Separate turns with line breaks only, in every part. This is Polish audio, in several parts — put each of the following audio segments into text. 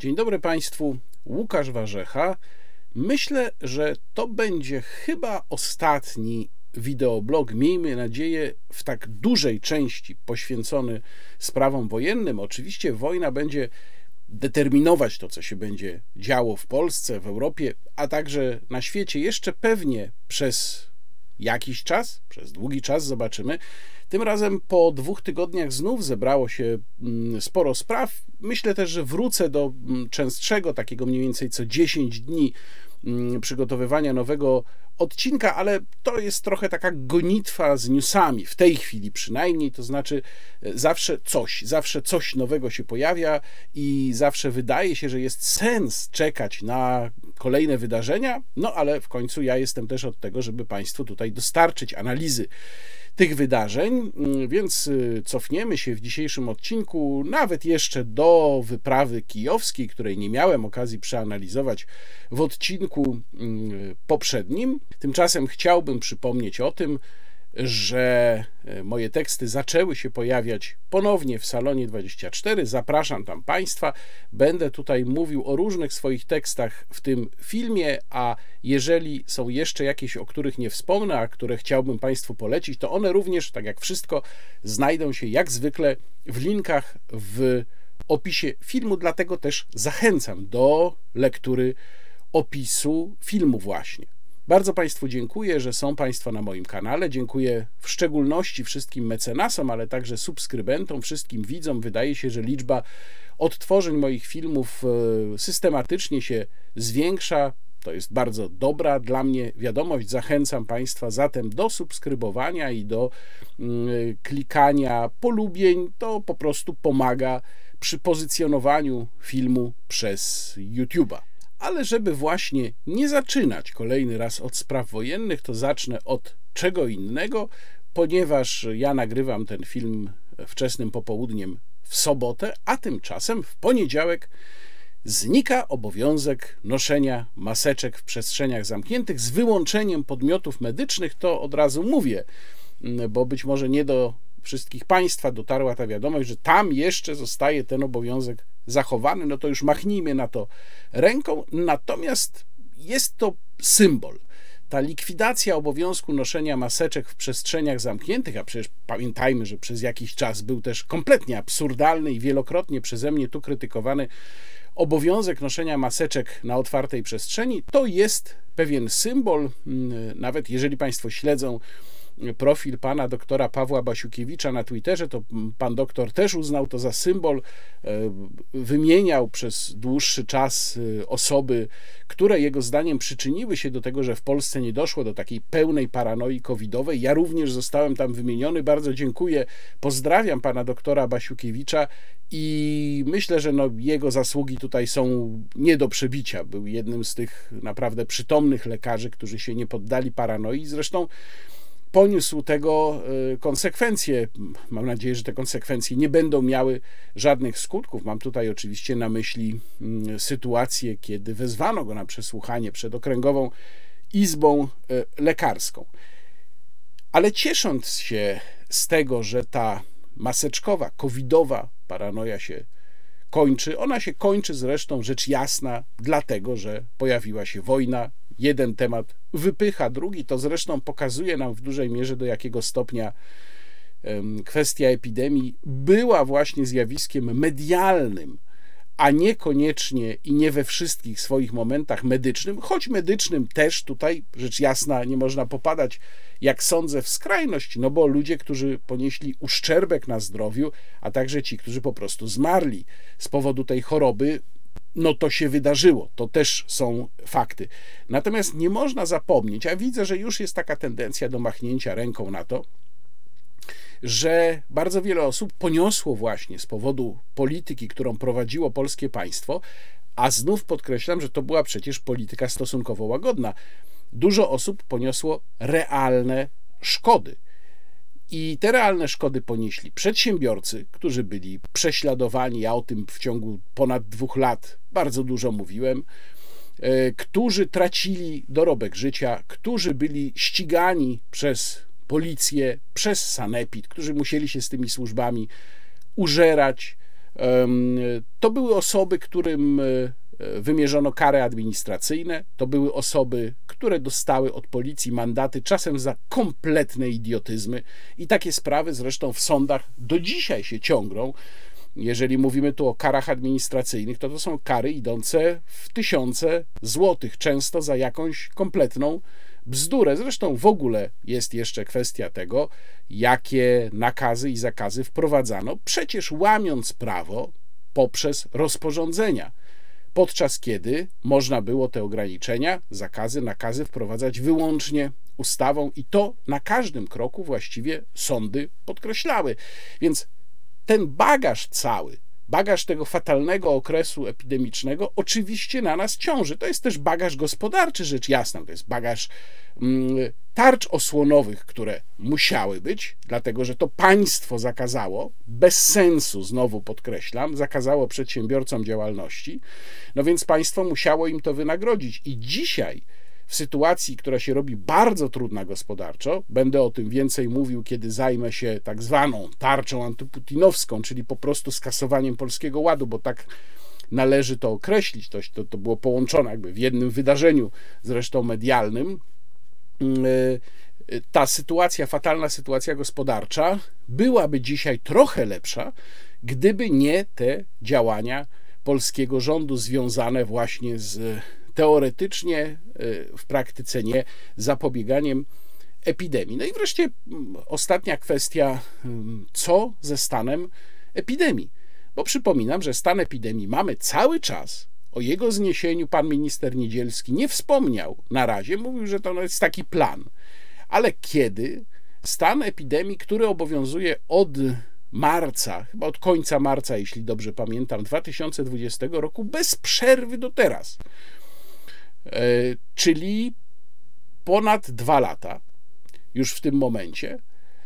Dzień dobry Państwu, Łukasz Warzecha. Myślę, że to będzie chyba ostatni wideoblog, miejmy nadzieję, w tak dużej części poświęcony sprawom wojennym. Oczywiście wojna będzie determinować to, co się będzie działo w Polsce, w Europie, a także na świecie jeszcze pewnie przez jakiś czas, przez długi czas, zobaczymy. Tym razem po 2 tygodniach znów zebrało się sporo spraw. Myślę też, że wrócę do częstszego, takiego mniej więcej co 10 dni przygotowywania nowego odcinka, ale to jest trochę taka gonitwa z newsami, w tej chwili przynajmniej, to znaczy zawsze coś nowego się pojawia i zawsze wydaje się, że jest sens czekać na kolejne wydarzenia, no ale w końcu ja jestem też od tego, żeby Państwu tutaj dostarczyć analizy tych wydarzeń, więc cofniemy się w dzisiejszym odcinku nawet jeszcze do wyprawy kijowskiej, której nie miałem okazji przeanalizować w odcinku poprzednim. Tymczasem chciałbym przypomnieć o tym, że moje teksty zaczęły się pojawiać ponownie w Salonie 24. Zapraszam tam Państwa. Będę tutaj mówił o różnych swoich tekstach w tym filmie, a jeżeli są jeszcze jakieś, o których nie wspomnę, a które chciałbym Państwu polecić, to one również, tak jak wszystko, znajdą się jak zwykle w linkach w opisie filmu, dlatego też zachęcam do lektury opisu filmu właśnie. Bardzo Państwu dziękuję, że są Państwo na moim kanale. Dziękuję w szczególności wszystkim mecenasom, ale także subskrybentom, wszystkim widzom. Wydaje się, że liczba odtworzeń moich filmów systematycznie się zwiększa. To jest bardzo dobra dla mnie wiadomość. Zachęcam Państwa zatem do subskrybowania i do klikania polubień. To po prostu pomaga przy pozycjonowaniu filmu przez YouTube'a. Ale żeby właśnie nie zaczynać kolejny raz od spraw wojennych, to zacznę od czego innego, ponieważ ja nagrywam ten film wczesnym popołudniem w sobotę, a tymczasem w poniedziałek znika obowiązek noszenia maseczek w przestrzeniach zamkniętych z wyłączeniem podmiotów medycznych. To od razu mówię, bo być może nie do wszystkich Państwa dotarła ta wiadomość, że tam jeszcze zostaje ten obowiązek zachowany, no to już machnijmy na to ręką, natomiast jest to symbol. Ta likwidacja obowiązku noszenia maseczek w przestrzeniach zamkniętych, a przecież pamiętajmy, że przez jakiś czas był też kompletnie absurdalny i wielokrotnie przeze mnie tu krytykowany obowiązek noszenia maseczek na otwartej przestrzeni, to jest pewien symbol, nawet jeżeli Państwo śledzą profil pana doktora Pawła Basiukiewicza na Twitterze, to pan doktor też uznał to za symbol, wymieniał przez dłuższy czas osoby, które jego zdaniem przyczyniły się do tego, że w Polsce nie doszło do takiej pełnej paranoi covidowej. Ja również zostałem tam wymieniony, bardzo dziękuję, pozdrawiam pana doktora Basiukiewicza i myślę, że jego zasługi tutaj są nie do przebicia. Był jednym z tych naprawdę przytomnych lekarzy, którzy się nie poddali paranoi, zresztą poniósł tego konsekwencje. Mam nadzieję, że te konsekwencje nie będą miały żadnych skutków. Mam tutaj oczywiście na myśli sytuację, kiedy wezwano go na przesłuchanie przed Okręgową Izbą Lekarską. Ale ciesząc się z tego, że ta maseczkowa, covidowa paranoja się kończy, ona się kończy zresztą rzecz jasna, dlatego, że pojawiła się wojna. Jeden temat wypycha drugi, to zresztą pokazuje nam w dużej mierze, do jakiego stopnia kwestia epidemii była właśnie zjawiskiem medialnym, a niekoniecznie i nie we wszystkich swoich momentach medycznym, choć medycznym też tutaj, rzecz jasna, nie można popadać, jak sądzę, w skrajność, no bo ludzie, którzy ponieśli uszczerbek na zdrowiu, a także ci, którzy po prostu zmarli z powodu tej choroby, no to się wydarzyło, to też są fakty. Natomiast nie można zapomnieć, a widzę, że już jest taka tendencja do machnięcia ręką na to, że bardzo wiele osób poniosło właśnie z powodu polityki, którą prowadziło polskie państwo, a znów podkreślam, że to była przecież polityka stosunkowo łagodna. Dużo osób poniosło realne szkody. I te realne szkody ponieśli przedsiębiorcy, którzy byli prześladowani, ja o tym w ciągu ponad 2 lat bardzo dużo mówiłem, którzy tracili dorobek życia, którzy byli ścigani przez policję, przez sanepid, którzy musieli się z tymi służbami użerać, To były osoby, którym wymierzono kary administracyjne, to były osoby, które dostały od policji mandaty czasem za kompletne idiotyzmy i takie sprawy zresztą w sądach do dzisiaj się ciągną. Jeżeli mówimy tu o karach administracyjnych, to są kary idące w tysiące złotych, często za jakąś kompletną bzdurę. Zresztą w ogóle jest jeszcze kwestia tego, jakie nakazy i zakazy wprowadzano, przecież łamiąc prawo poprzez rozporządzenia, podczas kiedy można było te ograniczenia, zakazy, nakazy wprowadzać wyłącznie ustawą i to na każdym kroku właściwie sądy podkreślały. Więc ten bagaż tego fatalnego okresu epidemicznego oczywiście na nas ciąży. To jest też bagaż gospodarczy, rzecz jasna. To jest bagaż tarcz osłonowych, które musiały być, dlatego że to państwo zakazało, bez sensu, znowu podkreślam, zakazało przedsiębiorcom działalności, no więc państwo musiało im to wynagrodzić. I dzisiaj w sytuacji, która się robi bardzo trudna gospodarczo, będę o tym więcej mówił, kiedy zajmę się tak zwaną tarczą antyputinowską, czyli po prostu skasowaniem Polskiego Ładu, bo tak należy to określić. To było połączone jakby w jednym wydarzeniu, zresztą medialnym. Ta sytuacja, fatalna sytuacja gospodarcza byłaby dzisiaj trochę lepsza, gdyby nie te działania polskiego rządu związane właśnie z teoretycznie, w praktyce nie, zapobieganiem epidemii. No i wreszcie ostatnia kwestia, co ze stanem epidemii? Bo przypominam, że stan epidemii mamy cały czas. O jego zniesieniu pan minister Niedzielski nie wspomniał na razie, mówił, że to jest taki plan. Ale kiedy stan epidemii, który obowiązuje od marca, chyba od końca marca, jeśli dobrze pamiętam, 2020 roku, bez przerwy do teraz, czyli ponad 2 lata już w tym momencie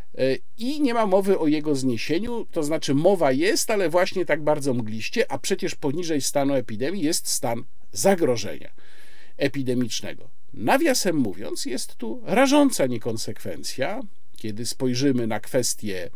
i nie ma mowy o jego zniesieniu, to znaczy mowa jest, ale właśnie tak bardzo mgliście, a przecież poniżej stanu epidemii jest stan zagrożenia epidemicznego. Nawiasem mówiąc, jest tu rażąca niekonsekwencja, kiedy spojrzymy na kwestię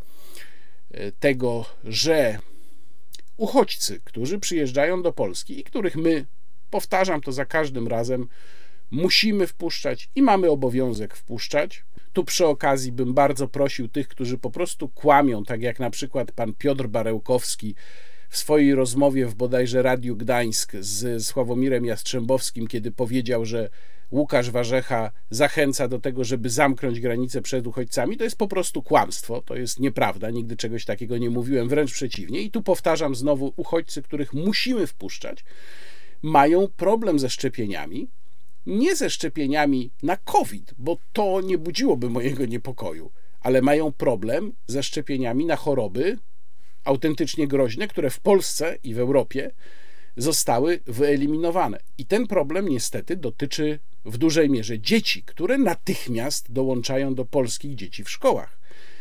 tego, że uchodźcy, którzy przyjeżdżają do Polski i których my, powtarzam to za każdym razem, musimy wpuszczać i mamy obowiązek wpuszczać. Tu przy okazji bym bardzo prosił tych, którzy po prostu kłamią, tak jak na przykład pan Piotr Barełkowski w swojej rozmowie w bodajże Radiu Gdańsk z Sławomirem Jastrzębowskim, kiedy powiedział, że Łukasz Warzecha zachęca do tego, żeby zamknąć granice przed uchodźcami. To jest po prostu kłamstwo, to jest nieprawda, nigdy czegoś takiego nie mówiłem, wręcz przeciwnie. I tu powtarzam znowu, uchodźcy, których musimy wpuszczać, mają problem ze szczepieniami, nie ze szczepieniami na COVID, bo to nie budziłoby mojego niepokoju, ale mają problem ze szczepieniami na choroby autentycznie groźne, które w Polsce i w Europie zostały wyeliminowane. I ten problem niestety dotyczy w dużej mierze dzieci, które natychmiast dołączają do polskich dzieci w szkołach.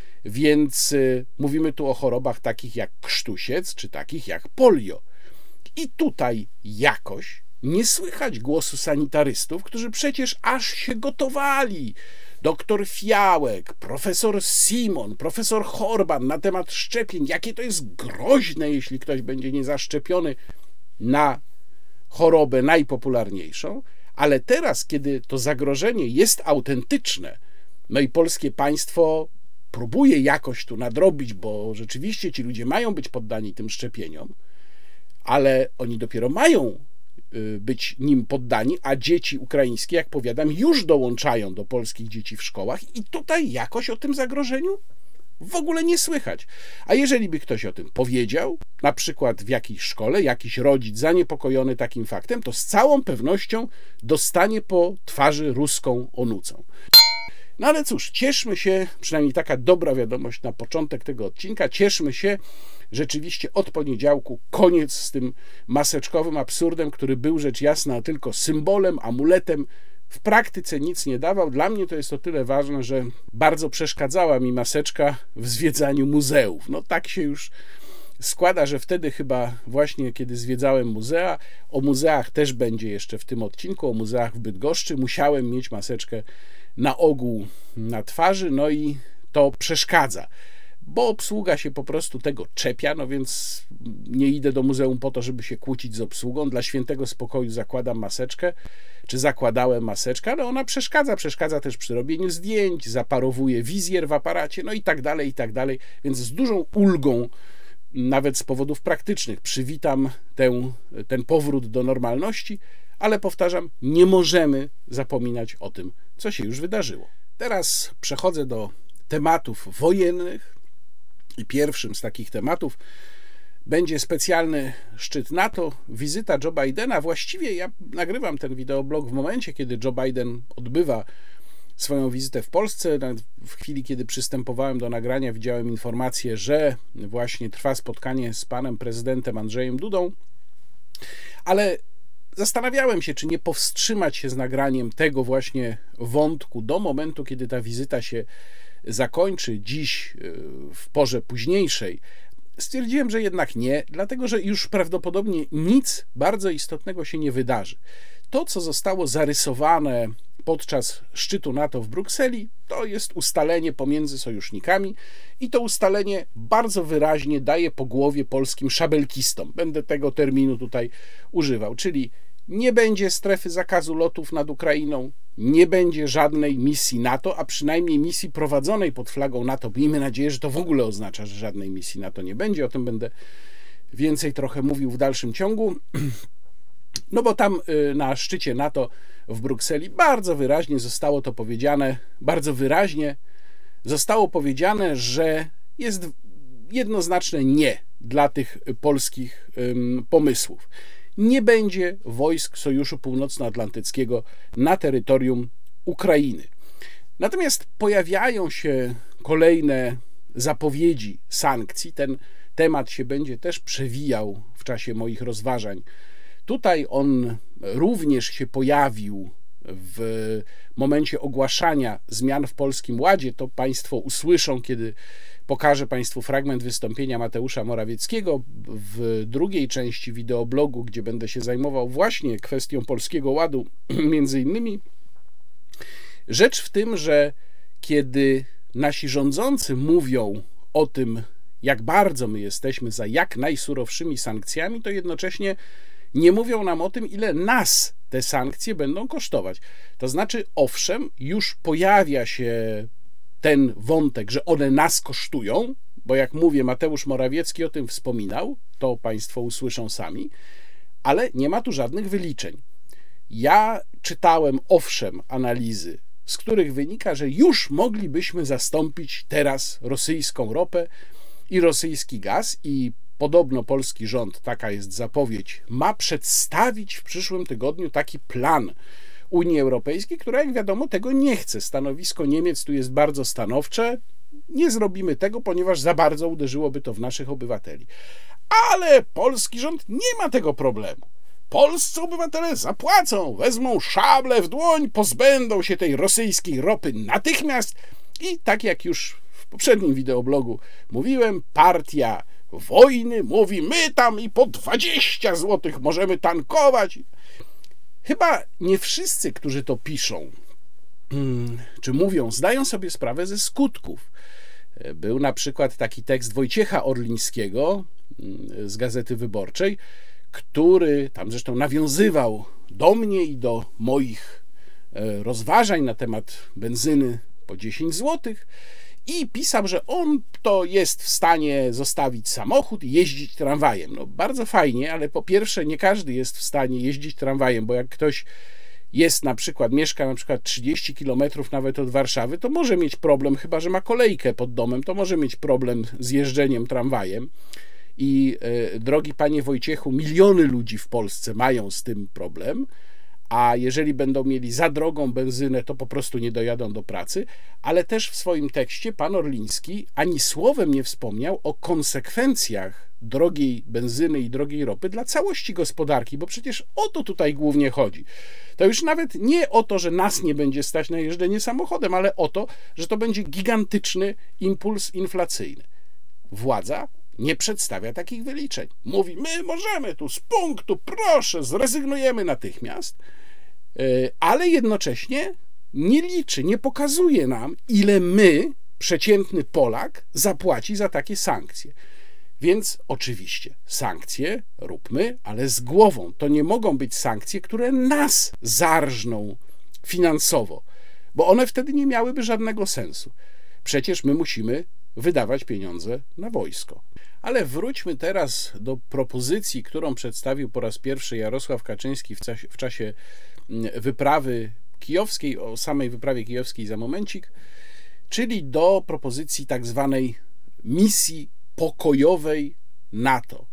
Więc mówimy tu o chorobach takich jak krztusiec, czy takich jak polio. I tutaj jakoś nie słychać głosu sanitarystów, którzy przecież aż się gotowali. Doktor Fiałek, profesor Simon, profesor Horban na temat szczepień, jakie to jest groźne, jeśli ktoś będzie niezaszczepiony na chorobę najpopularniejszą, ale teraz, kiedy to zagrożenie jest autentyczne, no i polskie państwo próbuje jakoś tu nadrobić, bo rzeczywiście ci ludzie mają być poddani tym szczepieniom, ale oni dopiero mają być nim poddani, a dzieci ukraińskie, jak powiadam, już dołączają do polskich dzieci w szkołach i tutaj jakoś o tym zagrożeniu w ogóle nie słychać. A jeżeli by ktoś o tym powiedział, na przykład w jakiejś szkole, jakiś rodzic zaniepokojony takim faktem, to z całą pewnością dostanie po twarzy ruską onucą. No ale cóż, cieszmy się, przynajmniej taka dobra wiadomość na początek tego odcinka, cieszmy się, rzeczywiście od poniedziałku koniec z tym maseczkowym absurdem, który był rzecz jasna tylko symbolem, amuletem, w praktyce nic nie dawał. Dla mnie to jest o tyle ważne, że bardzo przeszkadzała mi maseczka w zwiedzaniu muzeów. No tak się już składa, że wtedy chyba właśnie kiedy zwiedzałem muzea, o muzeach też będzie jeszcze w tym odcinku, o muzeach w Bydgoszczy, musiałem mieć maseczkę na ogół na twarzy, no i to przeszkadza. bo obsługa się po prostu tego czepia, no więc nie idę do muzeum po to, żeby się kłócić z obsługą. Dla świętego spokoju zakładam maseczkę, czy zakładałem maseczkę, ale ona przeszkadza też przy robieniu zdjęć, zaparowuje wizjer w aparacie, no i tak dalej, więc z dużą ulgą, nawet z powodów praktycznych, przywitam ten powrót do normalności, ale powtarzam, nie możemy zapominać o tym, co się już wydarzyło. Teraz przechodzę do tematów wojennych i pierwszym z takich tematów będzie specjalny szczyt NATO, wizyta Joe Bidena. Właściwie ja nagrywam ten wideoblog w momencie, kiedy Joe Biden odbywa swoją wizytę w Polsce. W chwili, kiedy przystępowałem do nagrania, widziałem informację, że właśnie trwa spotkanie z panem prezydentem Andrzejem Dudą, ale zastanawiałem się, czy nie powstrzymać się z nagraniem tego właśnie wątku do momentu, kiedy ta wizyta się zakończy, dziś w porze późniejszej. Stwierdziłem, że jednak nie, dlatego że już prawdopodobnie nic bardzo istotnego się nie wydarzy. To, co zostało zarysowane podczas szczytu NATO w Brukseli, to jest ustalenie pomiędzy sojusznikami i to ustalenie bardzo wyraźnie daje po głowie polskim szabelkistom. Będę tego terminu tutaj używał, czyli nie będzie strefy zakazu lotów nad Ukrainą, nie będzie żadnej misji NATO, a przynajmniej misji prowadzonej pod flagą NATO. Miejmy nadzieję, że to w ogóle oznacza, że żadnej misji NATO nie będzie. O tym będę więcej trochę mówił w dalszym ciągu. No bo tam na szczycie NATO w Brukseli bardzo wyraźnie zostało to powiedziane, że jest jednoznaczne nie dla tych polskich pomysłów. Nie będzie wojsk Sojuszu Północnoatlantyckiego na terytorium Ukrainy. Natomiast pojawiają się kolejne zapowiedzi sankcji. Ten temat się będzie też przewijał w czasie moich rozważań. Tutaj on również się pojawił w momencie ogłaszania zmian w Polskim Ładzie. To Państwo usłyszą, kiedy pokażę Państwu fragment wystąpienia Mateusza Morawieckiego w drugiej części wideoblogu, gdzie będę się zajmował właśnie kwestią Polskiego Ładu między innymi. Rzecz w tym, że kiedy nasi rządzący mówią o tym, jak bardzo my jesteśmy za jak najsurowszymi sankcjami, to jednocześnie nie mówią nam o tym, ile nas te sankcje będą kosztować. To znaczy, owszem, już pojawia się ten wątek, że one nas kosztują, bo jak mówię, Mateusz Morawiecki o tym wspominał, to Państwo usłyszą sami, ale nie ma tu żadnych wyliczeń. Ja czytałem, owszem, analizy, z których wynika, że już moglibyśmy zastąpić teraz rosyjską ropę i rosyjski gaz i podobno polski rząd, taka jest zapowiedź, ma przedstawić w przyszłym tygodniu taki plan Unii Europejskiej, która, jak wiadomo, tego nie chce. Stanowisko Niemiec tu jest bardzo stanowcze. Nie zrobimy tego, ponieważ za bardzo uderzyłoby to w naszych obywateli. Ale polski rząd nie ma tego problemu. Polscy obywatele zapłacą, wezmą szable w dłoń, pozbędą się tej rosyjskiej ropy natychmiast i tak jak już w poprzednim wideoblogu mówiłem, partia wojny mówi, my tam i po 20 zł możemy tankować. Chyba nie wszyscy, którzy to piszą, czy mówią, zdają sobie sprawę ze skutków. Był na przykład taki tekst Wojciecha Orlińskiego z Gazety Wyborczej, który tam zresztą nawiązywał do mnie i do moich rozważań na temat benzyny po 10 zł i pisał, że on to jest w stanie zostawić samochód i jeździć tramwajem. No bardzo fajnie, ale po pierwsze nie każdy jest w stanie jeździć tramwajem, bo jak ktoś mieszka na przykład 30 km nawet od Warszawy, to może mieć problem, chyba że ma kolejkę pod domem, to może mieć problem z jeżdżeniem tramwajem. I drogi panie Wojciechu, miliony ludzi w Polsce mają z tym problem, a jeżeli będą mieli za drogą benzynę, to po prostu nie dojadą do pracy, ale też w swoim tekście pan Orliński ani słowem nie wspomniał o konsekwencjach drogiej benzyny i drogiej ropy dla całości gospodarki, bo przecież o to tutaj głównie chodzi. To już nawet nie o to, że nas nie będzie stać na jeżdżenie samochodem, ale o to, że to będzie gigantyczny impuls inflacyjny. Władza nie przedstawia takich wyliczeń. Mówi, my możemy tu z punktu, proszę, zrezygnujemy natychmiast, ale jednocześnie nie liczy, nie pokazuje nam, ile my przeciętny Polak zapłaci za takie sankcje. Więc oczywiście sankcje róbmy, ale z głową. To nie mogą być sankcje, które nas zarżną finansowo, bo one wtedy nie miałyby żadnego sensu. Przecież my musimy wydawać pieniądze na wojsko. Ale wróćmy teraz do propozycji, którą przedstawił po raz pierwszy Jarosław Kaczyński w czasie wyprawy kijowskiej, o samej wyprawie kijowskiej za momencik, czyli do propozycji tak zwanej misji pokojowej NATO.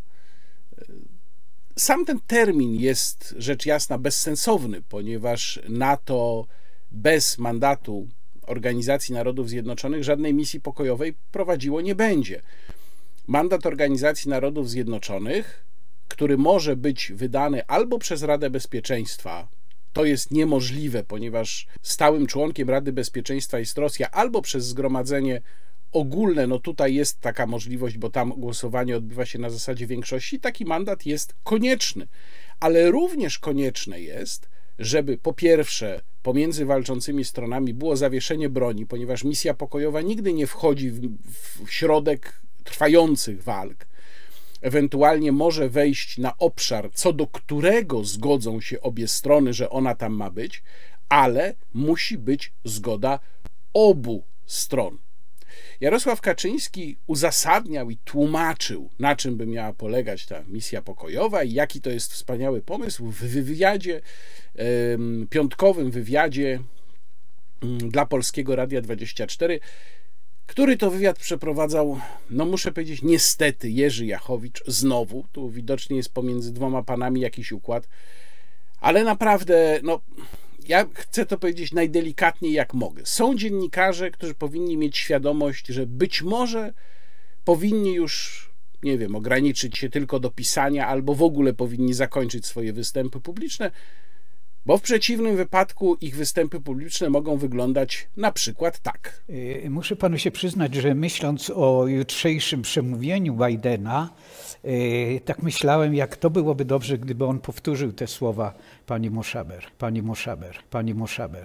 Sam ten termin jest rzecz jasna bezsensowny, ponieważ NATO bez mandatu Organizacji Narodów Zjednoczonych żadnej misji pokojowej prowadziło nie będzie. Mandat Organizacji Narodów Zjednoczonych, który może być wydany albo przez Radę Bezpieczeństwa, to jest niemożliwe, ponieważ stałym członkiem Rady Bezpieczeństwa jest Rosja, albo przez Zgromadzenie Ogólne, no tutaj jest taka możliwość, bo tam głosowanie odbywa się na zasadzie większości, taki mandat jest konieczny. Ale również konieczne jest, żeby po pierwsze pomiędzy walczącymi stronami było zawieszenie broni, ponieważ misja pokojowa nigdy nie wchodzi w środek trwających walk. Ewentualnie może wejść na obszar, co do którego zgodzą się obie strony, że ona tam ma być, ale musi być zgoda obu stron. Jarosław Kaczyński uzasadniał i tłumaczył, na czym by miała polegać ta misja pokojowa i jaki to jest wspaniały pomysł w wywiadzie, piątkowym wywiadzie dla Polskiego Radia 24, który to wywiad przeprowadzał, no muszę powiedzieć, niestety Jerzy Jachowicz znowu. Tu widocznie jest pomiędzy dwoma panami jakiś układ, ale naprawdę, no ja chcę to powiedzieć najdelikatniej jak mogę. Są dziennikarze, którzy powinni mieć świadomość, że być może powinni już, nie wiem, ograniczyć się tylko do pisania albo w ogóle powinni zakończyć swoje występy publiczne, bo w przeciwnym wypadku ich występy publiczne mogą wyglądać na przykład tak.
Muszę panu się przyznać, że myśląc o jutrzejszym przemówieniu Bidena, tak myślałem, jak to byłoby dobrze, gdyby on powtórzył te słowa pani Moshaber, pani Moshaber, pani Moshaber.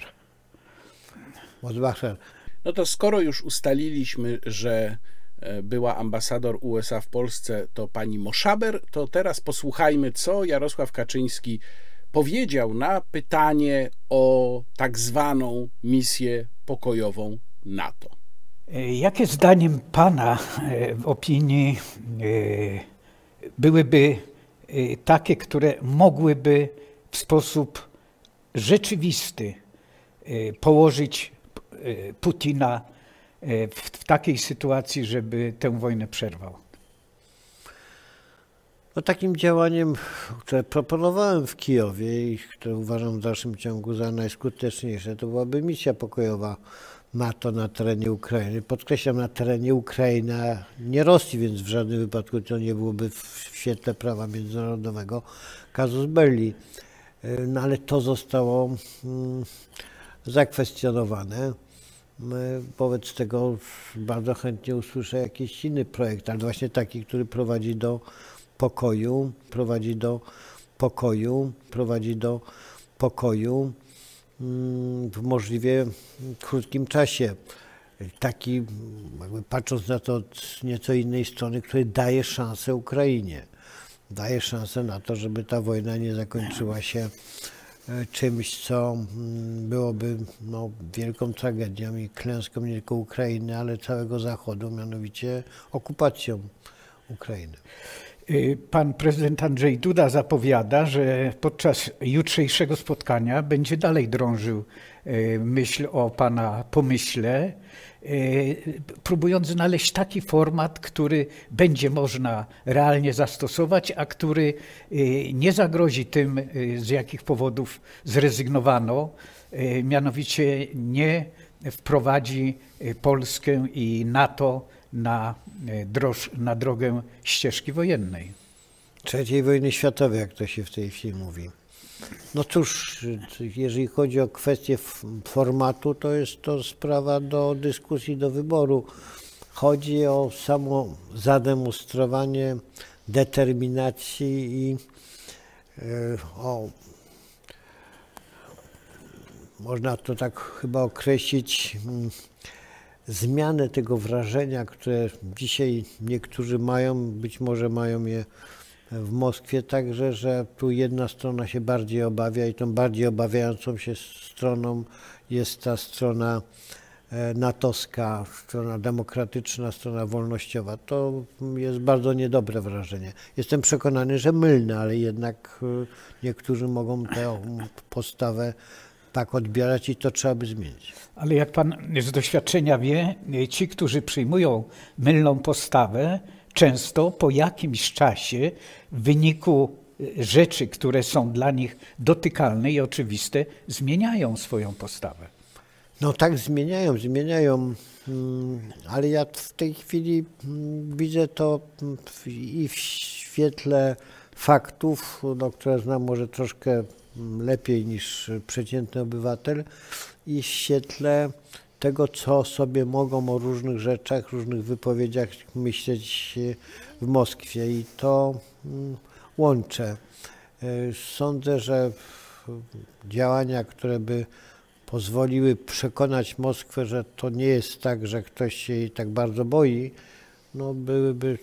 No to skoro już ustaliliśmy, że była ambasador USA w Polsce, to pani Moshaber, to teraz posłuchajmy, co Jarosław Kaczyński powiedział na pytanie o tak zwaną misję pokojową NATO.
Jakie zdaniem pana w opinii byłyby takie, które mogłyby w sposób rzeczywisty położyć Putina w takiej sytuacji, żeby tę wojnę przerwał?
No, takim działaniem, które proponowałem w Kijowie i które uważam w dalszym ciągu za najskuteczniejsze, to byłaby misja pokojowa NATO na terenie Ukrainy. Podkreślam, na terenie Ukrainy, a nie Rosji, więc w żadnym wypadku to nie byłoby w świetle prawa międzynarodowego casus belli. No ale to zostało zakwestionowane. Wobec tego bardzo chętnie usłyszę jakiś inny projekt, ale właśnie taki, który prowadzi do pokoju w możliwie krótkim czasie. Taki, jakby patrząc na to od nieco innej strony, który daje szansę Ukrainie. Daje szansę na to, żeby ta wojna nie zakończyła się czymś, co byłoby wielką tragedią i klęską nie tylko Ukrainy, ale całego Zachodu, mianowicie okupacją Ukrainy.
Pan prezydent Andrzej Duda zapowiada, że podczas jutrzejszego spotkania będzie dalej drążył myśl o pana pomyśle, próbując znaleźć taki format, który będzie można realnie zastosować, a który nie zagrozi tym, z jakich powodów zrezygnowano, mianowicie nie wprowadzi Polskę i NATO na drogę ścieżki wojennej.
III wojny światowej, jak to się w tej chwili mówi. No cóż, jeżeli chodzi o kwestię formatu, to jest to sprawa do dyskusji, do wyboru. Chodzi o samo zademonstrowanie determinacji i można to tak chyba określić, zmianę tego wrażenia, które dzisiaj niektórzy mają, być może mają je w Moskwie także, że tu jedna strona się bardziej obawia i tą bardziej obawiającą się stroną jest ta strona natowska, strona demokratyczna, strona wolnościowa. To jest bardzo niedobre wrażenie. Jestem przekonany, że mylne, ale jednak niektórzy mogą tę postawę tak odbierać i to trzeba by zmienić.
Ale jak pan z doświadczenia wie, ci, którzy przyjmują mylną postawę, często po jakimś czasie w wyniku rzeczy, które są dla nich dotykalne i oczywiste, zmieniają swoją postawę.
No tak, zmieniają, ale ja w tej chwili widzę to i w świetle faktów, które znam może troszkę lepiej niż przeciętny obywatel, i w świetle tego, co sobie mogą o różnych rzeczach, różnych wypowiedziach myśleć w Moskwie, i to łączę. Sądzę, że działania, które by pozwoliły przekonać Moskwę, że to nie jest tak, że ktoś się jej tak bardzo boi, no byłyby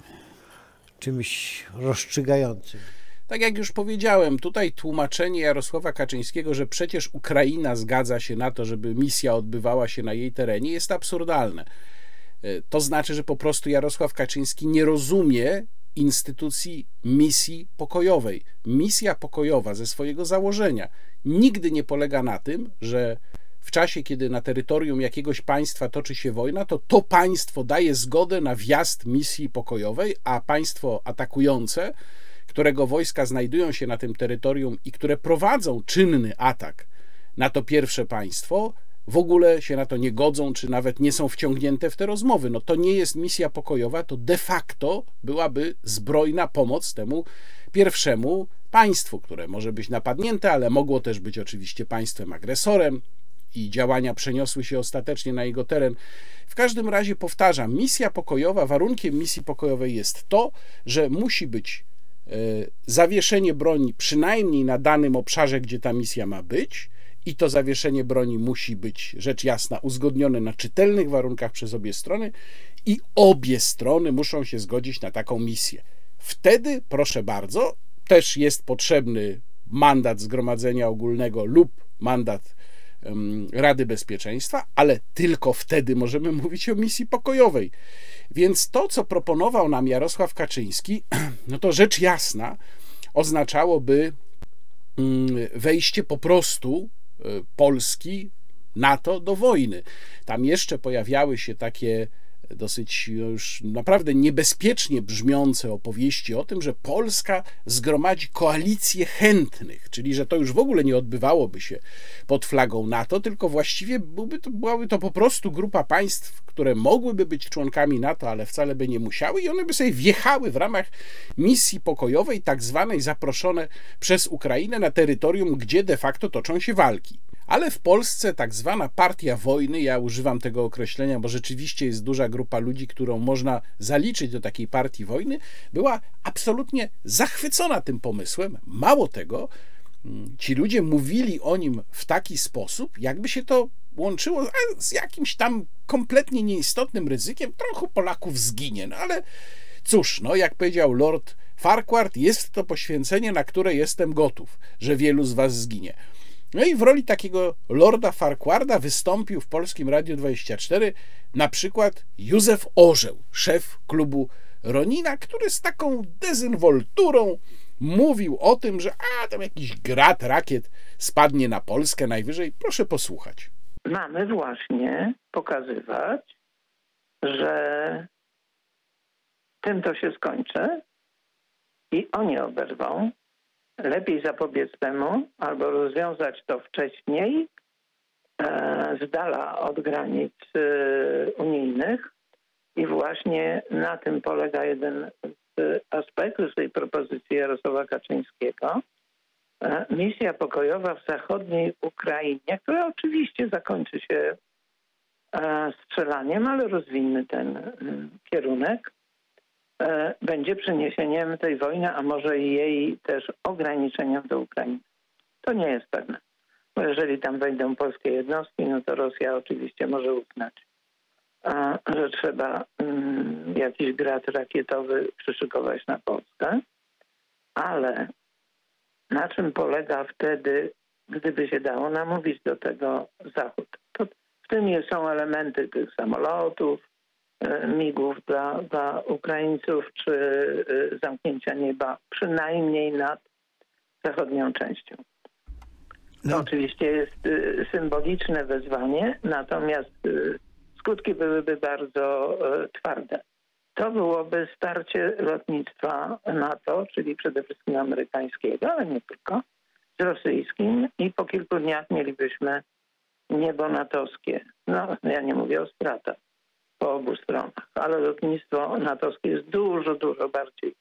czymś rozstrzygającym.
Tak jak już powiedziałem, tutaj tłumaczenie Jarosława Kaczyńskiego, że przecież Ukraina zgadza się na to, żeby misja odbywała się na jej terenie, jest absurdalne. To znaczy, że po prostu Jarosław Kaczyński nie rozumie instytucji misji pokojowej. Misja pokojowa ze swojego założenia nigdy nie polega na tym, że w czasie, kiedy na terytorium jakiegoś państwa toczy się wojna, to państwo daje zgodę na wjazd misji pokojowej, a państwo atakujące, którego wojska znajdują się na tym terytorium i które prowadzą czynny atak na to pierwsze państwo, w ogóle się na to nie godzą, czy nawet nie są wciągnięte w te rozmowy. No to nie jest misja pokojowa, to de facto byłaby zbrojna pomoc temu pierwszemu państwu, które może być napadnięte, ale mogło też być oczywiście państwem agresorem i działania przeniosły się ostatecznie na jego teren. W każdym razie powtarzam, misja pokojowa, warunkiem misji pokojowej jest to, że musi być zawieszenie broni przynajmniej na danym obszarze, gdzie ta misja ma być, i to zawieszenie broni musi być, rzecz jasna, uzgodnione na czytelnych warunkach przez obie strony i obie strony muszą się zgodzić na taką misję. Wtedy, proszę bardzo, też jest potrzebny mandat Zgromadzenia Ogólnego lub mandat Rady Bezpieczeństwa, ale tylko wtedy możemy mówić o misji pokojowej. Więc to, co proponował nam Jarosław Kaczyński, no to rzecz jasna oznaczałoby wejście po prostu Polski, NATO do wojny. Tam jeszcze pojawiały się takie dosyć już naprawdę niebezpiecznie brzmiące opowieści o tym, że Polska zgromadzi koalicję chętnych, czyli że to już w ogóle nie odbywałoby się pod flagą NATO, tylko właściwie byłaby to po prostu grupa państw, które mogłyby być członkami NATO, ale wcale by nie musiały, i one by sobie wjechały w ramach misji pokojowej, tak zwanej, zaproszone przez Ukrainę na terytorium, gdzie de facto toczą się walki. Ale w Polsce tak zwana partia wojny, ja używam tego określenia, bo rzeczywiście jest duża grupa ludzi, którą można zaliczyć do takiej partii wojny, była absolutnie zachwycona tym pomysłem. Mało tego, ci ludzie mówili o nim w taki sposób, jakby się to łączyło z jakimś tam kompletnie nieistotnym ryzykiem. Trochę Polaków zginie, no ale cóż, no jak powiedział Lord Farquhar, jest to poświęcenie, na które jestem gotów, że wielu z was zginie. No i w roli takiego Lorda Farquharda wystąpił w Polskim Radiu 24 na przykład Józef Orzeł, szef klubu Ronina, który z taką dezynwolturą mówił o tym, że tam jakiś grad rakiet spadnie na Polskę najwyżej. Proszę posłuchać.
Mamy właśnie pokazywać, że tym to się skończy i oni oberwą. Lepiej zapobiec temu, albo rozwiązać to wcześniej, z dala od granic unijnych. I właśnie na tym polega jeden z aspektów tej propozycji Jarosława Kaczyńskiego. Misja pokojowa w zachodniej Ukrainie, która oczywiście zakończy się strzelaniem, ale rozwiniemy ten kierunek, będzie przeniesieniem tej wojny, a może i jej też ograniczeniem do Ukrainy. To nie jest pewne. Bo jeżeli tam wejdą polskie jednostki, no to Rosja oczywiście może uznać, że trzeba jakiś grat rakietowy przyszykować na Polskę, ale na czym polega wtedy, gdyby się dało namówić do tego Zachód? To w tym są elementy tych samolotów, migów dla Ukraińców, czy zamknięcia nieba przynajmniej nad zachodnią częścią. To oczywiście jest symboliczne wezwanie, natomiast skutki byłyby bardzo twarde. To byłoby starcie lotnictwa NATO, czyli przede wszystkim amerykańskiego, ale nie tylko, z rosyjskim i po kilku dniach mielibyśmy niebo natowskie. No, ja nie mówię o stratach po obu stronach, ale lotnictwo natowskie jest dużo, dużo bardziej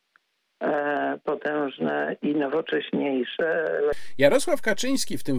potężne i nowocześniejsze.
Jarosław Kaczyński w tym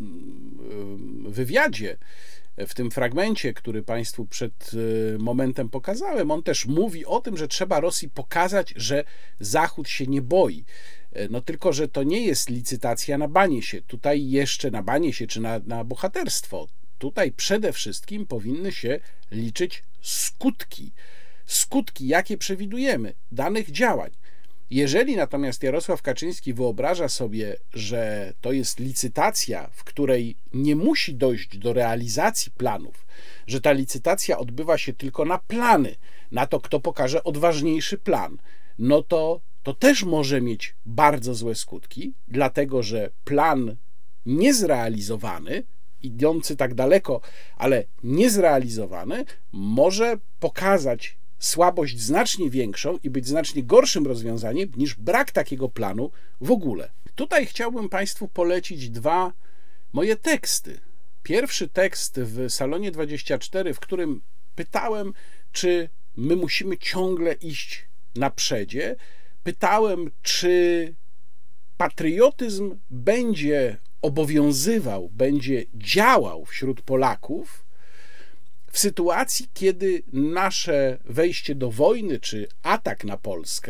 wywiadzie, w tym fragmencie, który Państwu przed momentem pokazałem, on też mówi o tym, że trzeba Rosji pokazać, że Zachód się nie boi. No tylko, że to nie jest licytacja na banie się. Tutaj jeszcze na banie się czy na bohaterstwo. Tutaj przede wszystkim powinny się liczyć skutki. Skutki, jakie przewidujemy, danych działań. Jeżeli natomiast Jarosław Kaczyński wyobraża sobie, że to jest licytacja, w której nie musi dojść do realizacji planów, że ta licytacja odbywa się tylko na plany, na to, kto pokaże odważniejszy plan, no to też może mieć bardzo złe skutki, dlatego że plan niezrealizowany, idący tak daleko, ale niezrealizowany, może pokazać słabość znacznie większą i być znacznie gorszym rozwiązaniem niż brak takiego planu w ogóle. Tutaj chciałbym Państwu polecić dwa moje teksty. Pierwszy tekst w Salonie 24, w którym pytałem, czy my musimy ciągle iść na przedzie. Pytałem, czy patriotyzm będzie obowiązywał, będzie działał wśród Polaków w sytuacji, kiedy nasze wejście do wojny, czy atak na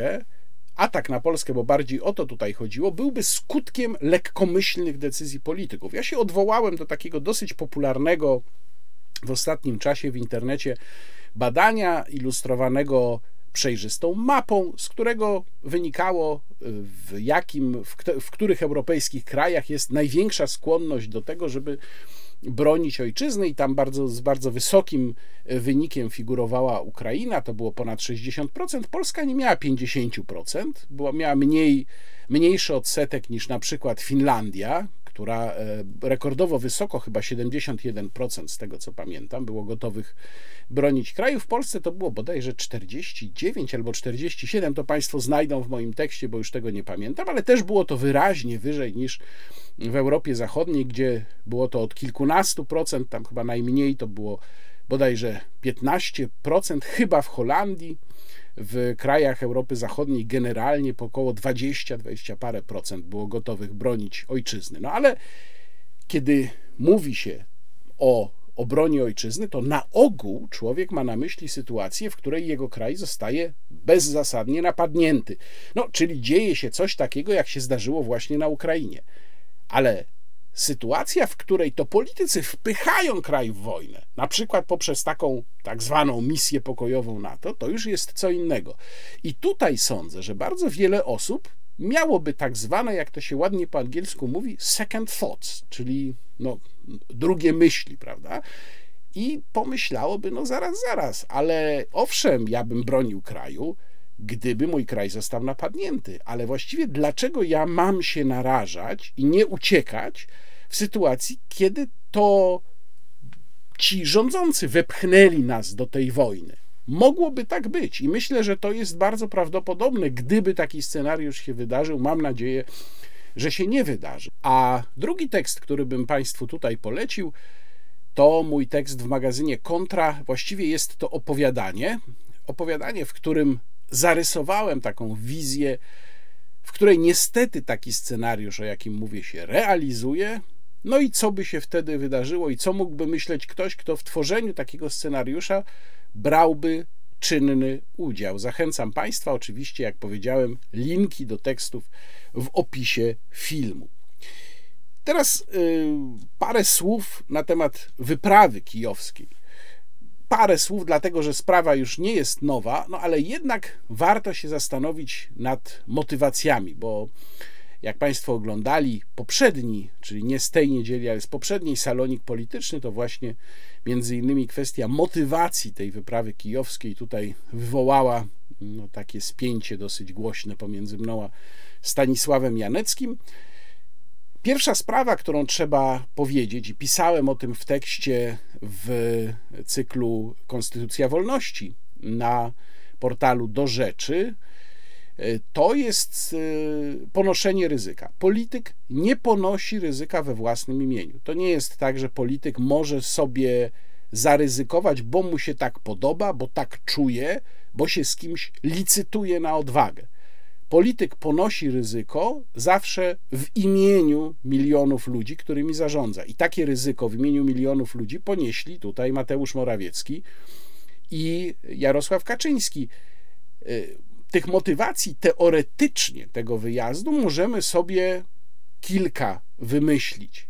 Polskę, bo bardziej o to tutaj chodziło, byłby skutkiem lekkomyślnych decyzji polityków. Ja się odwołałem do takiego dosyć popularnego w ostatnim czasie w internecie badania ilustrowanego przejrzystą mapą, z którego wynikało, w których europejskich krajach jest największa skłonność do tego, żeby bronić ojczyzny, i tam z bardzo wysokim wynikiem figurowała Ukraina, to było ponad 60%, Polska nie miała 50%, miała mniejszy odsetek niż na przykład Finlandia, która rekordowo wysoko, chyba 71% z tego co pamiętam, było gotowych bronić kraju. W Polsce to było bodajże 49 albo 47, to Państwo znajdą w moim tekście, bo już tego nie pamiętam, ale też było to wyraźnie wyżej niż w Europie Zachodniej, gdzie było to od kilkunastu procent, tam chyba najmniej to było bodajże 15%, chyba w Holandii. W krajach Europy Zachodniej generalnie po około 20 parę procent było gotowych bronić ojczyzny. No ale kiedy mówi się o obronie ojczyzny, to na ogół człowiek ma na myśli sytuację, w której jego kraj zostaje bezzasadnie napadnięty. No, czyli dzieje się coś takiego, jak się zdarzyło właśnie na Ukrainie. Ale sytuacja, w której to politycy wpychają kraj w wojnę, na przykład poprzez taką tak zwaną misję pokojową NATO, to już jest co innego. I tutaj sądzę, że bardzo wiele osób miałoby tak zwane, jak to się ładnie po angielsku mówi, second thoughts, czyli drugie myśli, prawda? I pomyślałoby, zaraz, ale owszem, ja bym bronił kraju, gdyby mój kraj został napadnięty, ale właściwie dlaczego ja mam się narażać i nie uciekać w sytuacji, kiedy to ci rządzący wepchnęli nas do tej wojny? Mogłoby tak być i myślę, że to jest bardzo prawdopodobne, gdyby taki scenariusz się wydarzył. Mam nadzieję, że się nie wydarzy. A drugi tekst, który bym Państwu tutaj polecił, to mój tekst w magazynie Kontra. Właściwie jest to opowiadanie, w którym zarysowałem taką wizję, w której niestety taki scenariusz, o jakim mówię, się realizuje. No i co by się wtedy wydarzyło i co mógłby myśleć ktoś, kto w tworzeniu takiego scenariusza brałby czynny udział. Zachęcam Państwa, oczywiście, jak powiedziałem, linki do tekstów w opisie filmu. Teraz parę słów na temat wyprawy kijowskiej. parę słów, dlatego że sprawa już nie jest nowa, no ale jednak warto się zastanowić nad motywacjami, bo jak Państwo oglądali poprzedni, czyli nie z tej niedzieli, ale z poprzedniej Salonik Polityczny, to właśnie między innymi kwestia motywacji tej wyprawy kijowskiej tutaj wywołała takie spięcie dosyć głośne pomiędzy mną a Stanisławem Janeckim. Pierwsza sprawa, którą trzeba powiedzieć, i pisałem o tym w tekście w cyklu Konstytucja Wolności na portalu Do Rzeczy, to jest ponoszenie ryzyka. Polityk nie ponosi ryzyka we własnym imieniu. To nie jest tak, że polityk może sobie zaryzykować, bo mu się tak podoba, bo tak czuje, bo się z kimś licytuje na odwagę. Polityk ponosi ryzyko zawsze w imieniu milionów ludzi, którymi zarządza. I takie ryzyko w imieniu milionów ludzi ponieśli tutaj Mateusz Morawiecki i Jarosław Kaczyński. Tych motywacji teoretycznie tego wyjazdu możemy sobie kilka wymyślić.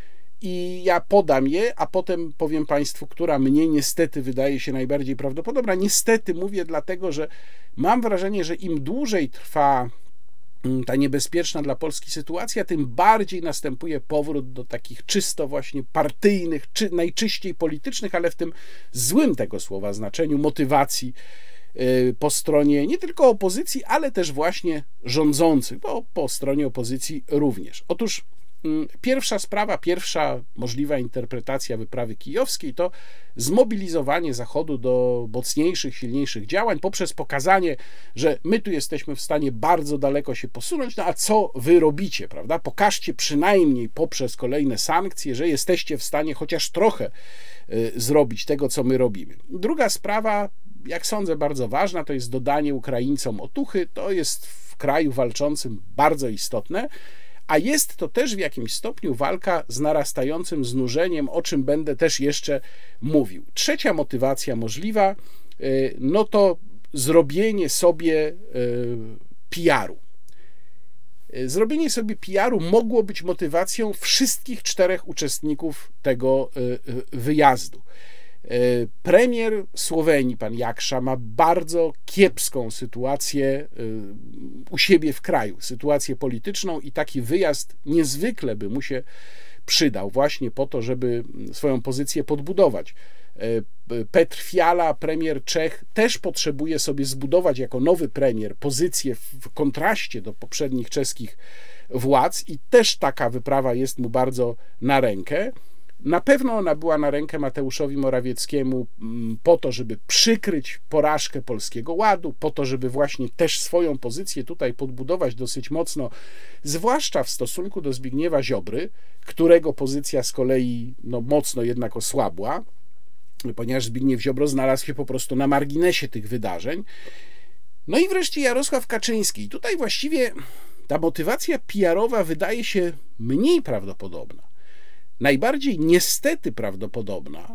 I ja podam je, a potem powiem Państwu, która mnie niestety wydaje się najbardziej prawdopodobna. Niestety mówię dlatego, że mam wrażenie, że im dłużej trwa ta niebezpieczna dla Polski sytuacja, tym bardziej następuje powrót do takich czysto właśnie partyjnych, czy najczyściej politycznych, ale w tym złym tego słowa znaczeniu motywacji po stronie nie tylko opozycji, ale też właśnie rządzących, bo po stronie opozycji również. Otóż pierwsza sprawa, pierwsza możliwa interpretacja wyprawy kijowskiej to zmobilizowanie Zachodu do mocniejszych, silniejszych działań poprzez pokazanie, że my tu jesteśmy w stanie bardzo daleko się posunąć, no a co wy robicie, prawda? Pokażcie przynajmniej poprzez kolejne sankcje, że jesteście w stanie chociaż trochę zrobić tego, co my robimy. Druga sprawa, jak sądzę, bardzo ważna, to jest dodanie Ukraińcom otuchy. To jest w kraju walczącym bardzo istotne, a jest to też w jakimś stopniu walka z narastającym znużeniem, o czym będę też jeszcze mówił. Trzecia motywacja możliwa, no to zrobienie sobie PR-u. Zrobienie sobie PR-u mogło być motywacją wszystkich czterech uczestników tego wyjazdu. Premier Słowenii, pan Jakša, ma bardzo kiepską sytuację u siebie w kraju, sytuację polityczną i taki wyjazd niezwykle by mu się przydał właśnie po to, żeby swoją pozycję podbudować. Petr Fiala, premier Czech, też potrzebuje sobie zbudować jako nowy premier pozycję w kontraście do poprzednich czeskich władz i też taka wyprawa jest mu bardzo na rękę. Na pewno ona była na rękę Mateuszowi Morawieckiemu po to, żeby przykryć porażkę Polskiego Ładu, po to, żeby właśnie też swoją pozycję tutaj podbudować dosyć mocno, zwłaszcza w stosunku do Zbigniewa Ziobry, którego pozycja z kolei mocno jednak osłabła, ponieważ Zbigniew Ziobro znalazł się po prostu na marginesie tych wydarzeń. No i wreszcie Jarosław Kaczyński. I tutaj właściwie ta motywacja PR-owa wydaje się mniej prawdopodobna. Najbardziej niestety prawdopodobna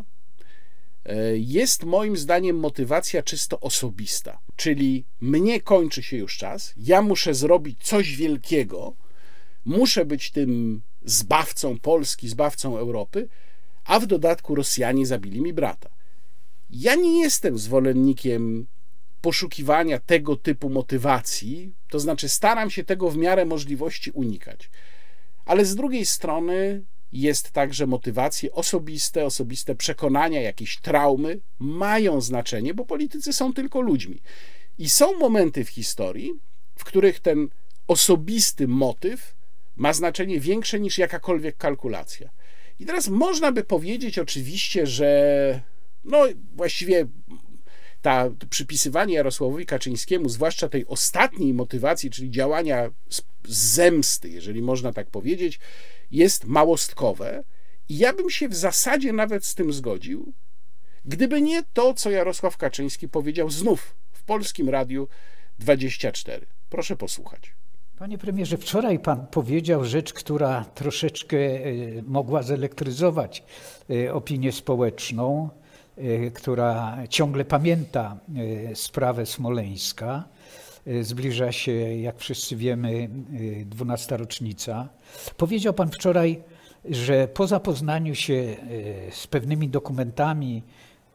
jest moim zdaniem motywacja czysto osobista, czyli mnie kończy się już czas, ja muszę zrobić coś wielkiego, muszę być tym zbawcą Polski, zbawcą Europy, a w dodatku Rosjanie zabili mi brata. Ja nie jestem zwolennikiem poszukiwania tego typu motywacji, to znaczy staram się tego w miarę możliwości unikać, ale z drugiej strony jest tak, że motywacje osobiste przekonania, jakieś traumy mają znaczenie, bo politycy są tylko ludźmi. I są momenty w historii, w których ten osobisty motyw ma znaczenie większe niż jakakolwiek kalkulacja. I teraz można by powiedzieć oczywiście, że właściwie to przypisywanie Jarosławowi Kaczyńskiemu, zwłaszcza tej ostatniej motywacji, czyli działania z zemsty, jeżeli można tak powiedzieć, jest małostkowe i ja bym się w zasadzie nawet z tym zgodził, gdyby nie to, co Jarosław Kaczyński powiedział znów w Polskim Radiu 24. Proszę posłuchać.
Panie premierze, wczoraj pan powiedział rzecz, która troszeczkę mogła zelektryzować opinię społeczną, która ciągle pamięta sprawę Smoleńska. Zbliża się, jak wszyscy wiemy, 12. rocznica. Powiedział pan wczoraj, że po zapoznaniu się z pewnymi dokumentami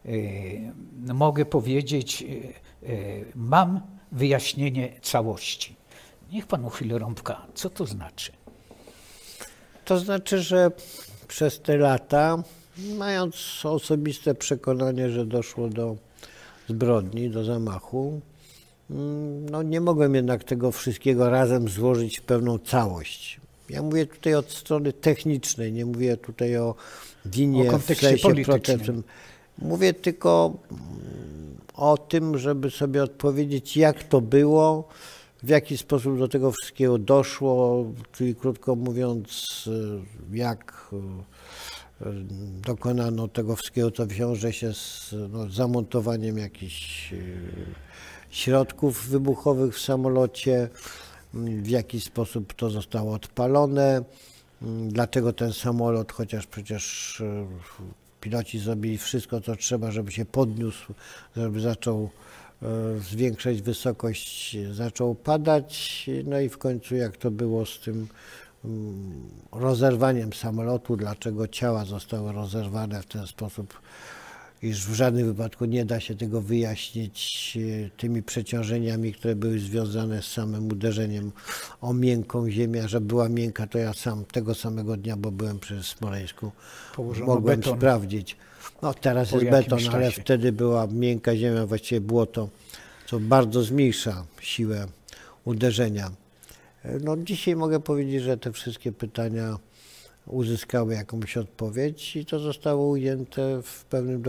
mogę powiedzieć, mam wyjaśnienie całości. Niech pan uchyli rąbka. Co to znaczy?
To znaczy, że przez te lata, mając osobiste przekonanie, że doszło do zbrodni, do zamachu, no nie mogłem jednak tego wszystkiego razem złożyć w pełną całość. Ja mówię tutaj od strony technicznej, nie mówię tutaj o winie w sensie protestowym. Mówię tylko o tym, żeby sobie odpowiedzieć, jak to było, w jaki sposób do tego wszystkiego doszło, czyli krótko mówiąc, jak dokonano tego wszystkiego, co wiąże się z zamontowaniem jakichś środków wybuchowych w samolocie, w jaki sposób to zostało odpalone, dlaczego ten samolot, chociaż przecież piloci zrobili wszystko, co trzeba, żeby się podniósł, żeby zaczął zwiększać wysokość, zaczął padać, no i w końcu jak to było z tym rozerwaniem samolotu, dlaczego ciała zostały rozerwane w ten sposób, iż w żadnym wypadku nie da się tego wyjaśnić tymi przeciążeniami, które były związane z samym uderzeniem o miękką ziemię. A że była miękka, to ja sam tego samego dnia, bo byłem przy Smoleńsku, mogłem sprawdzić. No teraz jest beton, ale wtedy była miękka ziemia, właściwie błoto, co bardzo zmniejsza siłę uderzenia. No dzisiaj mogę powiedzieć, że te wszystkie pytania uzyskały jakąś odpowiedź i to zostało ujęte w pewnym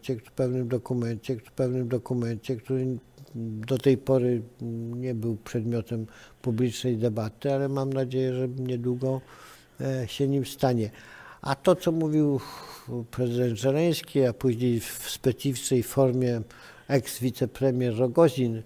dokumencie, który do tej pory nie był przedmiotem publicznej debaty, ale mam nadzieję, że niedługo się nim stanie. A to, co mówił prezydent Żeleński, a później w specyficznej formie eks-wicepremier Rogozin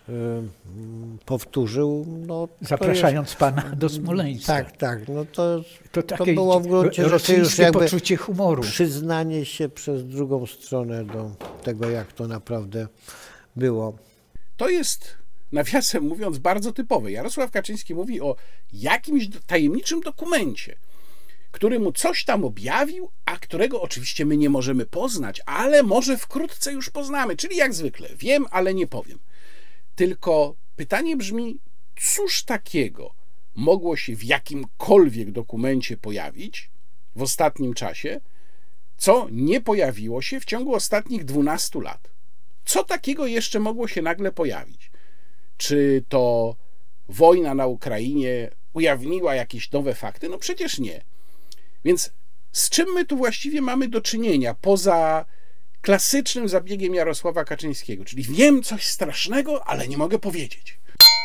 powtórzył. No,
zapraszając pana do Smoleńska.
Tak. No to było w gruncie rzeczy już jakby poczucie humoru. Przyznanie się przez drugą stronę do tego, jak to naprawdę było.
To jest, nawiasem mówiąc, bardzo typowe. Jarosław Kaczyński mówi o jakimś tajemniczym dokumencie, który mu coś tam objawił, a którego oczywiście my nie możemy poznać, ale może wkrótce już poznamy. Czyli jak zwykle, wiem, ale nie powiem. Tylko pytanie brzmi, cóż takiego mogło się w jakimkolwiek dokumencie pojawić w ostatnim czasie, co nie pojawiło się w ciągu ostatnich 12 lat? Co takiego jeszcze mogło się nagle pojawić? Czy to wojna na Ukrainie ujawniła jakieś nowe fakty? No przecież nie. Więc z czym my tu właściwie mamy do czynienia poza klasycznym zabiegiem Jarosława Kaczyńskiego, czyli wiem coś strasznego, ale nie mogę powiedzieć.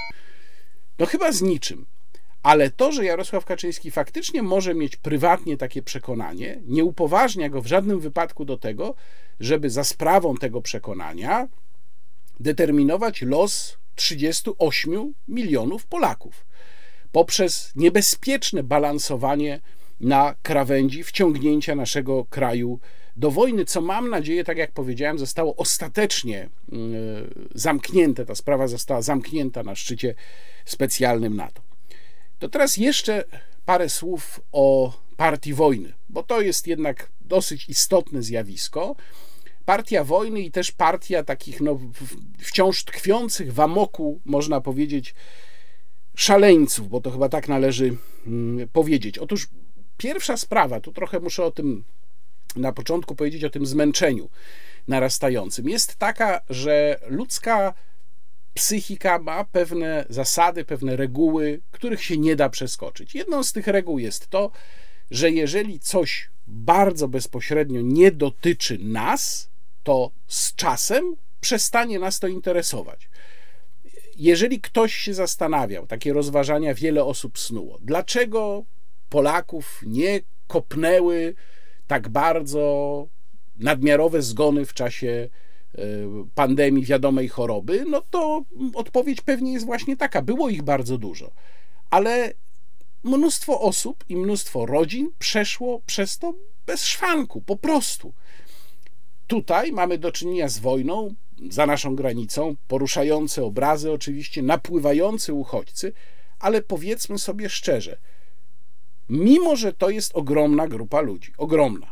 No chyba z niczym. Ale to, że Jarosław Kaczyński faktycznie może mieć prywatnie takie przekonanie, nie upoważnia go w żadnym wypadku do tego, żeby za sprawą tego przekonania determinować los 38 milionów Polaków poprzez niebezpieczne balansowanie na krawędzi wciągnięcia naszego kraju do wojny, co mam nadzieję, tak jak powiedziałem, zostało ostatecznie zamknięte, ta sprawa została zamknięta na szczycie specjalnym NATO. To teraz jeszcze parę słów o partii wojny, bo to jest jednak dosyć istotne zjawisko. Partia wojny i też partia takich wciąż tkwiących w amoku, można powiedzieć, szaleńców, bo to chyba tak należy powiedzieć. Otóż pierwsza sprawa, tu trochę muszę o tym na początku powiedzieć, o tym zmęczeniu narastającym, jest taka, że ludzka psychika ma pewne zasady, pewne reguły, których się nie da przeskoczyć. Jedną z tych reguł jest to, że jeżeli coś bardzo bezpośrednio nie dotyczy nas, to z czasem przestanie nas to interesować. Jeżeli ktoś się zastanawiał, takie rozważania wiele osób snuło, dlaczego Polaków nie kopnęły tak bardzo nadmiarowe zgony w czasie pandemii wiadomej choroby, no to odpowiedź pewnie jest właśnie taka. Było ich bardzo dużo, ale mnóstwo osób i mnóstwo rodzin przeszło przez to bez szwanku, po prostu. Tutaj mamy do czynienia z wojną za naszą granicą, poruszające obrazy oczywiście, napływający uchodźcy, ale powiedzmy sobie szczerze, mimo że to jest ogromna grupa ludzi, ogromna,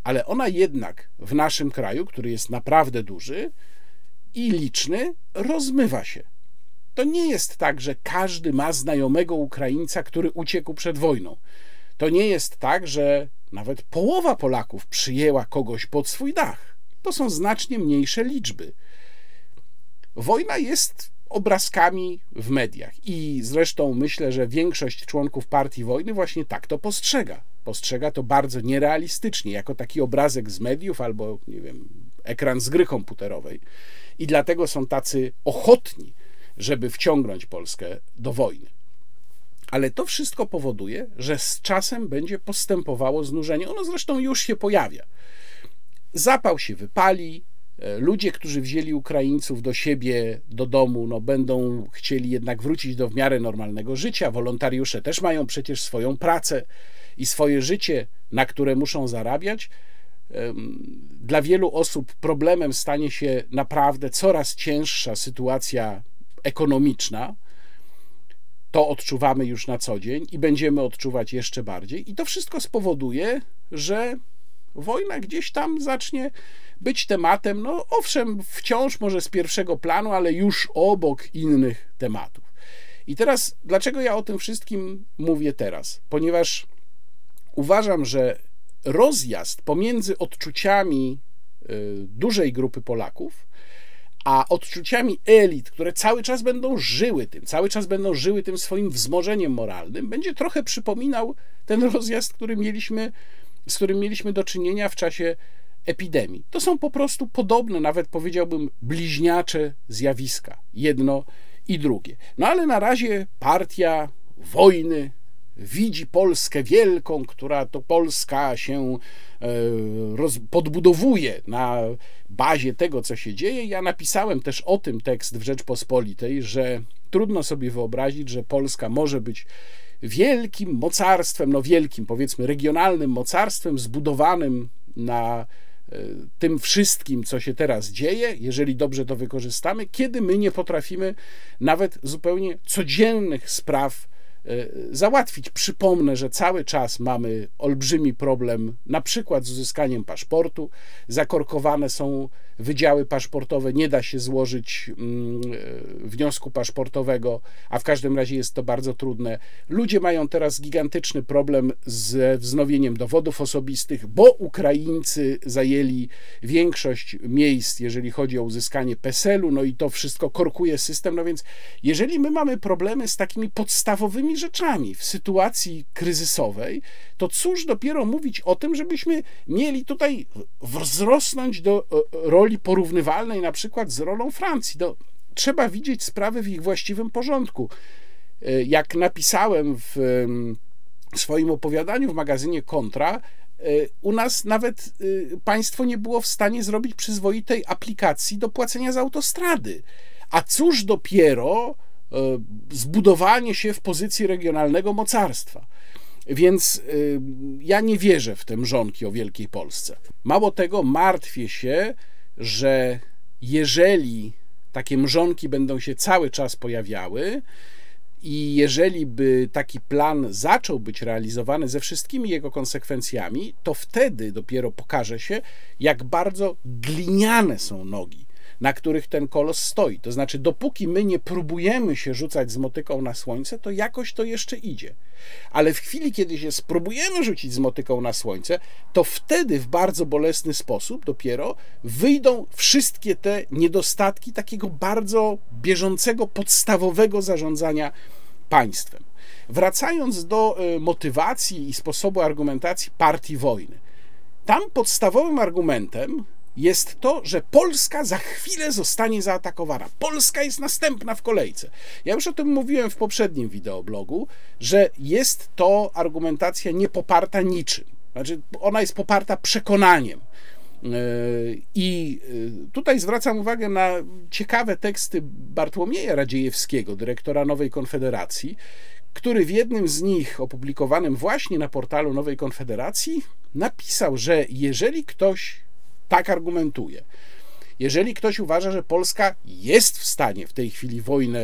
ale ona jednak w naszym kraju, który jest naprawdę duży i liczny, rozmywa się. To nie jest tak, że każdy ma znajomego Ukraińca, który uciekł przed wojną. To nie jest tak, że nawet połowa Polaków przyjęła kogoś pod swój dach. To są znacznie mniejsze liczby. Wojna jest obrazkami w mediach i zresztą myślę, że większość członków partii Wojny właśnie tak to postrzega. Postrzega to bardzo nierealistycznie, jako taki obrazek z mediów albo, nie wiem, ekran z gry komputerowej. I dlatego są tacy ochotni, żeby wciągnąć Polskę do wojny. Ale to wszystko powoduje, że z czasem będzie postępowało znużenie. Ono zresztą już się pojawia. Zapał się wypali, ludzie, którzy wzięli Ukraińców do siebie, do domu, będą chcieli jednak wrócić do w miarę normalnego życia. Wolontariusze też mają przecież swoją pracę i swoje życie, na które muszą zarabiać. Dla wielu osób problemem stanie się naprawdę coraz cięższa sytuacja ekonomiczna. To odczuwamy już na co dzień i będziemy odczuwać jeszcze bardziej. I to wszystko spowoduje, że wojna gdzieś tam zacznie być tematem, owszem, wciąż może z pierwszego planu, ale już obok innych tematów. I teraz, dlaczego ja o tym wszystkim mówię teraz? Ponieważ uważam, że rozjazd pomiędzy odczuciami dużej grupy Polaków a odczuciami elit, które cały czas będą żyły tym swoim wzmożeniem moralnym, będzie trochę przypominał ten rozjazd, z którym mieliśmy do czynienia w czasie epidemii. To są po prostu podobne, nawet powiedziałbym bliźniacze zjawiska, jedno i drugie. Ale na razie partia Wojny widzi Polskę wielką, która to Polska się podbudowuje na bazie tego, co się dzieje. Ja napisałem też o tym tekst w Rzeczpospolitej, że trudno sobie wyobrazić, że Polska może być wielkim mocarstwem, wielkim, powiedzmy regionalnym mocarstwem zbudowanym na tym wszystkim, co się teraz dzieje, jeżeli dobrze to wykorzystamy, kiedy my nie potrafimy nawet zupełnie codziennych spraw załatwić. Przypomnę, że cały czas mamy olbrzymi problem na przykład z uzyskaniem paszportu. Zakorkowane są wydziały paszportowe, nie da się złożyć wniosku paszportowego, a w każdym razie jest to bardzo trudne. Ludzie mają teraz gigantyczny problem z wznowieniem dowodów osobistych, bo Ukraińcy zajęli większość miejsc, jeżeli chodzi o uzyskanie PESEL-u, i to wszystko korkuje system. Więc jeżeli my mamy problemy z takimi podstawowymi rzeczami w sytuacji kryzysowej, to cóż dopiero mówić o tym, żebyśmy mieli tutaj wzrosnąć do roli porównywalnej na przykład z rolą Francji. Trzeba widzieć sprawy w ich właściwym porządku. Jak napisałem w swoim opowiadaniu w magazynie Kontra, u nas nawet państwo nie było w stanie zrobić przyzwoitej aplikacji do płacenia za autostrady. A cóż dopiero zbudowanie się w pozycji regionalnego mocarstwa. Więc ja nie wierzę w te mrzonki o Wielkiej Polsce. Mało tego, martwię się, że jeżeli takie mrzonki będą się cały czas pojawiały i jeżeli by taki plan zaczął być realizowany ze wszystkimi jego konsekwencjami, to wtedy dopiero pokaże się, jak bardzo gliniane są nogi, na których ten kolos stoi. To znaczy, dopóki my nie próbujemy się rzucać z motyką na słońce, to jakoś to jeszcze idzie. Ale w chwili, kiedy się spróbujemy rzucić z motyką na słońce, to wtedy w bardzo bolesny sposób dopiero wyjdą wszystkie te niedostatki takiego bardzo bieżącego, podstawowego zarządzania państwem. Wracając do motywacji i sposobu argumentacji partii Wojny. Tam podstawowym argumentem jest to, że Polska za chwilę zostanie zaatakowana. Polska jest następna w kolejce. Ja już o tym mówiłem w poprzednim wideoblogu, że jest to argumentacja niepoparta niczym. Znaczy, ona jest poparta przekonaniem. I tutaj zwracam uwagę na ciekawe teksty Bartłomieja Radziejewskiego, dyrektora Nowej Konfederacji, który w jednym z nich, opublikowanym właśnie na portalu Nowej Konfederacji, napisał, że jeżeli ktoś tak argumentuje, jeżeli ktoś uważa, że Polska jest w stanie w tej chwili wojnę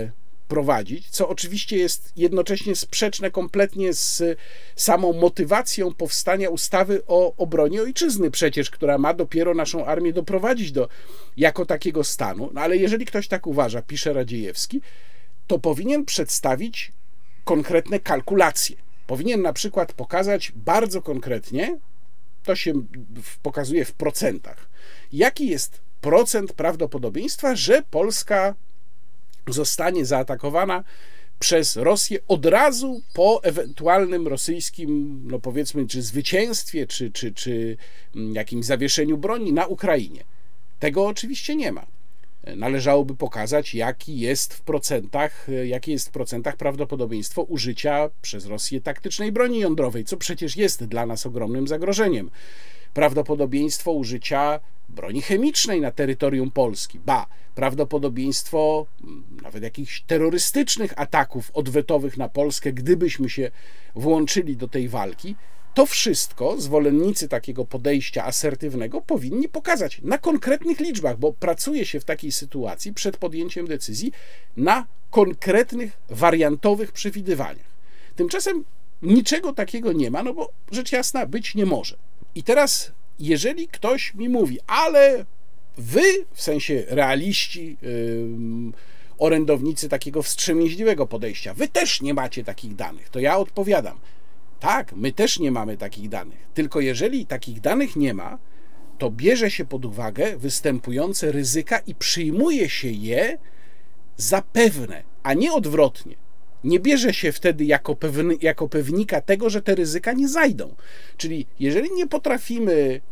wprowadzić, co oczywiście jest jednocześnie sprzeczne kompletnie z samą motywacją powstania ustawy o obronie ojczyzny przecież, która ma dopiero naszą armię doprowadzić do jako takiego stanu. No ale jeżeli ktoś tak uważa, pisze Radziejewski, to powinien przedstawić konkretne kalkulacje. Powinien na przykład pokazać bardzo konkretnie, to się pokazuje w procentach, jaki jest procent prawdopodobieństwa, że Polska zostanie zaatakowana przez Rosję od razu po ewentualnym rosyjskim, no powiedzmy, czy zwycięstwie, czy jakimś zawieszeniu broni na Ukrainie. Tego oczywiście nie ma. Należałoby pokazać, jakie jest w procentach prawdopodobieństwo użycia przez Rosję taktycznej broni jądrowej, co przecież jest dla nas ogromnym zagrożeniem. Prawdopodobieństwo użycia broni chemicznej na terytorium Polski, prawdopodobieństwo nawet jakichś terrorystycznych ataków odwetowych na Polskę, gdybyśmy się włączyli do tej walki. To wszystko zwolennicy takiego podejścia asertywnego powinni pokazać na konkretnych liczbach, bo pracuje się w takiej sytuacji przed podjęciem decyzji na konkretnych, wariantowych przewidywaniach. Tymczasem niczego takiego nie ma, no bo rzecz jasna być nie może. I teraz, jeżeli ktoś mi mówi, ale wy, w sensie realiści, orędownicy takiego wstrzemięźliwego podejścia, wy też nie macie takich danych, to ja odpowiadam, tak, my też nie mamy takich danych, tylko jeżeli takich danych nie ma, to bierze się pod uwagę występujące ryzyka i przyjmuje się je za pewne, a nie odwrotnie. Nie bierze się wtedy jako pewnika tego, że te ryzyka nie zajdą. Czyli jeżeli nie potrafimy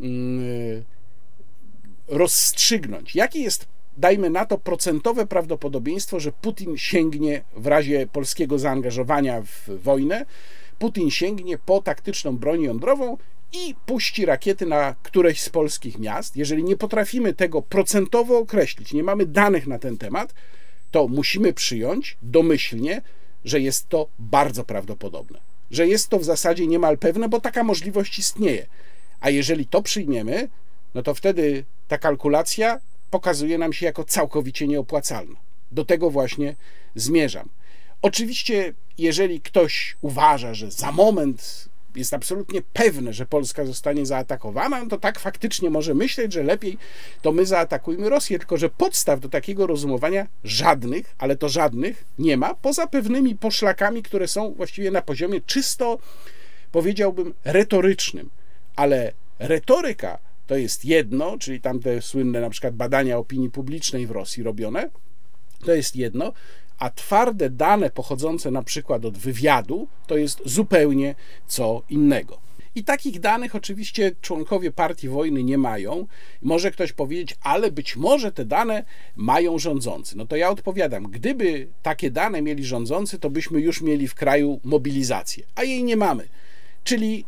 rozstrzygnąć, jakie jest, dajmy na to, procentowe prawdopodobieństwo, że Putin sięgnie w razie polskiego zaangażowania w wojnę, Putin sięgnie po taktyczną broń jądrową i puści rakiety na któreś z polskich miast. Jeżeli nie potrafimy tego procentowo określić, nie mamy danych na ten temat, to musimy przyjąć domyślnie, że jest to bardzo prawdopodobne. Że jest to w zasadzie niemal pewne, bo taka możliwość istnieje. A jeżeli to przyjmiemy, no to wtedy ta kalkulacja pokazuje nam się jako całkowicie nieopłacalna. Do tego właśnie zmierzam. Oczywiście, jeżeli ktoś uważa, że za moment jest absolutnie pewne, że Polska zostanie zaatakowana, no to tak faktycznie może myśleć, że lepiej to my zaatakujmy Rosję, tylko że podstaw do takiego rozumowania żadnych, ale to żadnych nie ma, poza pewnymi poszlakami, które są właściwie na poziomie czysto, powiedziałbym, retorycznym. Ale retoryka to jest jedno, czyli tamte słynne na przykład badania opinii publicznej w Rosji robione, to jest jedno, a twarde dane pochodzące na przykład od wywiadu to jest zupełnie co innego. I takich danych oczywiście członkowie partii wojny nie mają. Może ktoś powiedzieć, ale być może te dane mają rządzący. No to ja odpowiadam, gdyby takie dane mieli rządzący, to byśmy już mieli w kraju mobilizację, a jej nie mamy. Czyli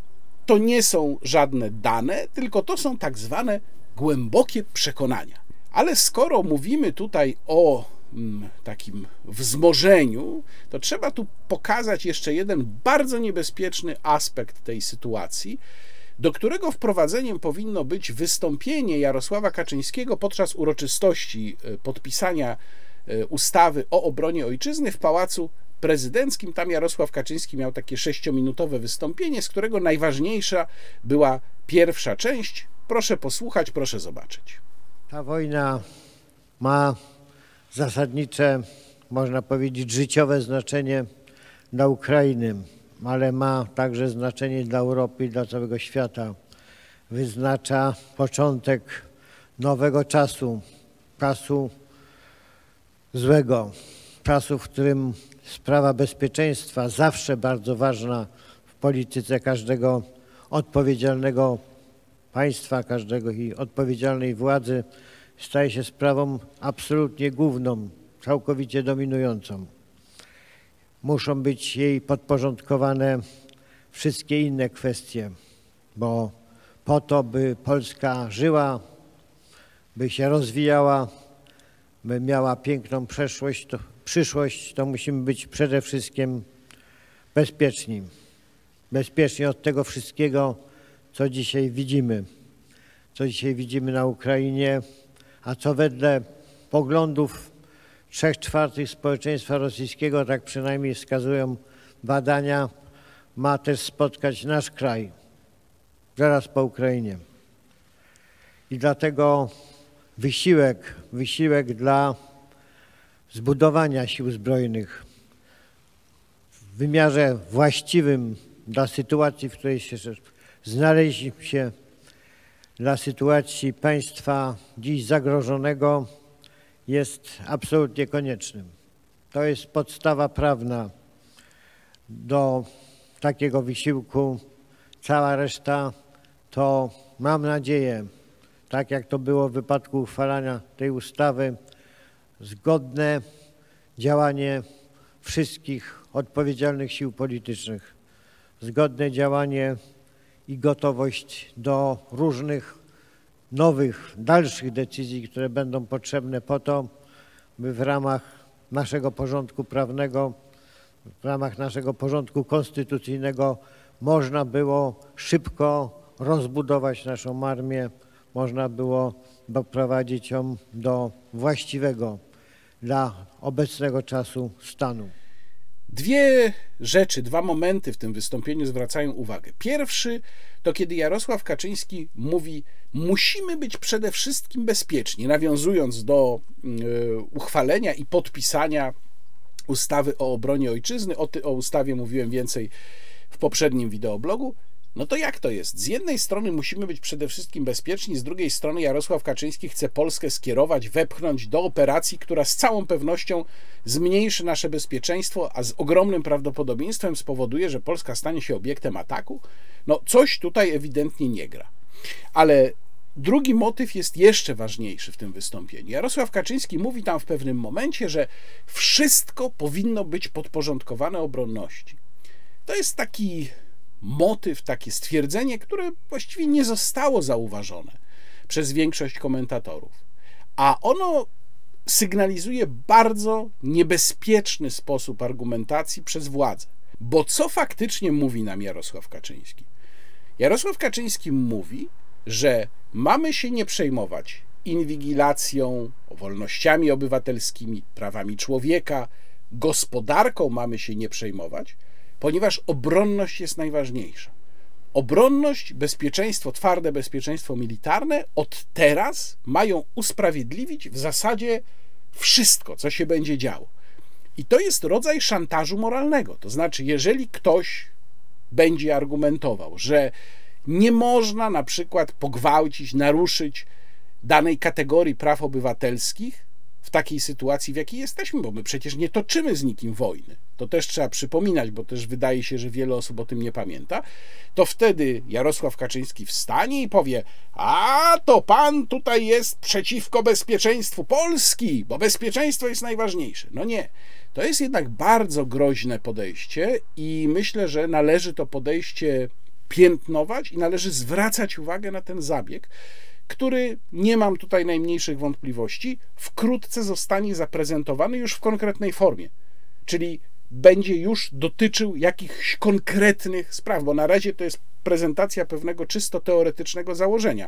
to nie są żadne dane, tylko to są tak zwane głębokie przekonania. Ale skoro mówimy tutaj o takim wzmożeniu, to trzeba tu pokazać jeszcze jeden bardzo niebezpieczny aspekt tej sytuacji, do którego wprowadzeniem powinno być wystąpienie Jarosława Kaczyńskiego podczas uroczystości podpisania ustawy o obronie ojczyzny w Pałacu Prezydenckim. Tam Jarosław Kaczyński miał takie 6-minutowe wystąpienie, z którego najważniejsza była pierwsza część. Proszę posłuchać, proszę zobaczyć.
Ta wojna ma zasadnicze, można powiedzieć, życiowe znaczenie dla Ukrainy, ale ma także znaczenie dla Europy i dla całego świata. Wyznacza początek nowego czasu, czasu złego, czasu, w którym sprawa bezpieczeństwa, zawsze bardzo ważna w polityce każdego odpowiedzialnego państwa, każdego i odpowiedzialnej władzy, staje się sprawą absolutnie główną, całkowicie dominującą. Muszą być jej podporządkowane wszystkie inne kwestie, bo po to, by Polska żyła, by się rozwijała, by miała piękną przyszłość, to musimy być przede wszystkim bezpieczni. Bezpieczni od tego wszystkiego, co dzisiaj widzimy na Ukrainie, a co wedle poglądów 3/4 społeczeństwa rosyjskiego, tak przynajmniej wskazują badania, ma też spotkać nasz kraj zaraz po Ukrainie. I dlatego wysiłek dla zbudowania sił zbrojnych w wymiarze właściwym dla sytuacji, w której się znaleźliśmy się, dla sytuacji państwa dziś zagrożonego, jest absolutnie koniecznym. To jest podstawa prawna do takiego wysiłku. Cała reszta to, mam nadzieję, tak jak to było w wypadku uchwalania tej ustawy, zgodne działanie wszystkich odpowiedzialnych sił politycznych, zgodne działanie i gotowość do różnych nowych, dalszych decyzji, które będą potrzebne po to, by w ramach naszego porządku prawnego, w ramach naszego porządku konstytucyjnego można było szybko rozbudować naszą armię, można było doprowadzić ją do właściwego dla obecnego czasu stanu.
Dwie rzeczy, dwa momenty w tym wystąpieniu zwracają uwagę. Pierwszy to kiedy Jarosław Kaczyński mówi: musimy być przede wszystkim bezpieczni, nawiązując do uchwalenia i podpisania ustawy o obronie ojczyzny. O ustawie mówiłem więcej w poprzednim wideoblogu. No to jak to jest? Z jednej strony musimy być przede wszystkim bezpieczni, z drugiej strony Jarosław Kaczyński chce Polskę skierować, wepchnąć do operacji, która z całą pewnością zmniejszy nasze bezpieczeństwo, a z ogromnym prawdopodobieństwem spowoduje, że Polska stanie się obiektem ataku. No coś tutaj ewidentnie nie gra. Ale drugi motyw jest jeszcze ważniejszy w tym wystąpieniu. Jarosław Kaczyński mówi tam w pewnym momencie, że wszystko powinno być podporządkowane obronności. To jest taki motyw, takie stwierdzenie, które właściwie nie zostało zauważone przez większość komentatorów. A ono sygnalizuje bardzo niebezpieczny sposób argumentacji przez władzę. Bo co faktycznie mówi nam Jarosław Kaczyński? Jarosław Kaczyński mówi, że mamy się nie przejmować inwigilacją, wolnościami obywatelskimi, prawami człowieka, gospodarką mamy się nie przejmować, ponieważ obronność jest najważniejsza. Obronność, bezpieczeństwo, twarde bezpieczeństwo militarne od teraz mają usprawiedliwić w zasadzie wszystko, co się będzie działo. I to jest rodzaj szantażu moralnego. To znaczy, jeżeli ktoś będzie argumentował, że nie można na przykład pogwałcić, naruszyć danej kategorii praw obywatelskich w takiej sytuacji, w jakiej jesteśmy, bo my przecież nie toczymy z nikim wojny. To też trzeba przypominać, bo też wydaje się, że wiele osób o tym nie pamięta. To wtedy Jarosław Kaczyński wstanie i powie: a to pan tutaj jest przeciwko bezpieczeństwu Polski, bo bezpieczeństwo jest najważniejsze. No nie. To jest jednak bardzo groźne podejście i myślę, że należy to podejście piętnować i należy zwracać uwagę na ten zabieg, który, nie mam tutaj najmniejszych wątpliwości, wkrótce zostanie zaprezentowany już w konkretnej formie. Czyli będzie już dotyczył jakichś konkretnych spraw, bo na razie to jest prezentacja pewnego czysto teoretycznego założenia,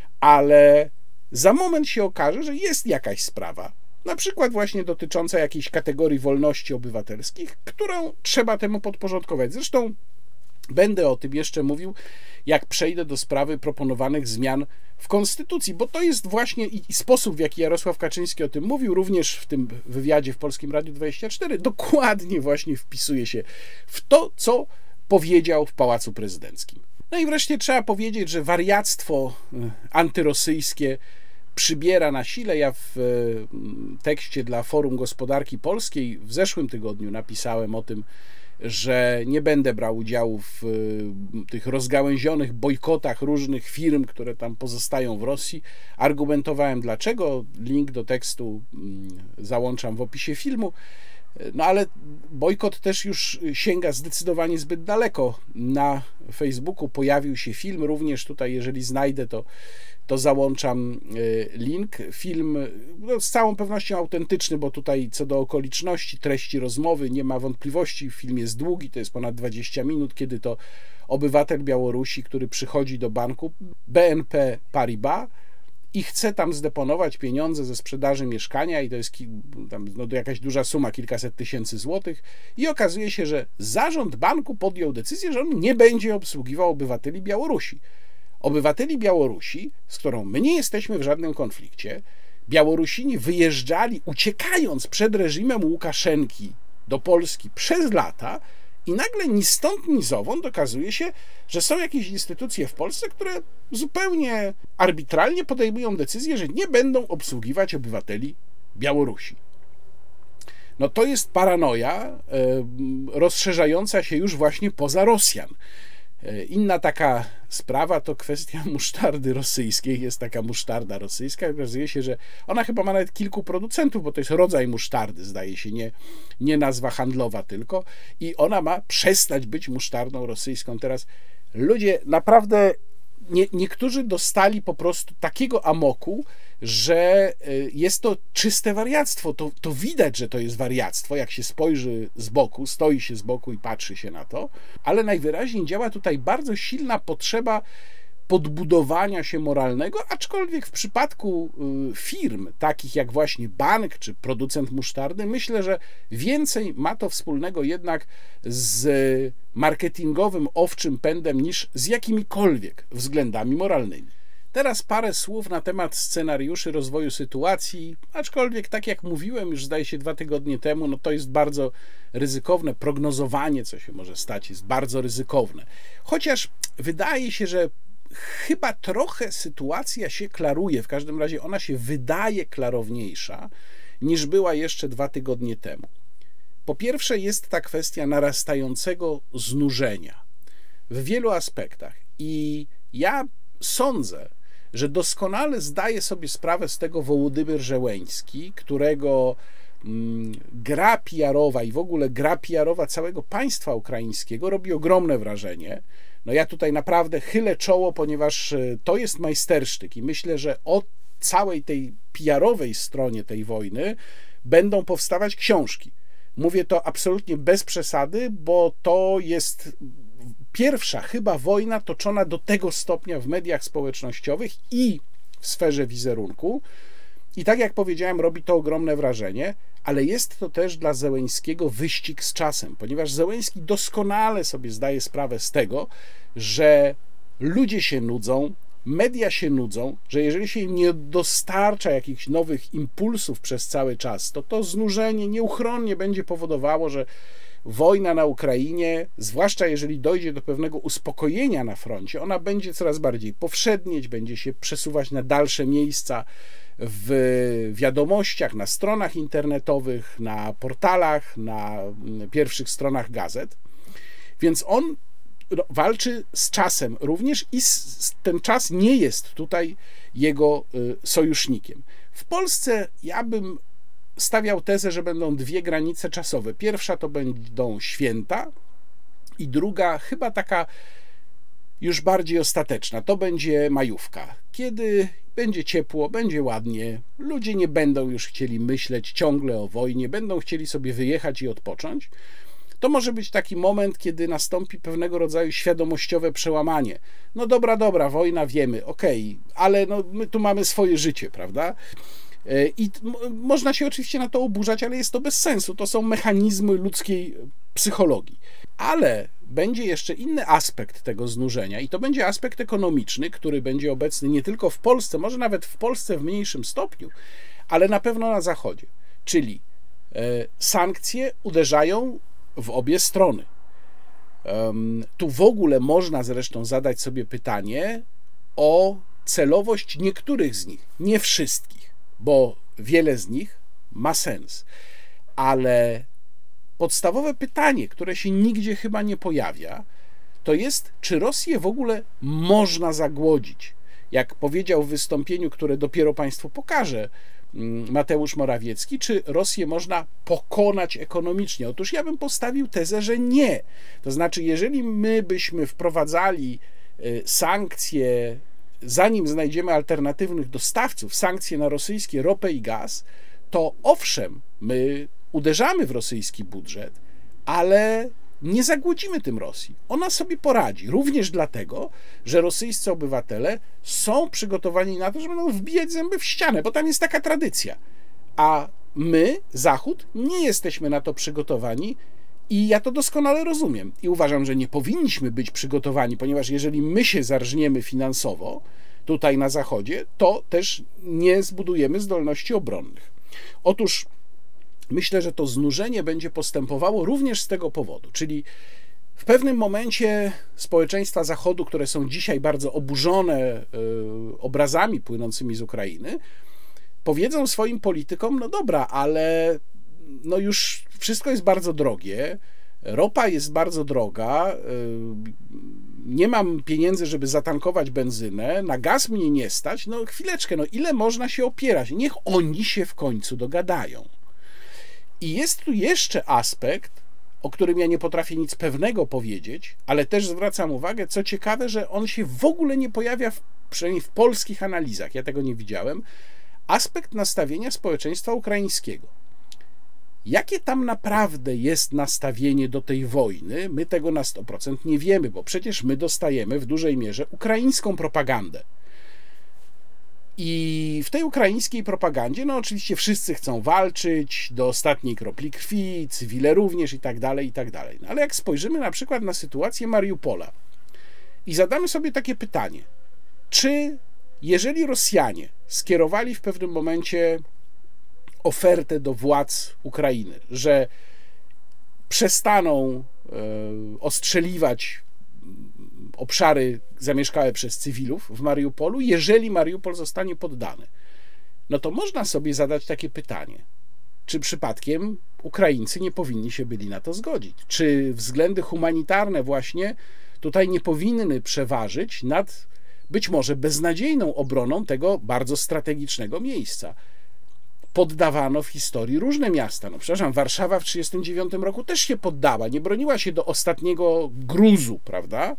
ale za moment się okaże, że jest jakaś sprawa, na przykład właśnie dotycząca jakiejś kategorii wolności obywatelskich, którą trzeba temu podporządkować. Zresztą będę o tym jeszcze mówił, jak przejdę do sprawy proponowanych zmian w Konstytucji, bo to jest właśnie i sposób, w jaki Jarosław Kaczyński o tym mówił, również w tym wywiadzie w Polskim Radiu 24, dokładnie właśnie wpisuje się w to, co powiedział w Pałacu Prezydenckim. No i wreszcie trzeba powiedzieć, że wariactwo antyrosyjskie przybiera na sile. Ja w tekście dla Forum Gospodarki Polskiej w zeszłym tygodniu napisałem o tym, że nie będę brał udziału w tych rozgałęzionych bojkotach różnych firm, które tam pozostają w Rosji. Argumentowałem dlaczego. Link do tekstu załączam w opisie filmu. No ale bojkot też już sięga zdecydowanie zbyt daleko. Na Facebooku pojawił się film, również tutaj, jeżeli znajdę, to załączam link. Film z całą pewnością autentyczny, bo tutaj co do okoliczności, treści rozmowy nie ma wątpliwości. Film jest długi, to jest ponad 20 minut, kiedy to obywatel Białorusi, który przychodzi do banku BNP Paribas i chce tam zdeponować pieniądze ze sprzedaży mieszkania i to jest tam, jakaś duża suma, kilkaset tysięcy złotych i okazuje się, że zarząd banku podjął decyzję, że on nie będzie obsługiwał obywateli Białorusi. Obywateli Białorusi, z którą my nie jesteśmy w żadnym konflikcie, Białorusini wyjeżdżali, uciekając przed reżimem Łukaszenki do Polski przez lata i nagle ni stąd, ni zowąd okazuje się, że są jakieś instytucje w Polsce, które zupełnie arbitralnie podejmują decyzję, że nie będą obsługiwać obywateli Białorusi. No to jest paranoja rozszerzająca się już właśnie poza Rosjan. Inna taka sprawa to kwestia musztardy rosyjskiej. Jest taka musztarda rosyjska. Okazuje się, że ona chyba ma nawet kilku producentów, bo to jest rodzaj musztardy, zdaje się, nie nazwa handlowa tylko. I ona ma przestać być musztardą rosyjską. Teraz ludzie naprawdę, niektórzy dostali po prostu takiego amoku, że jest to czyste wariactwo. To widać, że to jest wariactwo, jak się spojrzy z boku, stoi się z boku i patrzy się na to, ale najwyraźniej działa tutaj bardzo silna potrzeba podbudowania się moralnego, aczkolwiek w przypadku firm takich jak właśnie bank czy producent musztardy, myślę, że więcej ma to wspólnego jednak z marketingowym owczym pędem niż z jakimikolwiek względami moralnymi. Teraz parę słów na temat scenariuszy rozwoju sytuacji, aczkolwiek tak jak mówiłem już zdaje się 2 tygodnie temu, no to jest bardzo ryzykowne. Prognozowanie, co się może stać, jest bardzo ryzykowne. Chociaż wydaje się, że chyba trochę sytuacja się klaruje, w każdym razie ona się wydaje klarowniejsza niż była jeszcze 2 tygodnie temu. Po pierwsze jest ta kwestia narastającego znużenia w wielu aspektach i ja sądzę, że doskonale zdaje sobie sprawę z tego Wołodymyr Zełenski, którego gra PR-owa i w ogóle gra PR-owa całego państwa ukraińskiego robi ogromne wrażenie. No ja tutaj naprawdę chylę czoło, ponieważ to jest majstersztyk i myślę, że o całej tej PR-owej stronie tej wojny będą powstawać książki. Mówię to absolutnie bez przesady, bo to jest pierwsza chyba wojna toczona do tego stopnia w mediach społecznościowych i w sferze wizerunku. I tak jak powiedziałem, robi to ogromne wrażenie, ale jest to też dla Zełenskiego wyścig z czasem, ponieważ Zełenski doskonale sobie zdaje sprawę z tego, że ludzie się nudzą, media się nudzą, że jeżeli się im nie dostarcza jakichś nowych impulsów przez cały czas, to znużenie nieuchronnie będzie powodowało, że wojna na Ukrainie, zwłaszcza jeżeli dojdzie do pewnego uspokojenia na froncie, ona będzie coraz bardziej powszednieć, będzie się przesuwać na dalsze miejsca w wiadomościach, na stronach internetowych, na portalach, na pierwszych stronach gazet. Więc on walczy z czasem również i ten czas nie jest tutaj jego sojusznikiem. W Polsce ja bym stawiał tezę, że będą 2 granice czasowe. Pierwsza to będą święta i druga, chyba taka już bardziej ostateczna, to będzie majówka, kiedy będzie ciepło, będzie ładnie, ludzie nie będą już chcieli myśleć ciągle o wojnie, będą chcieli sobie wyjechać i odpocząć. To może być taki moment, kiedy nastąpi pewnego rodzaju świadomościowe przełamanie. No dobra, wojna wiemy, okej, ale no, my tu mamy swoje życie, prawda? I można się oczywiście na to oburzać, ale jest to bez sensu. To są mechanizmy ludzkiej psychologii. Ale będzie jeszcze inny aspekt tego znużenia i to będzie aspekt ekonomiczny, który będzie obecny nie tylko w Polsce, może nawet w Polsce w mniejszym stopniu, ale na pewno na Zachodzie. Czyli sankcje uderzają w obie strony. Tu w ogóle można zresztą zadać sobie pytanie o celowość niektórych z nich, nie wszystkich, bo wiele z nich ma sens, ale podstawowe pytanie, które się nigdzie chyba nie pojawia, to jest, czy Rosję w ogóle można zagłodzić. Jak powiedział w wystąpieniu, które dopiero Państwu pokażę, Mateusz Morawiecki, czy Rosję można pokonać ekonomicznie? Otóż ja bym postawił tezę, że nie. To znaczy, jeżeli my byśmy wprowadzali sankcje, zanim znajdziemy alternatywnych dostawców, sankcje na rosyjskie ropę i gaz, to owszem, my uderzamy w rosyjski budżet, ale nie zagłodzimy tym Rosji. Ona sobie poradzi. Również dlatego, że rosyjscy obywatele są przygotowani na to, że będą wbijać zęby w ścianę, bo tam jest taka tradycja. A my, Zachód, nie jesteśmy na to przygotowani i ja to doskonale rozumiem. I uważam, że nie powinniśmy być przygotowani, ponieważ jeżeli my się zarżniemy finansowo tutaj na Zachodzie, to też nie zbudujemy zdolności obronnych. Otóż myślę, że to znużenie będzie postępowało również z tego powodu, czyli w pewnym momencie społeczeństwa Zachodu, które są dzisiaj bardzo oburzone obrazami płynącymi z Ukrainy, powiedzą swoim politykom, no dobra, ale no już wszystko jest bardzo drogie, ropa jest bardzo droga, nie mam pieniędzy, żeby zatankować benzynę, na gaz mnie nie stać, no chwileczkę, no ile można się opierać? Niech oni się w końcu dogadają. I jest tu jeszcze aspekt, o którym ja nie potrafię nic pewnego powiedzieć, ale też zwracam uwagę, co ciekawe, że on się w ogóle nie pojawia, przynajmniej w polskich analizach, ja tego nie widziałem, aspekt nastawienia społeczeństwa ukraińskiego. Jakie tam naprawdę jest nastawienie do tej wojny, my tego na 100% nie wiemy, bo przecież my dostajemy w dużej mierze ukraińską propagandę. I w tej ukraińskiej propagandzie, no oczywiście wszyscy chcą walczyć do ostatniej kropli krwi, cywile również i tak dalej, i tak dalej. No, ale jak spojrzymy na przykład na sytuację Mariupola i zadamy sobie takie pytanie, czy jeżeli Rosjanie skierowali w pewnym momencie ofertę do władz Ukrainy, że przestaną ostrzeliwać obszary zamieszkałe przez cywilów w Mariupolu, jeżeli Mariupol zostanie poddany, no to można sobie zadać takie pytanie, czy przypadkiem Ukraińcy nie powinni się byli na to zgodzić? Czy względy humanitarne właśnie tutaj nie powinny przeważyć nad być może beznadziejną obroną tego bardzo strategicznego miejsca? Poddawano w historii różne miasta. No przepraszam, Warszawa w 1939 roku też się poddała, nie broniła się do ostatniego gruzu, prawda?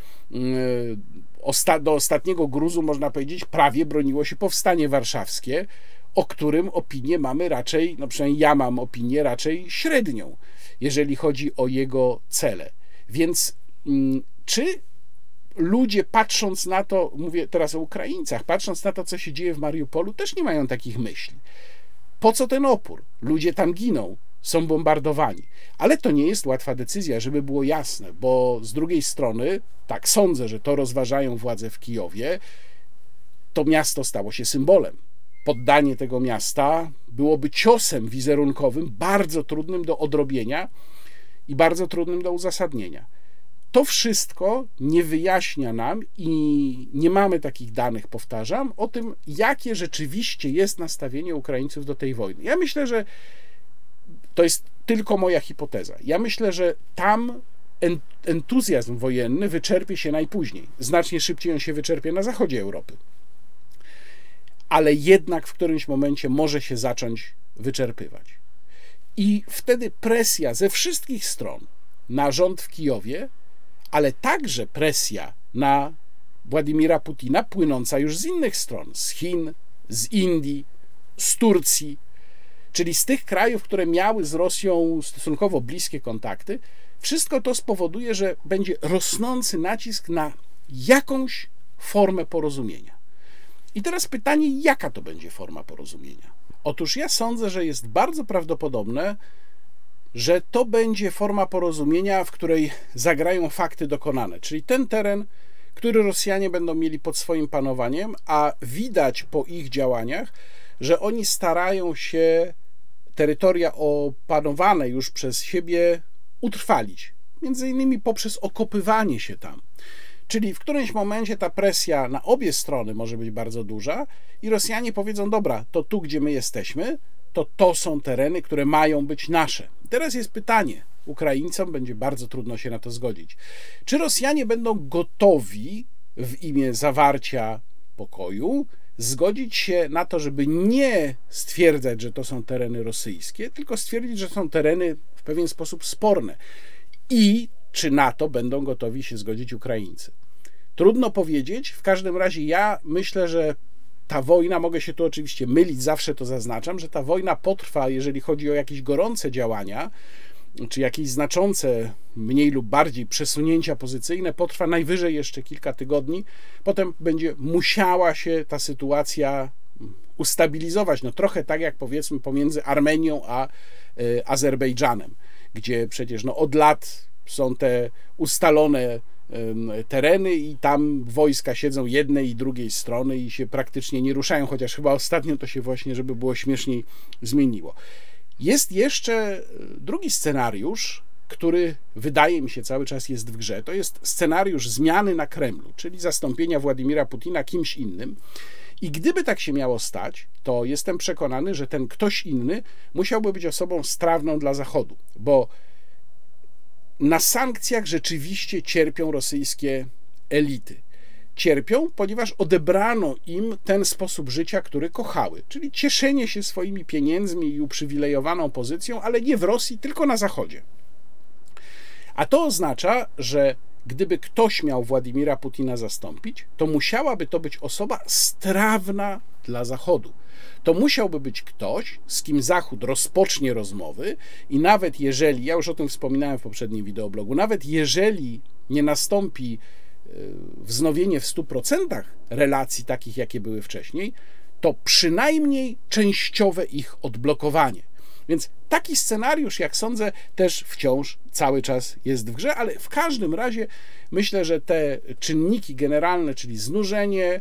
Do ostatniego gruzu, można powiedzieć, prawie broniło się powstanie warszawskie, o którym opinię mamy raczej, no przynajmniej ja mam opinię raczej średnią, jeżeli chodzi o jego cele. Więc czy ludzie, patrząc na to, mówię teraz o Ukraińcach, patrząc na to, co się dzieje w Mariupolu, też nie mają takich myśli? Po co ten opór? Ludzie tam giną, są bombardowani. Ale to nie jest łatwa decyzja, żeby było jasne, bo z drugiej strony, tak sądzę, że to rozważają władze w Kijowie, to miasto stało się symbolem. Poddanie tego miasta byłoby ciosem wizerunkowym bardzo trudnym do odrobienia i bardzo trudnym do uzasadnienia. To wszystko nie wyjaśnia nam i nie mamy takich danych, powtarzam, o tym, jakie rzeczywiście jest nastawienie Ukraińców do tej wojny. Ja myślę, że to jest tylko moja hipoteza. Ja myślę, że tam entuzjazm wojenny wyczerpie się najpóźniej. Znacznie szybciej on się wyczerpie na zachodzie Europy. Ale jednak w którymś momencie może się zacząć wyczerpywać. I wtedy presja ze wszystkich stron na rząd w Kijowie, ale także presja na Władimira Putina płynąca już z innych stron, z Chin, z Indii, z Turcji, czyli z tych krajów, które miały z Rosją stosunkowo bliskie kontakty, wszystko to spowoduje, że będzie rosnący nacisk na jakąś formę porozumienia. I teraz pytanie, jaka to będzie forma porozumienia? Otóż ja sądzę, że jest bardzo prawdopodobne, że to będzie forma porozumienia, w której zagrają fakty dokonane, czyli ten teren, który Rosjanie będą mieli pod swoim panowaniem, a widać po ich działaniach, że oni starają się terytoria opanowane już przez siebie utrwalić, między innymi poprzez okopywanie się tam. Czyli w którymś momencie ta presja na obie strony może być bardzo duża i Rosjanie powiedzą, dobra, to tu, gdzie my jesteśmy, to są tereny, które mają być nasze. Teraz jest pytanie, Ukraińcom będzie bardzo trudno się na to zgodzić. Czy Rosjanie będą gotowi w imię zawarcia pokoju zgodzić się na to, żeby nie stwierdzać, że to są tereny rosyjskie, tylko stwierdzić, że są tereny w pewien sposób sporne. I czy na to będą gotowi się zgodzić Ukraińcy? Trudno powiedzieć, w każdym razie ja myślę, że ta wojna, mogę się tu oczywiście mylić, zawsze to zaznaczam, że ta wojna potrwa, jeżeli chodzi o jakieś gorące działania, czy jakieś znaczące, mniej lub bardziej przesunięcia pozycyjne, potrwa najwyżej jeszcze kilka tygodni. Potem będzie musiała się ta sytuacja ustabilizować. No trochę tak jak powiedzmy pomiędzy Armenią a Azerbejdżanem, gdzie przecież od lat są te ustalone tereny i tam wojska siedzą jednej i drugiej strony i się praktycznie nie ruszają, chociaż chyba ostatnio to się właśnie, żeby było śmieszniej, zmieniło. Jest jeszcze drugi scenariusz, który wydaje mi się cały czas jest w grze. To jest scenariusz zmiany na Kremlu, czyli zastąpienia Władimira Putina kimś innym. I gdyby tak się miało stać, to jestem przekonany, że ten ktoś inny musiałby być osobą strawną dla Zachodu, bo na sankcjach rzeczywiście cierpią rosyjskie elity. Cierpią, ponieważ odebrano im ten sposób życia, który kochały, czyli cieszenie się swoimi pieniędzmi i uprzywilejowaną pozycją, ale nie w Rosji, tylko na Zachodzie. A to oznacza, że gdyby ktoś miał Władimira Putina zastąpić, to musiałaby to być osoba strawna dla Zachodu. To musiałby być ktoś, z kim Zachód rozpocznie rozmowy i nawet jeżeli, ja już o tym wspominałem w poprzednim wideoblogu, nawet jeżeli nie nastąpi wznowienie w 100% relacji takich, jakie były wcześniej, to przynajmniej częściowe ich odblokowanie. Więc taki scenariusz, jak sądzę, też wciąż cały czas jest w grze, ale w każdym razie myślę, że te czynniki generalne, czyli znużenie,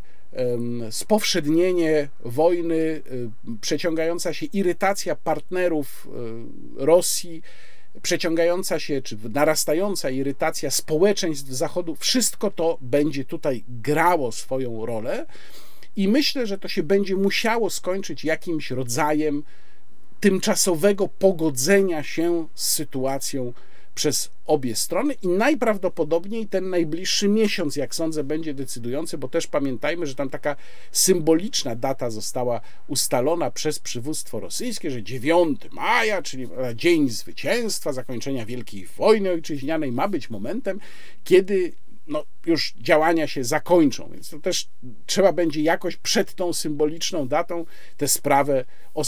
spowszednienie wojny, przeciągająca się irytacja partnerów Rosji, przeciągająca się czy narastająca irytacja społeczeństw Zachodu, wszystko to będzie tutaj grało swoją rolę i myślę, że to się będzie musiało skończyć jakimś rodzajem tymczasowego pogodzenia się z sytuacją przez obie strony i najprawdopodobniej ten najbliższy miesiąc, jak sądzę, będzie decydujący, bo też pamiętajmy, że tam taka symboliczna data została ustalona przez przywództwo rosyjskie, że 9 maja, czyli dzień zwycięstwa, zakończenia Wielkiej Wojny Ojczyźnianej ma być momentem, kiedy już działania się zakończą, więc to też trzeba będzie jakoś przed tą symboliczną datą tę sprawę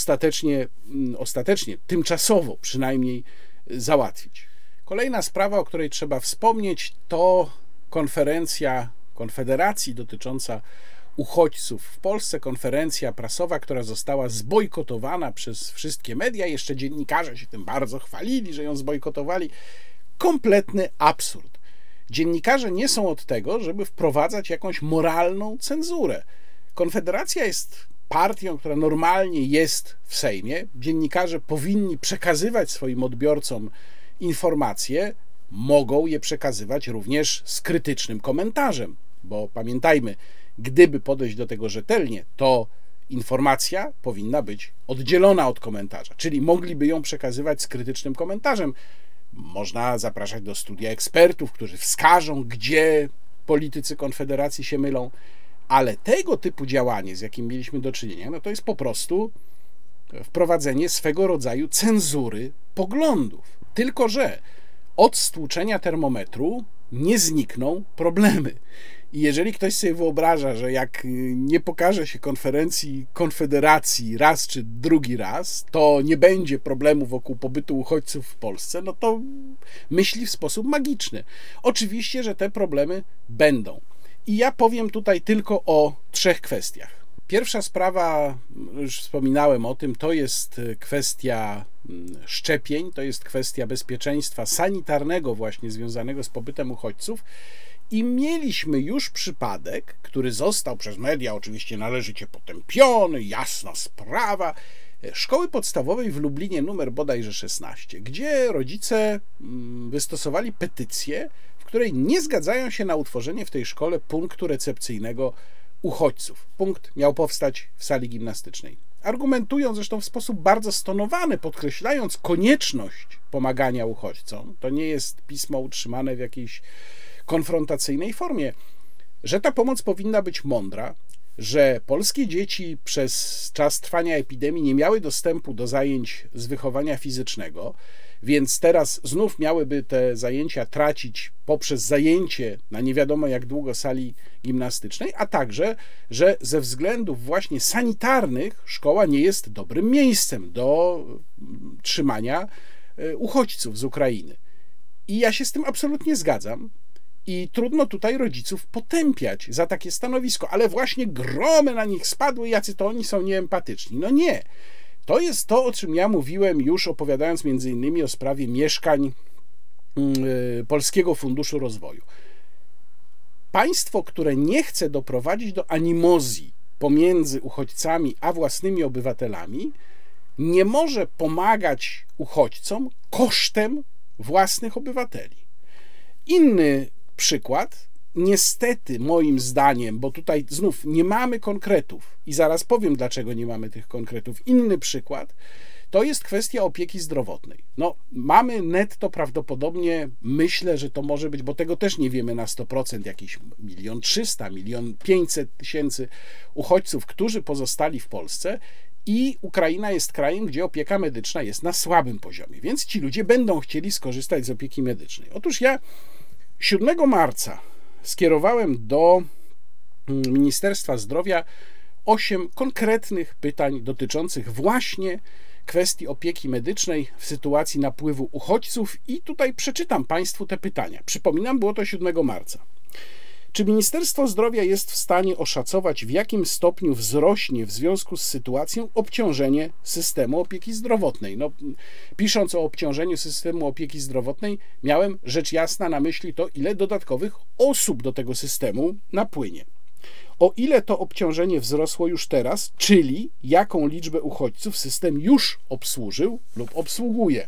ostatecznie, tymczasowo przynajmniej załatwić. Kolejna sprawa, o której trzeba wspomnieć, to konferencja Konfederacji dotycząca uchodźców w Polsce, konferencja prasowa, która została zbojkotowana przez wszystkie media. Jeszcze dziennikarze się tym bardzo chwalili, że ją zbojkotowali. Kompletny absurd. Dziennikarze nie są od tego, żeby wprowadzać jakąś moralną cenzurę. Konfederacja jest partią, która normalnie jest w Sejmie. Dziennikarze powinni przekazywać swoim odbiorcom informacje, mogą je przekazywać również z krytycznym komentarzem, bo pamiętajmy, gdyby podejść do tego rzetelnie, to informacja powinna być oddzielona od komentarza, czyli mogliby ją przekazywać z krytycznym komentarzem. Można zapraszać do studia ekspertów, którzy wskażą, gdzie politycy Konfederacji się mylą, ale tego typu działanie, z jakim mieliśmy do czynienia, to jest po prostu wprowadzenie swego rodzaju cenzury poglądów. Tylko że od stłuczenia termometru nie znikną problemy. I jeżeli ktoś sobie wyobraża, że jak nie pokaże się konferencji Konfederacji raz czy drugi raz, to nie będzie problemu wokół pobytu uchodźców w Polsce, to myśli w sposób magiczny. Oczywiście, że te problemy będą. I ja powiem tutaj tylko o 3 kwestiach. Pierwsza sprawa, już wspominałem o tym, to jest kwestia szczepień, to jest kwestia bezpieczeństwa sanitarnego właśnie związanego z pobytem uchodźców i mieliśmy już przypadek, który został przez media oczywiście należycie potępiony, jasna sprawa, szkoły podstawowej w Lublinie numer bodajże 16, gdzie rodzice wystosowali petycję, w której nie zgadzają się na utworzenie w tej szkole punktu recepcyjnego uchodźców. Punkt miał powstać w sali gimnastycznej. Argumentują zresztą w sposób bardzo stonowany, podkreślając konieczność pomagania uchodźcom. To nie jest pismo utrzymane w jakiejś konfrontacyjnej formie, że ta pomoc powinna być mądra, że polskie dzieci przez czas trwania epidemii nie miały dostępu do zajęć z wychowania fizycznego, więc teraz znów miałyby te zajęcia tracić poprzez zajęcie na nie wiadomo jak długo sali gimnastycznej, a także, że ze względów właśnie sanitarnych szkoła nie jest dobrym miejscem do trzymania uchodźców z Ukrainy. I ja się z tym absolutnie zgadzam. I trudno tutaj rodziców potępiać za takie stanowisko, ale właśnie gromy na nich spadły, jacy to oni są nieempatyczni. No nie. To jest to, o czym ja mówiłem już, opowiadając między innymi o sprawie mieszkań Polskiego Funduszu Rozwoju. Państwo, które nie chce doprowadzić do animozji pomiędzy uchodźcami a własnymi obywatelami, nie może pomagać uchodźcom kosztem własnych obywateli. Inny przykład, niestety moim zdaniem, bo tutaj znów nie mamy konkretów i zaraz powiem, dlaczego nie mamy tych konkretów. Inny przykład to jest kwestia opieki zdrowotnej. No, mamy netto prawdopodobnie, myślę, że to może być, bo tego też nie wiemy na 100%, jakieś 1 300 000, 1 500 000 uchodźców, którzy pozostali w Polsce. I Ukraina jest krajem, gdzie opieka medyczna jest na słabym poziomie, więc ci ludzie będą chcieli skorzystać z opieki medycznej. Otóż ja 7 marca skierowałem do Ministerstwa Zdrowia 8 konkretnych pytań dotyczących właśnie kwestii opieki medycznej w sytuacji napływu uchodźców i tutaj przeczytam Państwu te pytania. Przypominam, było to 7 marca. Czy Ministerstwo Zdrowia jest w stanie oszacować, w jakim stopniu wzrośnie w związku z sytuacją obciążenie systemu opieki zdrowotnej? No, pisząc o obciążeniu systemu opieki zdrowotnej, miałem rzecz jasna na myśli to, ile dodatkowych osób do tego systemu napłynie. O ile to obciążenie wzrosło już teraz, czyli jaką liczbę uchodźców system już obsłużył lub obsługuje?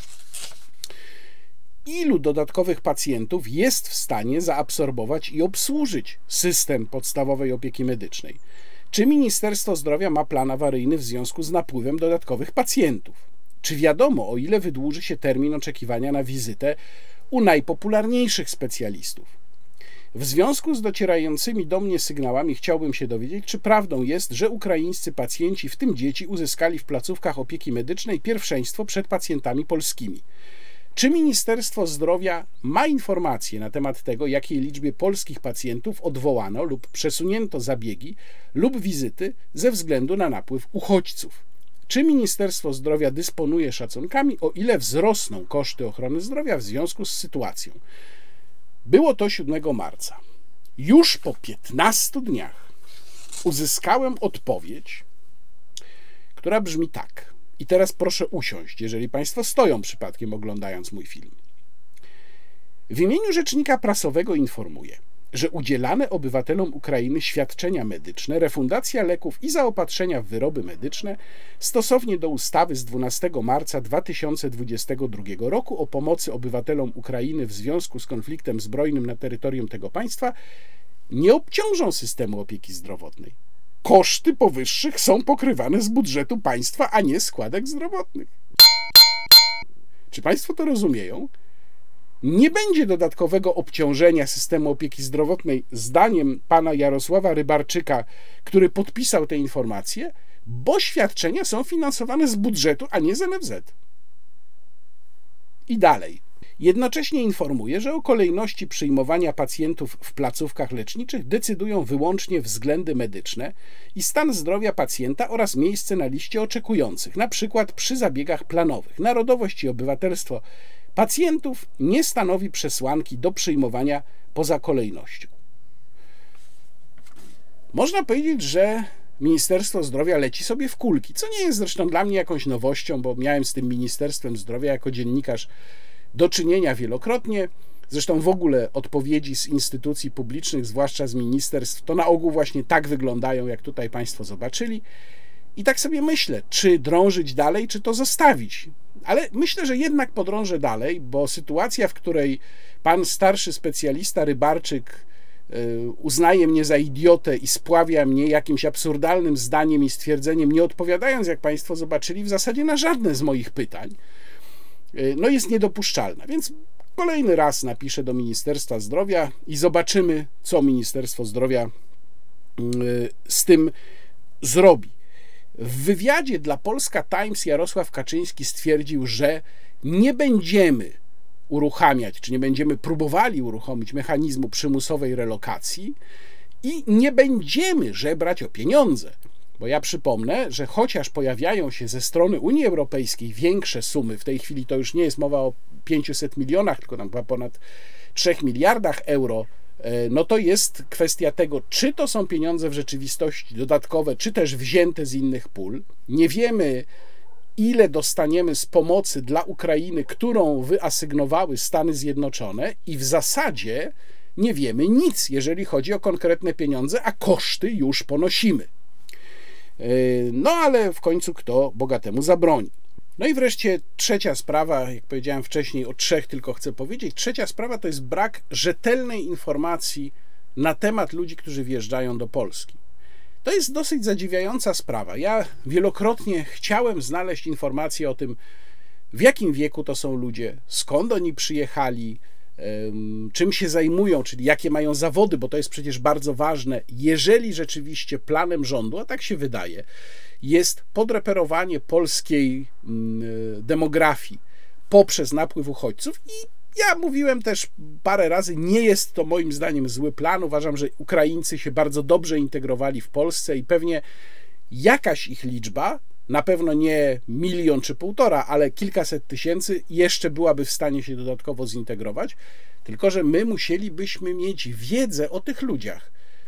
Ilu dodatkowych pacjentów jest w stanie zaabsorbować i obsłużyć system podstawowej opieki medycznej? Czy Ministerstwo Zdrowia ma plan awaryjny w związku z napływem dodatkowych pacjentów? Czy wiadomo, o ile wydłuży się termin oczekiwania na wizytę u najpopularniejszych specjalistów? W związku z docierającymi do mnie sygnałami chciałbym się dowiedzieć, czy prawdą jest, że ukraińscy pacjenci, w tym dzieci, uzyskali w placówkach opieki medycznej pierwszeństwo przed pacjentami polskimi. Czy Ministerstwo Zdrowia ma informacje na temat tego, jakiej liczbie polskich pacjentów odwołano lub przesunięto zabiegi lub wizyty ze względu na napływ uchodźców? Czy Ministerstwo Zdrowia dysponuje szacunkami, o ile wzrosną koszty ochrony zdrowia w związku z sytuacją? Było to 7 marca. Już po 15 dniach uzyskałem odpowiedź, która brzmi tak. I teraz proszę usiąść, jeżeli Państwo stoją przypadkiem oglądając mój film. W imieniu rzecznika prasowego informuję, że udzielane obywatelom Ukrainy świadczenia medyczne, refundacja leków i zaopatrzenia w wyroby medyczne stosownie do ustawy z 12 marca 2022 roku o pomocy obywatelom Ukrainy w związku z konfliktem zbrojnym na terytorium tego państwa nie obciążą systemu opieki zdrowotnej. Koszty powyższych są pokrywane z budżetu państwa, a nie składek zdrowotnych. Czy Państwo to rozumieją? Nie będzie dodatkowego obciążenia systemu opieki zdrowotnej, zdaniem pana Jarosława Rybarczyka, który podpisał te informacje, bo świadczenia są finansowane z budżetu, a nie z NFZ. I dalej. Jednocześnie informuję, że o kolejności przyjmowania pacjentów w placówkach leczniczych decydują wyłącznie względy medyczne i stan zdrowia pacjenta oraz miejsce na liście oczekujących, na przykład przy zabiegach planowych. Narodowość i obywatelstwo pacjentów nie stanowi przesłanki do przyjmowania poza kolejnością. Można powiedzieć, że Ministerstwo Zdrowia leci sobie w kulki, co nie jest zresztą dla mnie jakąś nowością, bo miałem z tym Ministerstwem Zdrowia jako dziennikarz do czynienia wielokrotnie. Zresztą w ogóle odpowiedzi z instytucji publicznych, zwłaszcza z ministerstw, to na ogół właśnie tak wyglądają, jak tutaj Państwo zobaczyli. I tak sobie myślę, czy drążyć dalej, czy to zostawić. Ale myślę, że jednak podrążę dalej, bo sytuacja, w której pan starszy specjalista Rybarczyk uznaje mnie za idiotę i spławia mnie jakimś absurdalnym zdaniem i stwierdzeniem, nie odpowiadając, jak Państwo zobaczyli, w zasadzie na żadne z moich pytań, no jest niedopuszczalna. Więc kolejny raz napiszę do Ministerstwa Zdrowia i zobaczymy, co Ministerstwo Zdrowia z tym zrobi. W wywiadzie dla Polska Times Jarosław Kaczyński stwierdził, że nie będziemy uruchamiać, czy nie będziemy próbowali uruchomić mechanizmu przymusowej relokacji i nie będziemy żebrać o pieniądze, Bo ja przypomnę, że chociaż pojawiają się ze strony Unii Europejskiej większe sumy, w tej chwili to już nie jest mowa o 500 milionach, tylko tam chyba ponad 3 miliardach euro, no to jest kwestia tego, czy to są pieniądze w rzeczywistości dodatkowe, czy też wzięte z innych pól. Nie wiemy, ile dostaniemy z pomocy dla Ukrainy, którą wyasygnowały Stany Zjednoczone, i w zasadzie nie wiemy nic, jeżeli chodzi o konkretne pieniądze, a koszty już ponosimy. No ale w końcu kto bogatemu zabroni. No i wreszcie trzecia sprawa, jak powiedziałem wcześniej, o 3 tylko chcę powiedzieć. Trzecia sprawa to jest brak rzetelnej informacji na temat ludzi, którzy wjeżdżają do Polski. To jest dosyć zadziwiająca sprawa. Ja wielokrotnie chciałem znaleźć informacje o tym, w jakim wieku to są ludzie, skąd oni przyjechali, czym się zajmują, czyli jakie mają zawody, bo to jest przecież bardzo ważne, jeżeli rzeczywiście planem rządu, a tak się wydaje, jest podreperowanie polskiej demografii poprzez napływ uchodźców. I ja mówiłem też parę razy, nie jest to moim zdaniem zły plan. Uważam, że Ukraińcy się bardzo dobrze integrowali w Polsce i pewnie jakaś ich liczba, na pewno nie 1 milion czy 1,5, ale kilkaset tysięcy jeszcze byłaby w stanie się dodatkowo zintegrować, tylko że my musielibyśmy mieć wiedzę o tych ludziach.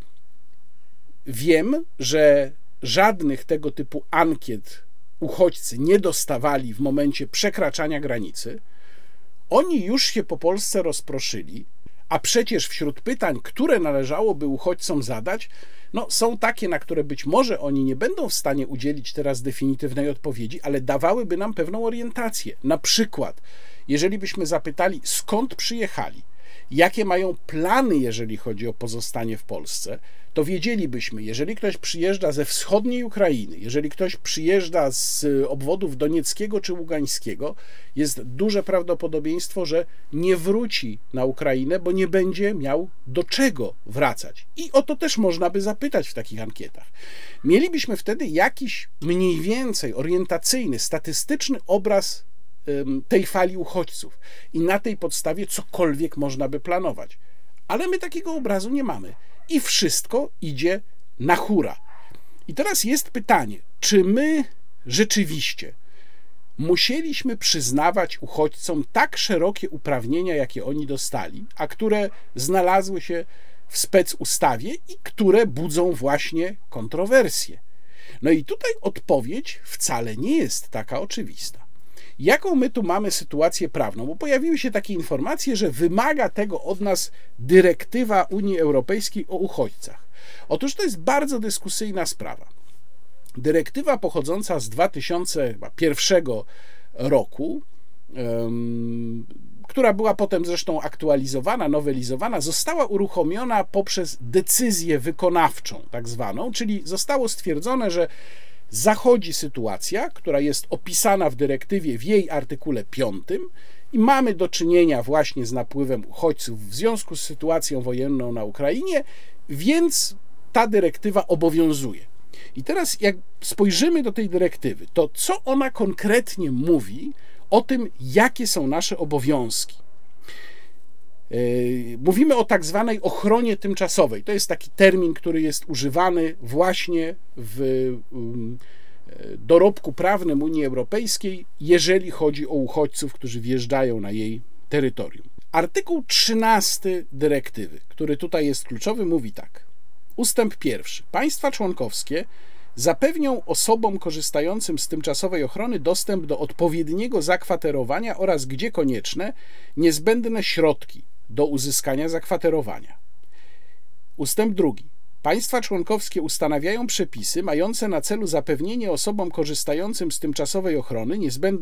Wiem, że żadnych tego typu ankiet uchodźcy nie dostawali w momencie przekraczania granicy. Oni już się po Polsce rozproszyli, a przecież wśród pytań, które należałoby uchodźcom zadać, no, są takie, na które być może oni nie będą w stanie udzielić teraz definitywnej odpowiedzi, ale dawałyby nam pewną orientację. Na przykład, jeżeli byśmy zapytali, skąd przyjechali, jakie mają plany, jeżeli chodzi o pozostanie w Polsce, to wiedzielibyśmy, jeżeli ktoś przyjeżdża ze wschodniej Ukrainy, jeżeli ktoś przyjeżdża z obwodów donieckiego czy ługańskiego, jest duże prawdopodobieństwo, że nie wróci na Ukrainę, bo nie będzie miał do czego wracać. I o to też można by zapytać w takich ankietach. Mielibyśmy wtedy jakiś mniej więcej orientacyjny, statystyczny obraz tej fali uchodźców i na tej podstawie cokolwiek można by planować. Ale my takiego obrazu nie mamy. I wszystko idzie na hura. I teraz jest pytanie, czy my rzeczywiście musieliśmy przyznawać uchodźcom tak szerokie uprawnienia, jakie oni dostali, a które znalazły się w specustawie i które budzą właśnie kontrowersje. No i tutaj odpowiedź wcale nie jest taka oczywista. Jaką my tu mamy sytuację prawną? Bo pojawiły się takie informacje, że wymaga tego od nas dyrektywa Unii Europejskiej o uchodźcach. Otóż to jest bardzo dyskusyjna sprawa. Dyrektywa pochodząca z 2001 roku, która była potem zresztą aktualizowana, nowelizowana, została uruchomiona poprzez decyzję wykonawczą, tak zwaną, czyli zostało stwierdzone, że zachodzi sytuacja, która jest opisana w dyrektywie w jej artykule 5 i mamy do czynienia właśnie z napływem uchodźców w związku z sytuacją wojenną na Ukrainie, więc ta dyrektywa obowiązuje. I teraz jak spojrzymy do tej dyrektywy, to co ona konkretnie mówi o tym, jakie są nasze obowiązki? Mówimy o tak zwanej ochronie tymczasowej. To jest taki termin, który jest używany właśnie w dorobku prawnym Unii Europejskiej, jeżeli chodzi o uchodźców, którzy wjeżdżają na jej terytorium. Artykuł 13 dyrektywy, który tutaj jest kluczowy, mówi tak. Ustęp 1. Państwa członkowskie zapewnią osobom korzystającym z tymczasowej ochrony dostęp do odpowiedniego zakwaterowania oraz, gdzie konieczne, niezbędne środki do uzyskania zakwaterowania. Ustęp 2. Państwa członkowskie ustanawiają przepisy mające na celu zapewnienie osobom korzystającym z tymczasowej ochrony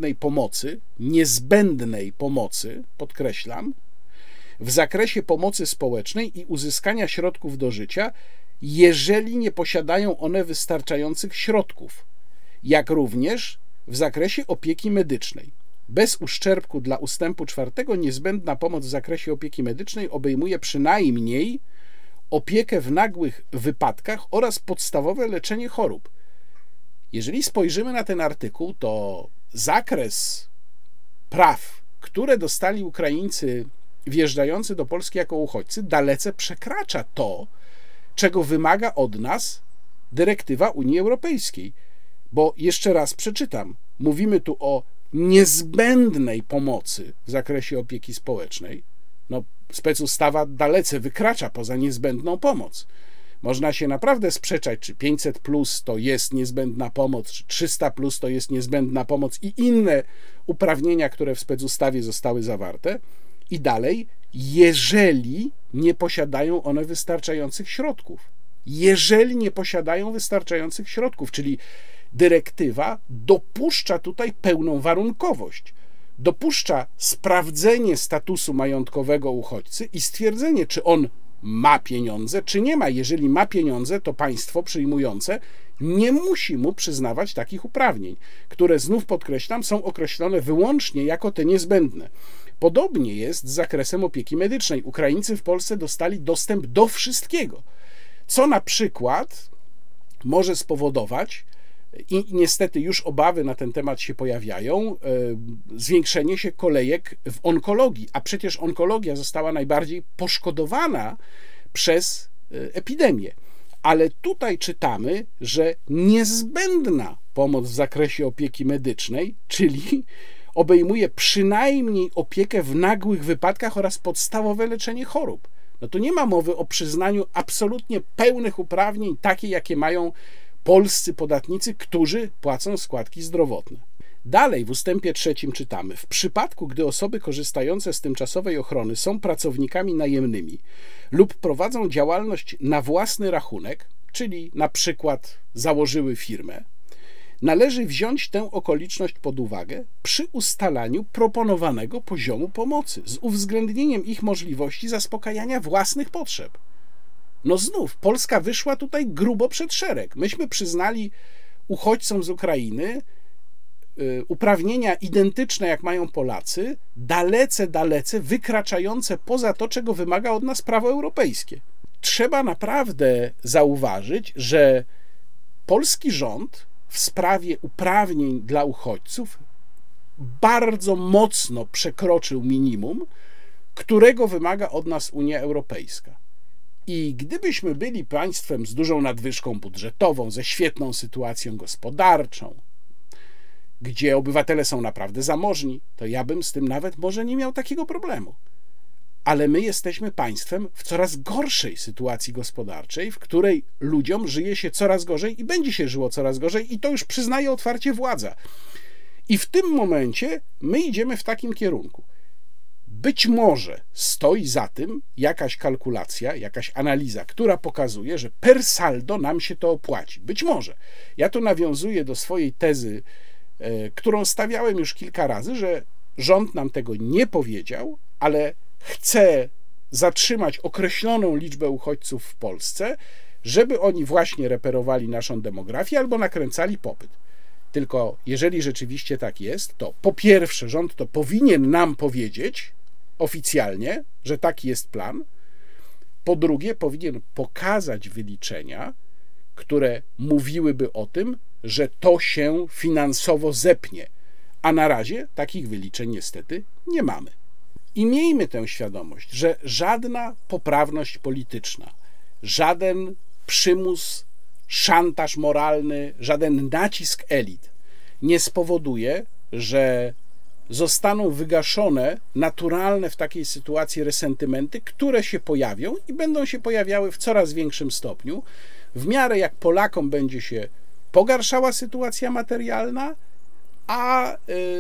niezbędnej pomocy, podkreślam, w zakresie pomocy społecznej i uzyskania środków do życia, jeżeli nie posiadają one wystarczających środków, jak również w zakresie opieki medycznej. Bez uszczerbku dla ustępu 4 niezbędna pomoc w zakresie opieki medycznej obejmuje przynajmniej opiekę w nagłych wypadkach oraz podstawowe leczenie chorób. Jeżeli spojrzymy na ten artykuł, to zakres praw, które dostali Ukraińcy wjeżdżający do Polski jako uchodźcy, dalece przekracza to, czego wymaga od nas dyrektywa Unii Europejskiej. Bo jeszcze raz przeczytam, mówimy tu o niezbędnej pomocy w zakresie opieki społecznej. No, specustawa dalece wykracza poza niezbędną pomoc. Można się naprawdę sprzeczać, czy 500 plus to jest niezbędna pomoc, czy 300 plus to jest niezbędna pomoc i inne uprawnienia, które w specustawie zostały zawarte. I dalej, jeżeli nie posiadają one wystarczających środków. Jeżeli nie posiadają wystarczających środków, czyli dyrektywa dopuszcza tutaj pełną warunkowość. Dopuszcza sprawdzenie statusu majątkowego uchodźcy i stwierdzenie, czy on ma pieniądze, czy nie ma. Jeżeli ma pieniądze, to państwo przyjmujące nie musi mu przyznawać takich uprawnień, które, znów podkreślam, są określone wyłącznie jako te niezbędne. Podobnie jest z zakresem opieki medycznej. Ukraińcy w Polsce dostali dostęp do wszystkiego, co na przykład może spowodować, i niestety już obawy na ten temat się pojawiają, zwiększenie się kolejek w onkologii, a przecież onkologia została najbardziej poszkodowana przez epidemię. Ale tutaj czytamy, że niezbędna pomoc w zakresie opieki medycznej, czyli obejmuje przynajmniej opiekę w nagłych wypadkach oraz podstawowe leczenie chorób. No to nie ma mowy o przyznaniu absolutnie pełnych uprawnień, takie jakie mają polscy podatnicy, którzy płacą składki zdrowotne. Dalej w ustępie 3 czytamy: w przypadku, gdy osoby korzystające z tymczasowej ochrony są pracownikami najemnymi lub prowadzą działalność na własny rachunek, czyli na przykład założyły firmę, należy wziąć tę okoliczność pod uwagę przy ustalaniu proponowanego poziomu pomocy z uwzględnieniem ich możliwości zaspokajania własnych potrzeb. No znów, Polska wyszła tutaj grubo przed szereg. Myśmy przyznali uchodźcom z Ukrainy uprawnienia identyczne, jak mają Polacy, dalece wykraczające poza to, czego wymaga od nas prawo europejskie. Trzeba naprawdę zauważyć, że polski rząd w sprawie uprawnień dla uchodźców bardzo mocno przekroczył minimum, którego wymaga od nas Unia Europejska. I gdybyśmy byli państwem z dużą nadwyżką budżetową, ze świetną sytuacją gospodarczą, gdzie obywatele są naprawdę zamożni, to ja bym z tym nawet może nie miał takiego problemu. Ale my jesteśmy państwem w coraz gorszej sytuacji gospodarczej, w której ludziom żyje się coraz gorzej i będzie się żyło coraz gorzej, i to już przyznaje otwarcie władza. I w tym momencie my idziemy w takim kierunku. Być może stoi za tym jakaś kalkulacja, jakaś analiza, która pokazuje, że per saldo nam się to opłaci. Być może. Ja tu nawiązuję do swojej tezy, którą stawiałem już kilka razy, że rząd nam tego nie powiedział, ale chce zatrzymać określoną liczbę uchodźców w Polsce, żeby oni właśnie reperowali naszą demografię albo nakręcali popyt. Tylko jeżeli rzeczywiście tak jest, to po pierwsze rząd to powinien nam powiedzieć oficjalnie, że taki jest plan. Po drugie, powinien pokazać wyliczenia, które mówiłyby o tym, że to się finansowo zepnie. A na razie takich wyliczeń niestety nie mamy. I miejmy tę świadomość, że żadna poprawność polityczna, żaden przymus, szantaż moralny, żaden nacisk elit nie spowoduje, że zostaną wygaszone naturalne w takiej sytuacji resentymenty, które się pojawią i będą się pojawiały w coraz większym stopniu, w miarę jak Polakom będzie się pogarszała sytuacja materialna, a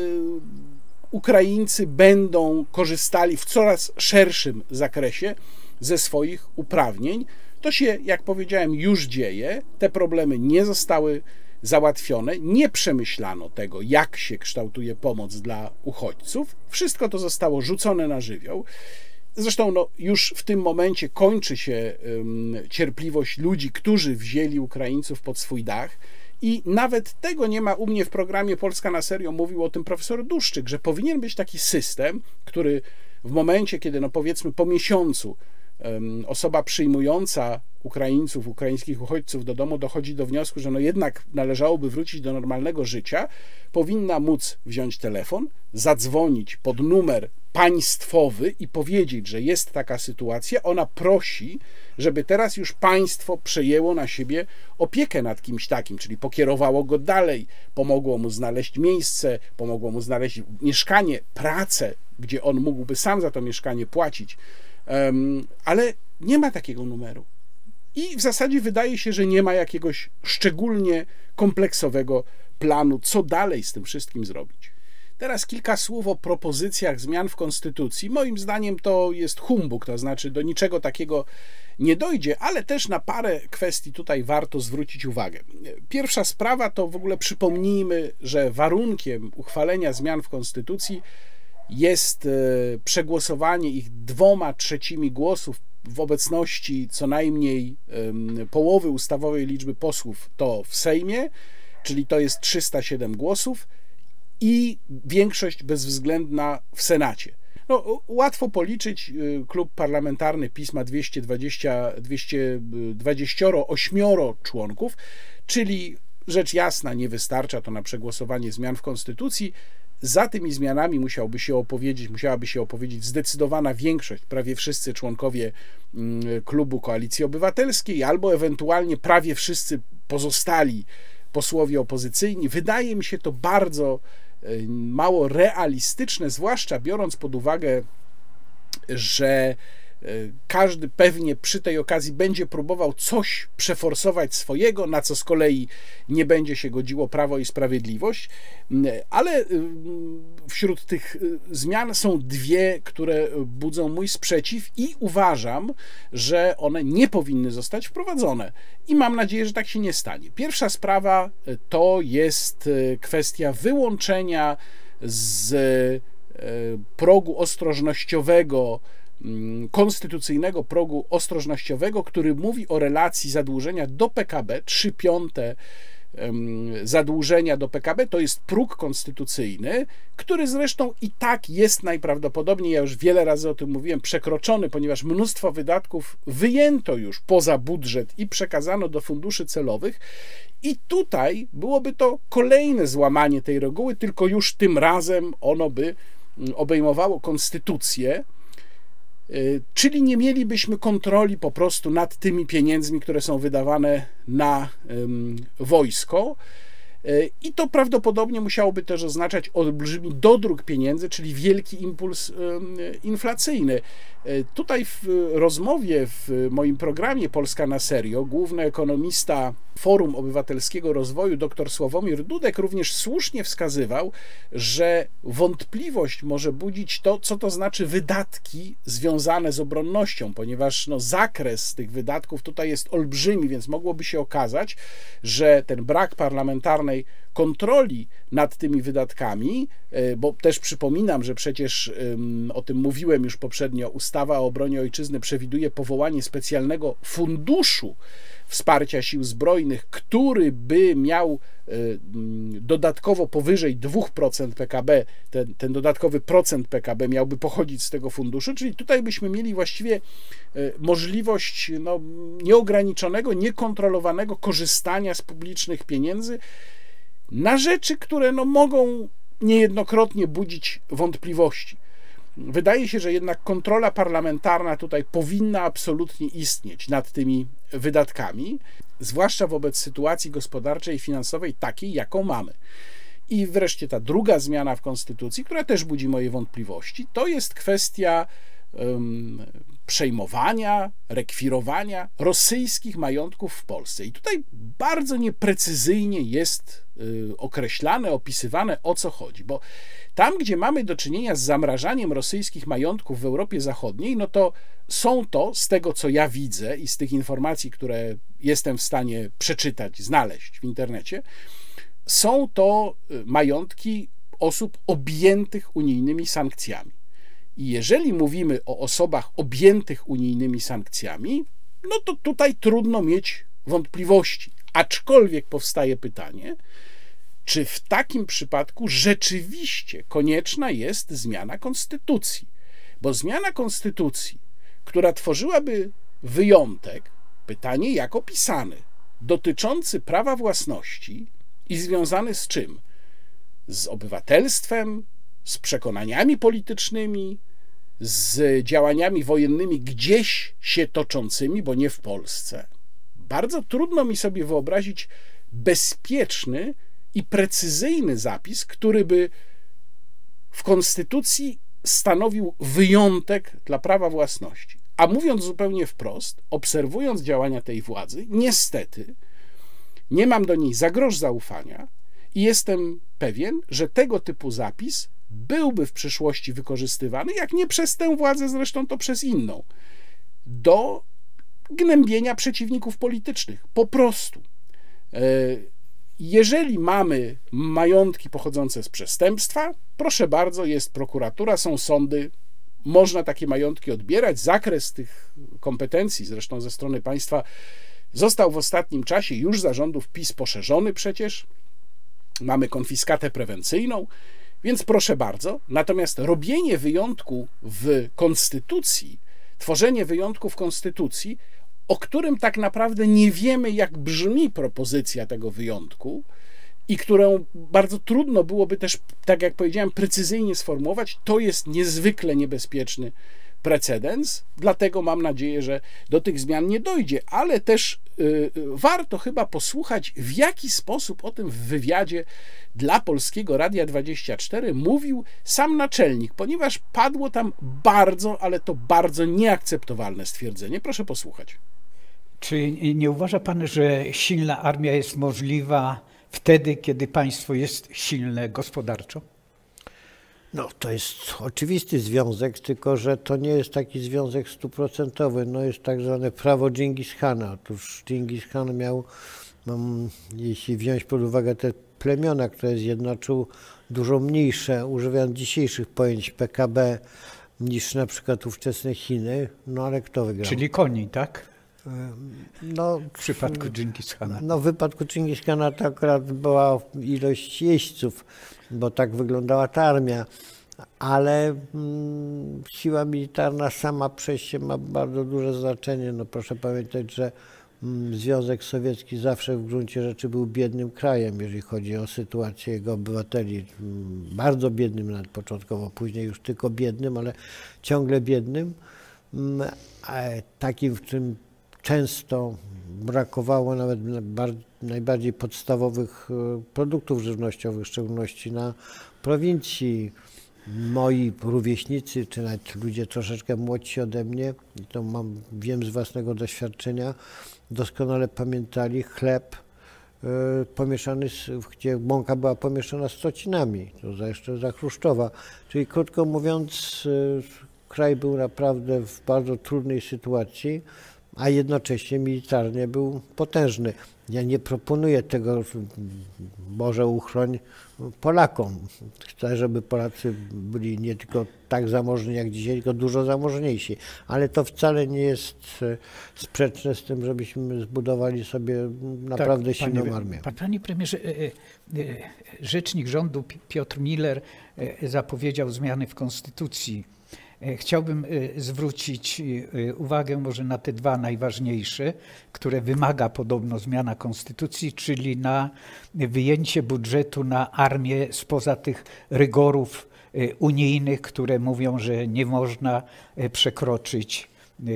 Ukraińcy będą korzystali w coraz szerszym zakresie ze swoich uprawnień. To się, jak powiedziałem, już dzieje. Te problemy nie zostały załatwione, nie przemyślano tego, jak się kształtuje pomoc dla uchodźców. Wszystko to zostało rzucone na żywioł. Zresztą już w tym momencie kończy się cierpliwość ludzi, którzy wzięli Ukraińców pod swój dach. I nawet tego nie ma u mnie w programie Polska na serio. Mówił o tym profesor Duszczyk, że powinien być taki system, który w momencie, kiedy powiedzmy po miesiącu osoba przyjmująca Ukraińców, ukraińskich uchodźców do domu dochodzi do wniosku, że jednak należałoby wrócić do normalnego życia, powinna móc wziąć telefon, zadzwonić pod numer państwowy i powiedzieć, że jest taka sytuacja, ona prosi, żeby teraz już państwo przejęło na siebie opiekę nad kimś takim, czyli pokierowało go dalej, pomogło mu znaleźć miejsce, pomogło mu znaleźć mieszkanie, pracę, gdzie on mógłby sam za to mieszkanie płacić. Ale nie ma takiego numeru. I w zasadzie wydaje się, że nie ma jakiegoś szczególnie kompleksowego planu, co dalej z tym wszystkim zrobić. Teraz kilka słów o propozycjach zmian w Konstytucji. Moim zdaniem to jest humbug, to znaczy do niczego takiego nie dojdzie, ale też na parę kwestii tutaj warto zwrócić uwagę. Pierwsza sprawa to w ogóle przypomnijmy, że warunkiem uchwalenia zmian w Konstytucji jest przegłosowanie ich 2/3 głosów w obecności co najmniej połowy ustawowej liczby posłów to w Sejmie, czyli to jest 307 głosów, i większość bezwzględna w Senacie. No, łatwo policzyć, klub parlamentarny PiS ma 228 członków, czyli rzecz jasna nie wystarcza to na przegłosowanie zmian w Konstytucji. Za tymi zmianami musiałaby się opowiedzieć zdecydowana większość, prawie wszyscy członkowie klubu Koalicji Obywatelskiej, albo ewentualnie prawie wszyscy pozostali posłowie opozycyjni. Wydaje mi się to bardzo mało realistyczne, zwłaszcza biorąc pod uwagę, że każdy pewnie przy tej okazji będzie próbował coś przeforsować swojego, na co z kolei nie będzie się godziło Prawo i Sprawiedliwość, ale wśród tych zmian są dwie, które budzą mój sprzeciw i uważam, że one nie powinny zostać wprowadzone i mam nadzieję, że tak się nie stanie. Pierwsza sprawa to jest kwestia wyłączenia z progu ostrożnościowego, konstytucyjnego progu ostrożnościowego, który mówi o relacji zadłużenia do PKB, 3/5 zadłużenia do PKB, to jest próg konstytucyjny, który zresztą i tak jest najprawdopodobniej, ja już wiele razy o tym mówiłem, przekroczony, ponieważ mnóstwo wydatków wyjęto już poza budżet i przekazano do funduszy celowych i tutaj byłoby to kolejne złamanie tej reguły, tylko już tym razem ono by obejmowało konstytucję, czyli nie mielibyśmy kontroli po prostu nad tymi pieniędzmi, które są wydawane na wojsko i to prawdopodobnie musiałoby też oznaczać olbrzymi dodruk pieniędzy, czyli wielki impuls inflacyjny. Tutaj w rozmowie w moim programie Polska na serio główny ekonomista Forum Obywatelskiego Rozwoju dr Sławomir Dudek również słusznie wskazywał, że wątpliwość może budzić to, co to znaczy wydatki związane z obronnością, ponieważ zakres tych wydatków tutaj jest olbrzymi, więc mogłoby się okazać, że ten brak parlamentarnej kontroli nad tymi wydatkami, bo też przypominam, że przecież o tym mówiłem już poprzednio, ustawa o obronie ojczyzny przewiduje powołanie specjalnego funduszu wsparcia sił zbrojnych, który by miał dodatkowo powyżej 2% PKB, ten dodatkowy procent PKB miałby pochodzić z tego funduszu, czyli tutaj byśmy mieli właściwie możliwość nieograniczonego, niekontrolowanego korzystania z publicznych pieniędzy na rzeczy, które mogą niejednokrotnie budzić wątpliwości. Wydaje się, że jednak kontrola parlamentarna tutaj powinna absolutnie istnieć nad tymi wydatkami, zwłaszcza wobec sytuacji gospodarczej i finansowej takiej, jaką mamy. I wreszcie ta druga zmiana w Konstytucji, która też budzi moje wątpliwości, to jest kwestia przejmowania, rekwirowania rosyjskich majątków w Polsce. I tutaj bardzo nieprecyzyjnie jest określane, opisywane, o co chodzi, bo tam, gdzie mamy do czynienia z zamrażaniem rosyjskich majątków w Europie Zachodniej, to są to, z tego co ja widzę i z tych informacji, które jestem w stanie przeczytać, znaleźć w internecie, są to majątki osób objętych unijnymi sankcjami. I jeżeli mówimy o osobach objętych unijnymi sankcjami, to tutaj trudno mieć wątpliwości. Aczkolwiek powstaje pytanie, czy w takim przypadku rzeczywiście konieczna jest zmiana konstytucji? Bo zmiana konstytucji, która tworzyłaby wyjątek, pytanie jak opisany, dotyczący prawa własności i związany z czym? Z obywatelstwem, z przekonaniami politycznymi, z działaniami wojennymi gdzieś się toczącymi, bo nie w Polsce. Bardzo trudno mi sobie wyobrazić bezpieczny i precyzyjny zapis, który by w konstytucji stanowił wyjątek dla prawa własności. A mówiąc zupełnie wprost, obserwując działania tej władzy, niestety nie mam do niej za grosz zaufania i jestem pewien, że tego typu zapis byłby w przyszłości wykorzystywany, jak nie przez tę władzę zresztą, to przez inną, do gnębienia przeciwników politycznych. Po prostu. Jeżeli mamy majątki pochodzące z przestępstwa, proszę bardzo, jest prokuratura, są sądy, można takie majątki odbierać. Zakres tych kompetencji, zresztą ze strony państwa, został w ostatnim czasie już za rządów PiS poszerzony przecież. Mamy konfiskatę prewencyjną, więc proszę bardzo. Natomiast robienie wyjątku w konstytucji, tworzenie wyjątku w konstytucji, o którym tak naprawdę nie wiemy, jak brzmi propozycja tego wyjątku i którą bardzo trudno byłoby też, tak jak powiedziałem, precyzyjnie sformułować, to jest niezwykle niebezpieczny precedens, dlatego mam nadzieję, że do tych zmian nie dojdzie, ale też warto chyba posłuchać, w jaki sposób o tym w wywiadzie dla Polskiego Radia 24 mówił sam naczelnik, ponieważ padło tam bardzo, ale to bardzo nieakceptowalne stwierdzenie. Proszę posłuchać.
Czy nie uważa pan, że silna armia jest możliwa wtedy, kiedy państwo jest silne gospodarczo?
No, to jest oczywisty związek, tylko że to nie jest taki związek 100%. No, jest tak zwane prawo Dżingis Khana. Otóż Dżingis Khan miał, jeśli wziąć pod uwagę te plemiona, które zjednoczył, dużo mniejsze, używając dzisiejszych pojęć PKB, niż na przykład ówczesne Chiny. No ale kto wygrał?
Czyli koni, tak?
No,
w przypadku Dżingis Khana.
No, w wypadku Dżingis Khana to akurat była ilość jeźdźców, bo tak wyglądała ta armia, ale siła militarna sama przez się ma bardzo duże znaczenie. No, proszę pamiętać, że Związek Sowiecki zawsze w gruncie rzeczy był biednym krajem, jeżeli chodzi o sytuację jego obywateli. Bardzo biednym nawet początkowo, później już tylko biednym, ale ciągle biednym. Takim, w którym często brakowało nawet najbardziej podstawowych produktów żywnościowych, w szczególności na prowincji. Moi rówieśnicy, czy nawet ludzie troszeczkę młodsi ode mnie, to wiem z własnego doświadczenia, doskonale pamiętali chleb pomieszany, gdzie mąka była pomieszana z trocinami, to jeszcze za Chruszczowa. Czyli krótko mówiąc, kraj był naprawdę w bardzo trudnej sytuacji, a jednocześnie militarnie był potężny. Ja nie proponuję tego, Boże uchroń, Polakom. Chcę, żeby Polacy byli nie tylko tak zamożni jak dzisiaj, tylko dużo zamożniejsi. Ale to wcale nie jest sprzeczne z tym, żebyśmy zbudowali sobie naprawdę silną armię.
Panie premierze, rzecznik rządu Piotr Müller zapowiedział zmiany w konstytucji. Chciałbym zwrócić uwagę może na te dwa najważniejsze, które wymaga podobno zmiana konstytucji, czyli na wyjęcie budżetu na armię spoza tych rygorów unijnych, które mówią, że nie można przekroczyć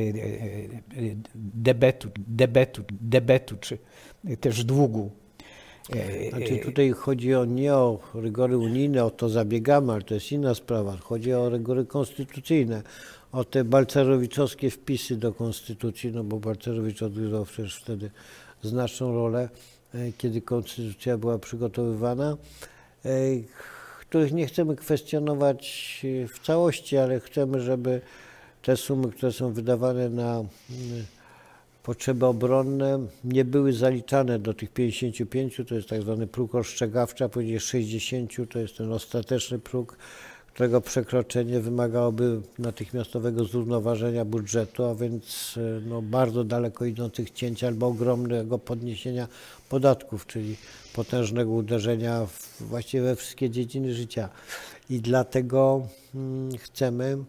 debetu czy też długu.
Znaczy tutaj chodzi nie o rygory unijne, o to zabiegamy, ale to jest inna sprawa. Chodzi o rygory konstytucyjne, o te balcerowiczowskie wpisy do konstytucji, no bo Balcerowicz odgrywał przecież wtedy znaczną rolę, kiedy konstytucja była przygotowywana, których nie chcemy kwestionować w całości, ale chcemy, żeby te sumy, które są wydawane na potrzeby obronne, nie były zaliczane do tych 55, to jest tak zwany próg ostrzegawczy, a później 60, to jest ten ostateczny próg, którego przekroczenie wymagałoby natychmiastowego zrównoważenia budżetu, a więc no, bardzo daleko idących cięć albo ogromnego podniesienia podatków, czyli potężnego uderzenia właściwie we wszystkie dziedziny życia. I dlatego chcemy,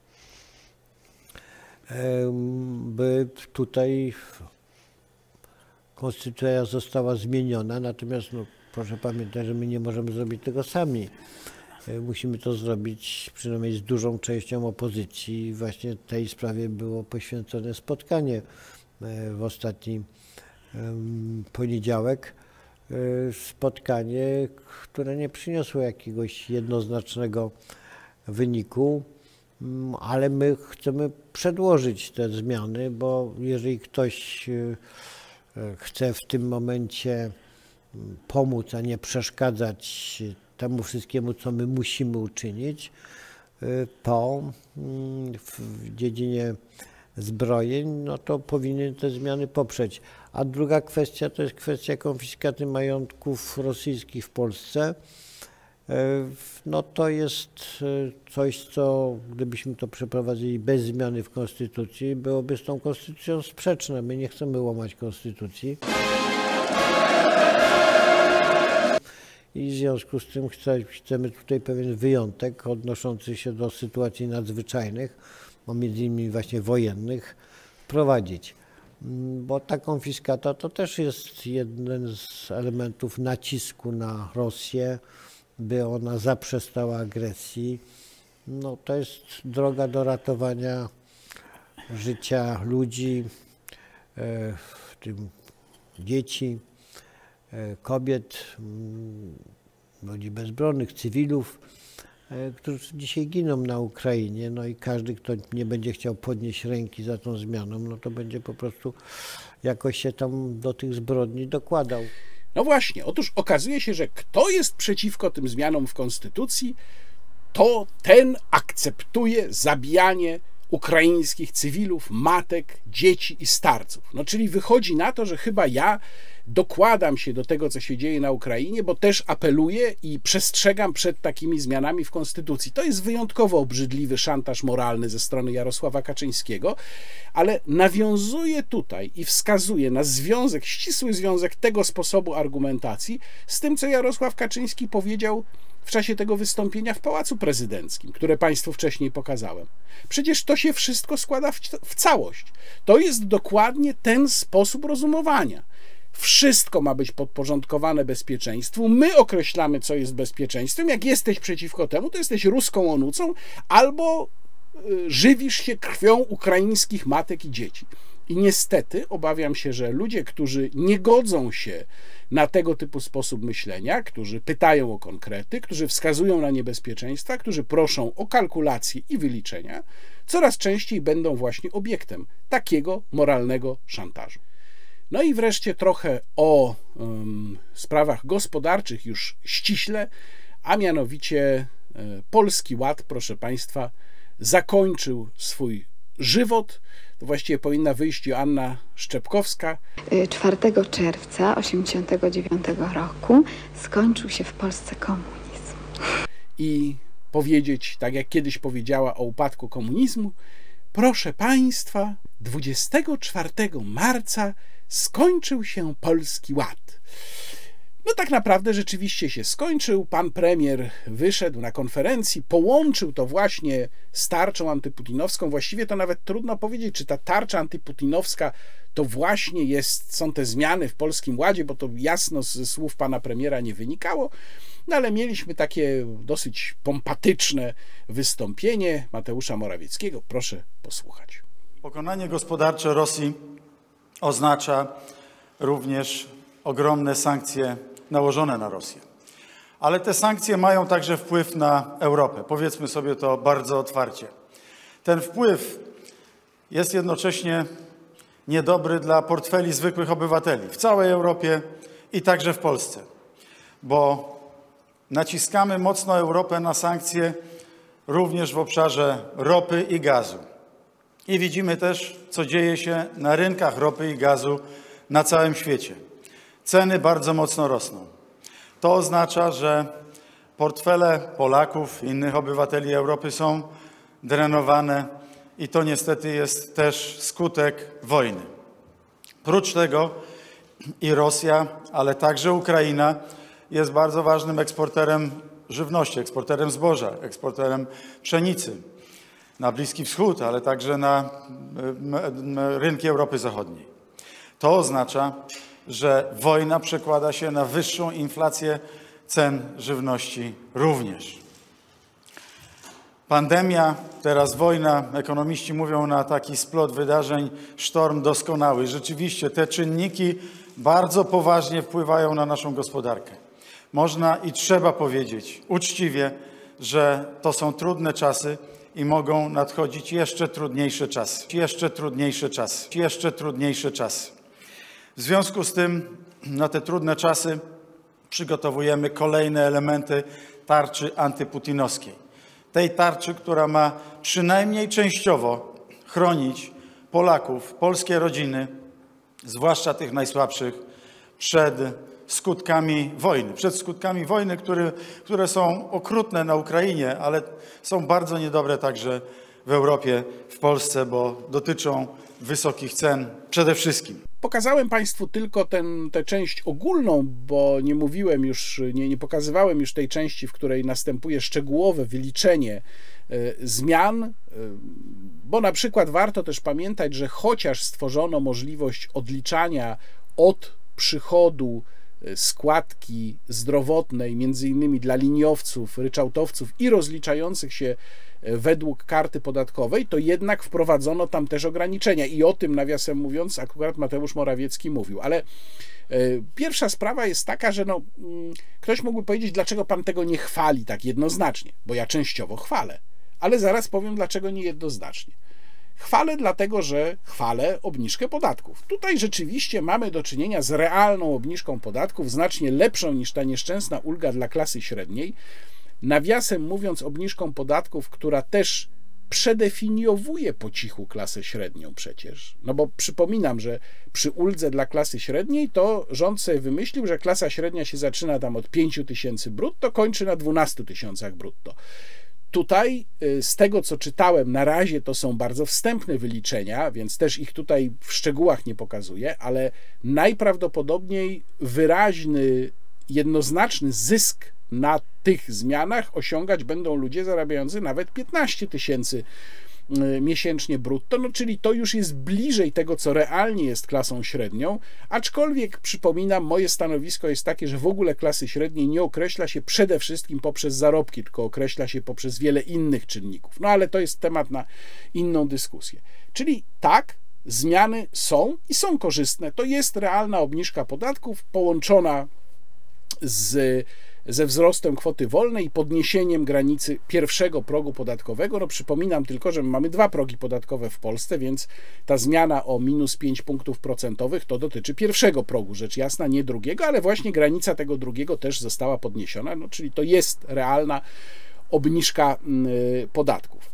by tutaj konstytucja została zmieniona, natomiast no, proszę pamiętać, że my nie możemy zrobić tego sami. Musimy to zrobić przynajmniej z dużą częścią opozycji. Właśnie tej sprawie było poświęcone spotkanie w ostatni poniedziałek. Spotkanie, które nie przyniosło jakiegoś jednoznacznego wyniku, ale my chcemy przedłożyć te zmiany, bo jeżeli ktoś chce w tym momencie pomóc, a nie przeszkadzać temu wszystkiemu, co my musimy uczynić, to w dziedzinie zbrojeń, no to powinien te zmiany poprzeć. A druga kwestia to jest kwestia konfiskaty majątków rosyjskich w Polsce. No to jest coś, co gdybyśmy to przeprowadzili bez zmiany w Konstytucji, byłoby z tą Konstytucją sprzeczne. My nie chcemy łamać Konstytucji. I w związku z tym chcemy tutaj pewien wyjątek odnoszący się do sytuacji nadzwyczajnych, między innymi właśnie wojennych, wprowadzić. Bo ta konfiskata to też jest jeden z elementów nacisku na Rosję, by ona zaprzestała agresji. No, to jest droga do ratowania życia ludzi, w tym dzieci, kobiet, ludzi bezbronnych, cywilów, którzy dzisiaj giną na Ukrainie. No i każdy, kto nie będzie chciał podnieść ręki za tą zmianą, no to będzie po prostu jakoś się tam do tych zbrodni dokładał.
No właśnie, otóż okazuje się, że kto jest przeciwko tym zmianom w Konstytucji, to ten akceptuje zabijanie ukraińskich cywilów, matek, dzieci i starców. No czyli wychodzi na to, że chyba ja dokładam się do tego, co się dzieje na Ukrainie, bo też apeluję i przestrzegam przed takimi zmianami w Konstytucji. To jest wyjątkowo obrzydliwy szantaż moralny ze strony Jarosława Kaczyńskiego, ale nawiązuje tutaj i wskazuje na związek, ścisły związek tego sposobu argumentacji z tym, co Jarosław Kaczyński powiedział w czasie tego wystąpienia w Pałacu Prezydenckim, które Państwu wcześniej pokazałem. Przecież to się wszystko składa w całość. To jest dokładnie ten sposób rozumowania. Wszystko ma być podporządkowane bezpieczeństwu. My określamy, co jest bezpieczeństwem. Jak jesteś przeciwko temu, to jesteś ruską onucą albo żywisz się krwią ukraińskich matek i dzieci. I niestety obawiam się, że ludzie, którzy nie godzą się na tego typu sposób myślenia, którzy pytają o konkrety, którzy wskazują na niebezpieczeństwa, którzy proszą o kalkulacje i wyliczenia, coraz częściej będą właśnie obiektem takiego moralnego szantażu. No i wreszcie trochę o sprawach gospodarczych już ściśle, a mianowicie Polski Ład, proszę Państwa, zakończył swój żywot. To właściwie powinna wyjść Joanna Szczepkowska.
4 czerwca 1989 roku skończył się w Polsce komunizm.
I powiedzieć, tak jak kiedyś powiedziała o upadku komunizmu, proszę Państwa, 24 marca skończył się Polski Ład. No tak naprawdę rzeczywiście się skończył. Pan premier wyszedł na konferencji, połączył to właśnie z tarczą antyputinowską. Właściwie to nawet trudno powiedzieć, czy ta tarcza antyputinowska to właśnie są te zmiany w Polskim Ładzie, bo to jasno ze słów pana premiera nie wynikało. No ale mieliśmy takie dosyć pompatyczne wystąpienie Mateusza Morawieckiego. Proszę posłuchać.
Pokonanie gospodarcze Rosji oznacza również ogromne sankcje nałożone na Rosję. Ale te sankcje mają także wpływ na Europę. Powiedzmy sobie to bardzo otwarcie. Ten wpływ jest jednocześnie niedobry dla portfeli zwykłych obywateli w całej Europie i także w Polsce, bo naciskamy mocno Europę na sankcje również w obszarze ropy i gazu. I widzimy też, co dzieje się na rynkach ropy i gazu na całym świecie. Ceny bardzo mocno rosną. To oznacza, że portfele Polaków i innych obywateli Europy są drenowane i to niestety jest też skutek wojny. Prócz tego i Rosja, ale także Ukraina jest bardzo ważnym eksporterem żywności, eksporterem zboża, eksporterem pszenicy na Bliski Wschód, ale także na rynki Europy Zachodniej. To oznacza, że wojna przekłada się na wyższą inflację cen żywności również. Pandemia, teraz wojna, ekonomiści mówią na taki splot wydarzeń sztorm doskonały. Rzeczywiście te czynniki bardzo poważnie wpływają na naszą gospodarkę. Można i trzeba powiedzieć uczciwie, że to są trudne czasy i mogą nadchodzić jeszcze trudniejsze czasy. W związku z tym na te trudne czasy przygotowujemy kolejne elementy tarczy antyputinowskiej. Tej tarczy, która ma przynajmniej częściowo chronić Polaków, polskie rodziny, zwłaszcza tych najsłabszych, przed skutkami wojny, które są okrutne na Ukrainie, ale są bardzo niedobre także w Europie, w Polsce, bo dotyczą wysokich cen przede wszystkim.
Pokazałem Państwu tylko tę część ogólną, bo nie mówiłem już, nie pokazywałem już tej części, w której następuje szczegółowe wyliczenie zmian, bo na przykład warto też pamiętać, że chociaż stworzono możliwość odliczania od przychodu składki zdrowotnej, między innymi dla liniowców, ryczałtowców i rozliczających się według karty podatkowej, to jednak wprowadzono tam też ograniczenia i o tym, nawiasem mówiąc, akurat Mateusz Morawiecki mówił. Ale pierwsza sprawa jest taka, że ktoś mógłby powiedzieć, dlaczego pan tego nie chwali tak jednoznacznie, bo ja częściowo chwalę, ale zaraz powiem, dlaczego nie jednoznacznie. Chwalę dlatego, że chwalę obniżkę podatków. Tutaj rzeczywiście mamy do czynienia z realną obniżką podatków, znacznie lepszą niż ta nieszczęsna ulga dla klasy średniej. Nawiasem mówiąc, obniżką podatków, która też przedefiniowuje po cichu klasę średnią przecież. No bo przypominam, że przy uldze dla klasy średniej to rząd sobie wymyślił, że klasa średnia się zaczyna tam od 5 000 brutto, kończy na 12 000 brutto. Tutaj z tego, co czytałem, na razie to są bardzo wstępne wyliczenia, więc też ich tutaj w szczegółach nie pokazuję, ale najprawdopodobniej wyraźny, jednoznaczny zysk na tych zmianach osiągać będą ludzie zarabiający nawet 15 000 miesięcznie brutto, czyli to już jest bliżej tego, co realnie jest klasą średnią, aczkolwiek przypominam, moje stanowisko jest takie, że w ogóle klasy średniej nie określa się przede wszystkim poprzez zarobki, tylko określa się poprzez wiele innych czynników. No ale to jest temat na inną dyskusję. Czyli tak, zmiany są i są korzystne. To jest realna obniżka podatków połączona ze wzrostem kwoty wolnej i podniesieniem granicy pierwszego progu podatkowego. Przypominam tylko, że mamy 2 progi podatkowe w Polsce, więc ta zmiana o minus 5 punktów procentowych to dotyczy pierwszego progu, rzecz jasna, nie drugiego, ale właśnie granica tego drugiego też została podniesiona, czyli to jest realna obniżka podatków.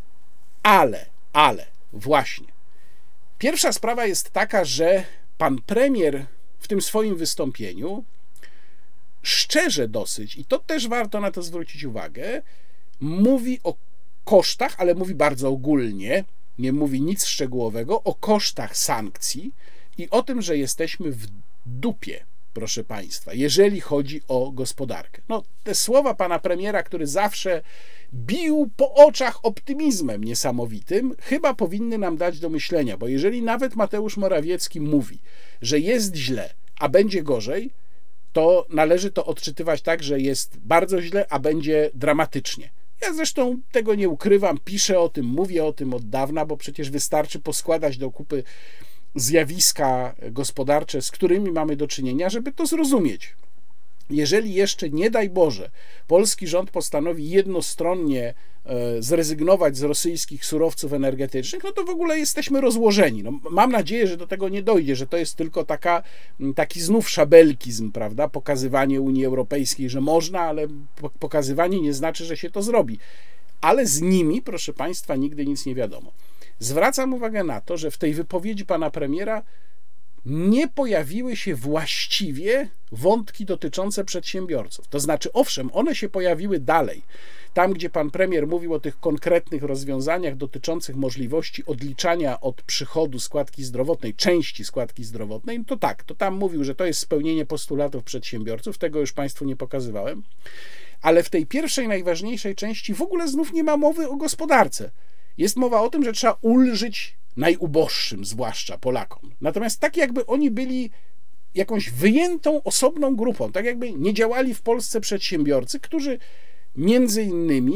Ale właśnie, pierwsza sprawa jest taka, że pan premier w tym swoim wystąpieniu szczerze dosyć, i to też warto na to zwrócić uwagę, mówi o kosztach, ale mówi bardzo ogólnie, nie mówi nic szczegółowego, o kosztach sankcji i o tym, że jesteśmy w dupie, proszę Państwa, jeżeli chodzi o gospodarkę. Te słowa pana premiera, który zawsze bił po oczach optymizmem niesamowitym, chyba powinny nam dać do myślenia, bo jeżeli nawet Mateusz Morawiecki mówi, że jest źle, a będzie gorzej, to należy to odczytywać tak, że jest bardzo źle, a będzie dramatycznie. Ja zresztą tego nie ukrywam, piszę o tym, mówię o tym od dawna, bo przecież wystarczy poskładać do kupy zjawiska gospodarcze, z którymi mamy do czynienia, żeby to zrozumieć. Jeżeli jeszcze, nie daj Boże, polski rząd postanowi jednostronnie zrezygnować z rosyjskich surowców energetycznych, to w ogóle jesteśmy rozłożeni. Mam nadzieję, że do tego nie dojdzie, że to jest tylko taki znów szabelkizm, prawda? Pokazywanie Unii Europejskiej, że można, ale pokazywanie nie znaczy, że się to zrobi. Ale z nimi, proszę Państwa, nigdy nic nie wiadomo. Zwracam uwagę na to, że w tej wypowiedzi pana premiera nie pojawiły się właściwie wątki dotyczące przedsiębiorców. To znaczy, owszem, one się pojawiły dalej. Tam, gdzie pan premier mówił o tych konkretnych rozwiązaniach dotyczących możliwości odliczania od przychodu składki zdrowotnej, części składki zdrowotnej, to tak, to tam mówił, że to jest spełnienie postulatów przedsiębiorców, tego już Państwu nie pokazywałem, ale w tej pierwszej, najważniejszej części w ogóle znów nie ma mowy o gospodarce. Jest mowa o tym, że trzeba ulżyć najuboższym, zwłaszcza Polakom. Natomiast tak jakby oni byli jakąś wyjętą, osobną grupą, tak jakby nie działali w Polsce przedsiębiorcy, którzy między innymi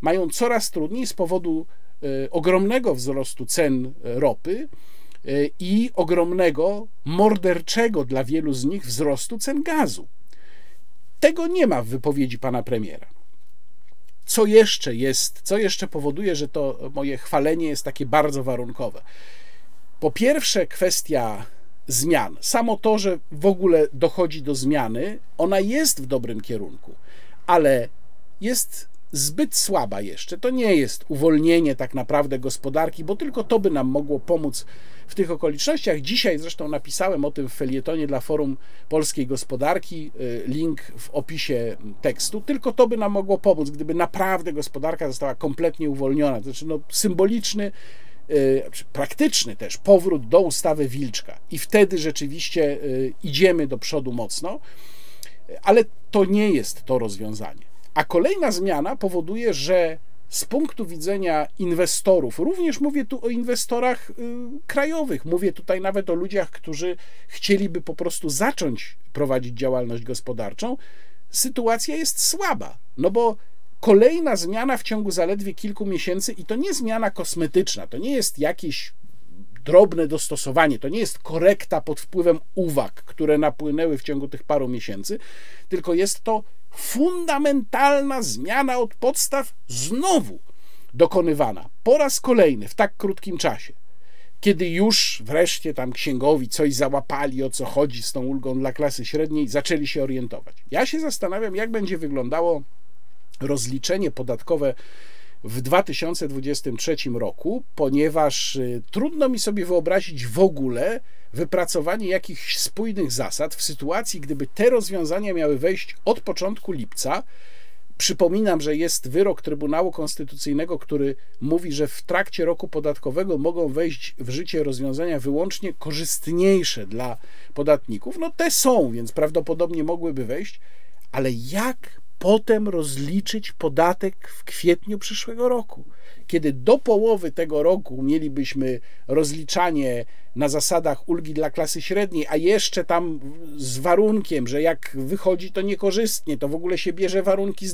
mają coraz trudniej z powodu ogromnego wzrostu cen ropy i ogromnego, morderczego dla wielu z nich wzrostu cen gazu. Tego nie ma w wypowiedzi pana premiera. Co jeszcze powoduje, że to moje chwalenie jest takie bardzo warunkowe? Po pierwsze, kwestia zmian. Samo to, że w ogóle dochodzi do zmiany, ona jest w dobrym kierunku, ale jest zbyt słaba jeszcze. To nie jest uwolnienie tak naprawdę gospodarki, bo tylko to by nam mogło pomóc w tych okolicznościach. Dzisiaj zresztą napisałem o tym w felietonie dla Forum Polskiej Gospodarki, link w opisie tekstu. Tylko to by nam mogło pomóc, gdyby naprawdę gospodarka została kompletnie uwolniona. To znaczy symboliczny, praktyczny też powrót do ustawy Wilczka i wtedy rzeczywiście idziemy do przodu mocno, ale to nie jest to rozwiązanie. A kolejna zmiana powoduje, że z punktu widzenia inwestorów, również mówię tu o inwestorach krajowych, mówię tutaj nawet o ludziach, którzy chcieliby po prostu zacząć prowadzić działalność gospodarczą, sytuacja jest słaba, no bo kolejna zmiana w ciągu zaledwie kilku miesięcy i to nie zmiana kosmetyczna, to nie jest jakieś drobne dostosowanie, to nie jest korekta pod wpływem uwag, które napłynęły w ciągu tych paru miesięcy, tylko jest to fundamentalna zmiana od podstaw znowu dokonywana po raz kolejny w tak krótkim czasie, kiedy już wreszcie tam księgowi coś załapali, o co chodzi z tą ulgą dla klasy średniej, zaczęli się orientować. Ja się zastanawiam, jak będzie wyglądało rozliczenie podatkowe w 2023 roku, ponieważ trudno mi sobie wyobrazić w ogóle wypracowanie jakichś spójnych zasad w sytuacji, gdyby te rozwiązania miały wejść od początku lipca. Przypominam, że jest wyrok Trybunału Konstytucyjnego, który mówi, że w trakcie roku podatkowego mogą wejść w życie rozwiązania wyłącznie korzystniejsze dla podatników. No te są, więc prawdopodobnie mogłyby wejść, ale jak potem rozliczyć podatek w kwietniu przyszłego roku, kiedy do połowy tego roku mielibyśmy rozliczanie na zasadach ulgi dla klasy średniej, a jeszcze tam z warunkiem, że jak wychodzi to niekorzystnie, to w ogóle się bierze warunki z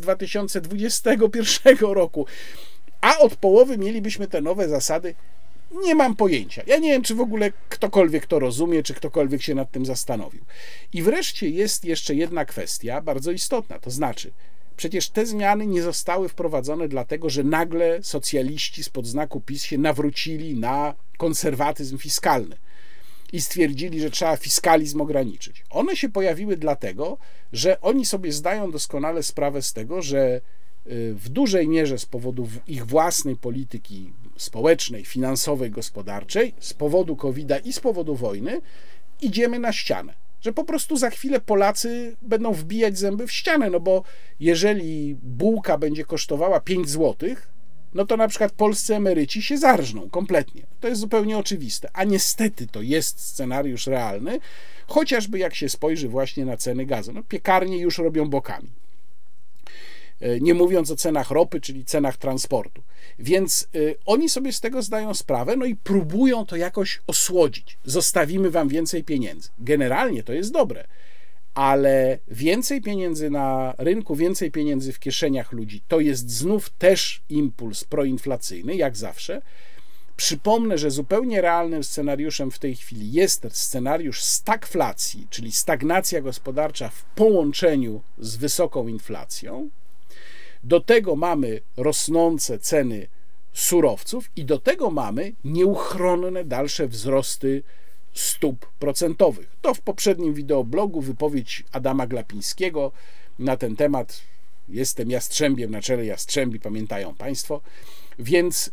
2021 roku, a od połowy mielibyśmy te nowe zasady. Nie mam pojęcia. Ja nie wiem, czy w ogóle ktokolwiek to rozumie, czy ktokolwiek się nad tym zastanowił. I wreszcie jest jeszcze jedna kwestia bardzo istotna, to znaczy przecież te zmiany nie zostały wprowadzone dlatego, że nagle socjaliści spod znaku PiS się nawrócili na konserwatyzm fiskalny i stwierdzili, że trzeba fiskalizm ograniczyć. One się pojawiły dlatego, że oni sobie zdają doskonale sprawę z tego, że w dużej mierze z powodu ich własnej polityki społecznej, finansowej, gospodarczej, z powodu COVID-a i z powodu wojny idziemy na ścianę. Że po prostu za chwilę Polacy będą wbijać zęby w ścianę, no bo jeżeli bułka będzie kosztowała 5 zł, no to na przykład polscy emeryci się zarżną kompletnie. To jest zupełnie oczywiste. A niestety to jest scenariusz realny, chociażby jak się spojrzy właśnie na ceny gazu. No, piekarnie już robią bokami. Nie mówiąc o cenach ropy, czyli cenach transportu. Więc oni sobie z tego zdają sprawę, no i próbują to jakoś osłodzić. Zostawimy wam więcej pieniędzy. Generalnie to jest dobre, ale więcej pieniędzy na rynku, więcej pieniędzy w kieszeniach ludzi, to jest znów też impuls proinflacyjny, jak zawsze. Przypomnę, że zupełnie realnym scenariuszem w tej chwili jest scenariusz stagflacji, czyli stagnacja gospodarcza w połączeniu z wysoką inflacją. Do tego mamy rosnące ceny surowców i do tego mamy nieuchronne dalsze wzrosty stóp procentowych. To w poprzednim wideoblogu wypowiedź Adama Glapińskiego na ten temat. Jestem jastrzębiem na czele jastrzębi, pamiętają Państwo. Więc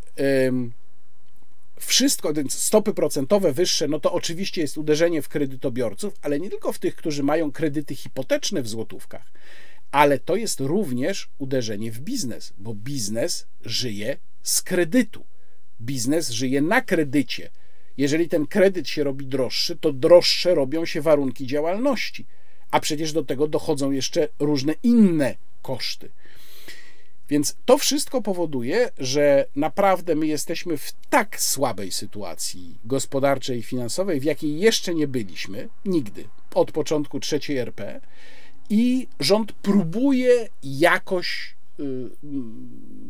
wszystko, więc stopy procentowe wyższe, no to oczywiście jest uderzenie w kredytobiorców, ale nie tylko w tych, którzy mają kredyty hipoteczne w złotówkach, ale to jest również uderzenie w biznes, bo biznes żyje z kredytu. Biznes żyje na kredycie. Jeżeli ten kredyt się robi droższy, to droższe robią się warunki działalności, a przecież do tego dochodzą jeszcze różne inne koszty. Więc to wszystko powoduje, że naprawdę my jesteśmy w tak słabej sytuacji gospodarczej i finansowej, w jakiej jeszcze nie byliśmy nigdy od początku III RP, i rząd próbuje jakoś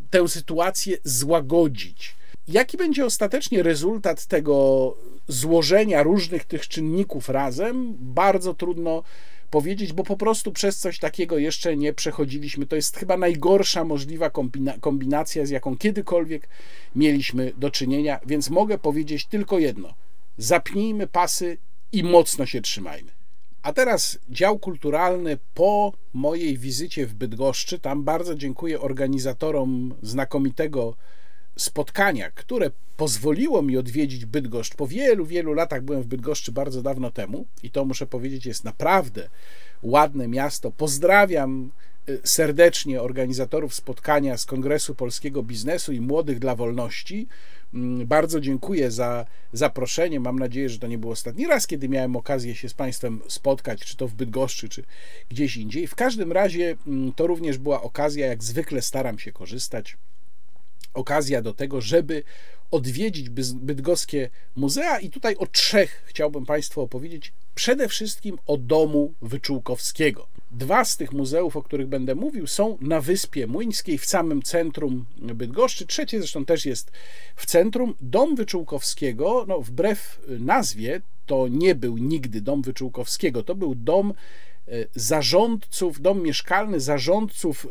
tę sytuację złagodzić. Jaki będzie ostatecznie rezultat tego złożenia różnych tych czynników razem? Bardzo trudno powiedzieć, bo po prostu przez coś takiego jeszcze nie przechodziliśmy. To jest chyba najgorsza możliwa kombinacja, z jaką kiedykolwiek mieliśmy do czynienia, więc mogę powiedzieć tylko jedno. Zapnijmy pasy i mocno się trzymajmy. A teraz dział kulturalny po mojej wizycie w Bydgoszczy. Tam bardzo dziękuję organizatorom znakomitego spotkania, które pozwoliło mi odwiedzić Bydgoszcz. Po wielu, wielu latach byłem w Bydgoszczy bardzo dawno temu i to, muszę powiedzieć, jest naprawdę ładne miasto. Pozdrawiam serdecznie organizatorów spotkania z Kongresu Polskiego Biznesu i Młodych dla Wolności. Bardzo dziękuję za zaproszenie. Mam nadzieję, że to nie był ostatni raz, kiedy miałem okazję się z Państwem spotkać, czy to w Bydgoszczy, czy gdzieś indziej. W każdym razie to również była okazja, jak zwykle staram się korzystać, okazja do tego, żeby odwiedzić bydgoskie muzea i tutaj o 3 chciałbym Państwu opowiedzieć. Przede wszystkim o domu Wyczółkowskiego. 2 z tych muzeów, o których będę mówił, są na Wyspie Młyńskiej, w samym centrum Bydgoszczy. 3 zresztą też jest w centrum. Dom Wyczółkowskiego, no wbrew nazwie, to nie był nigdy dom Wyczółkowskiego. To był dom zarządców, dom mieszkalny zarządców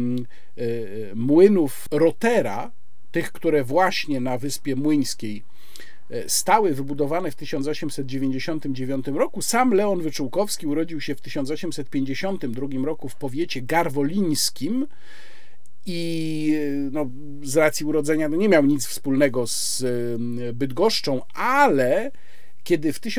młynów Rotera, tych, które właśnie na Wyspie Młyńskiej stały, wybudowane w 1899 roku. Sam Leon Wyczółkowski urodził się w 1852 roku w powiecie garwolińskim i no, z racji urodzenia nie miał nic wspólnego z Bydgoszczą, ale kiedy w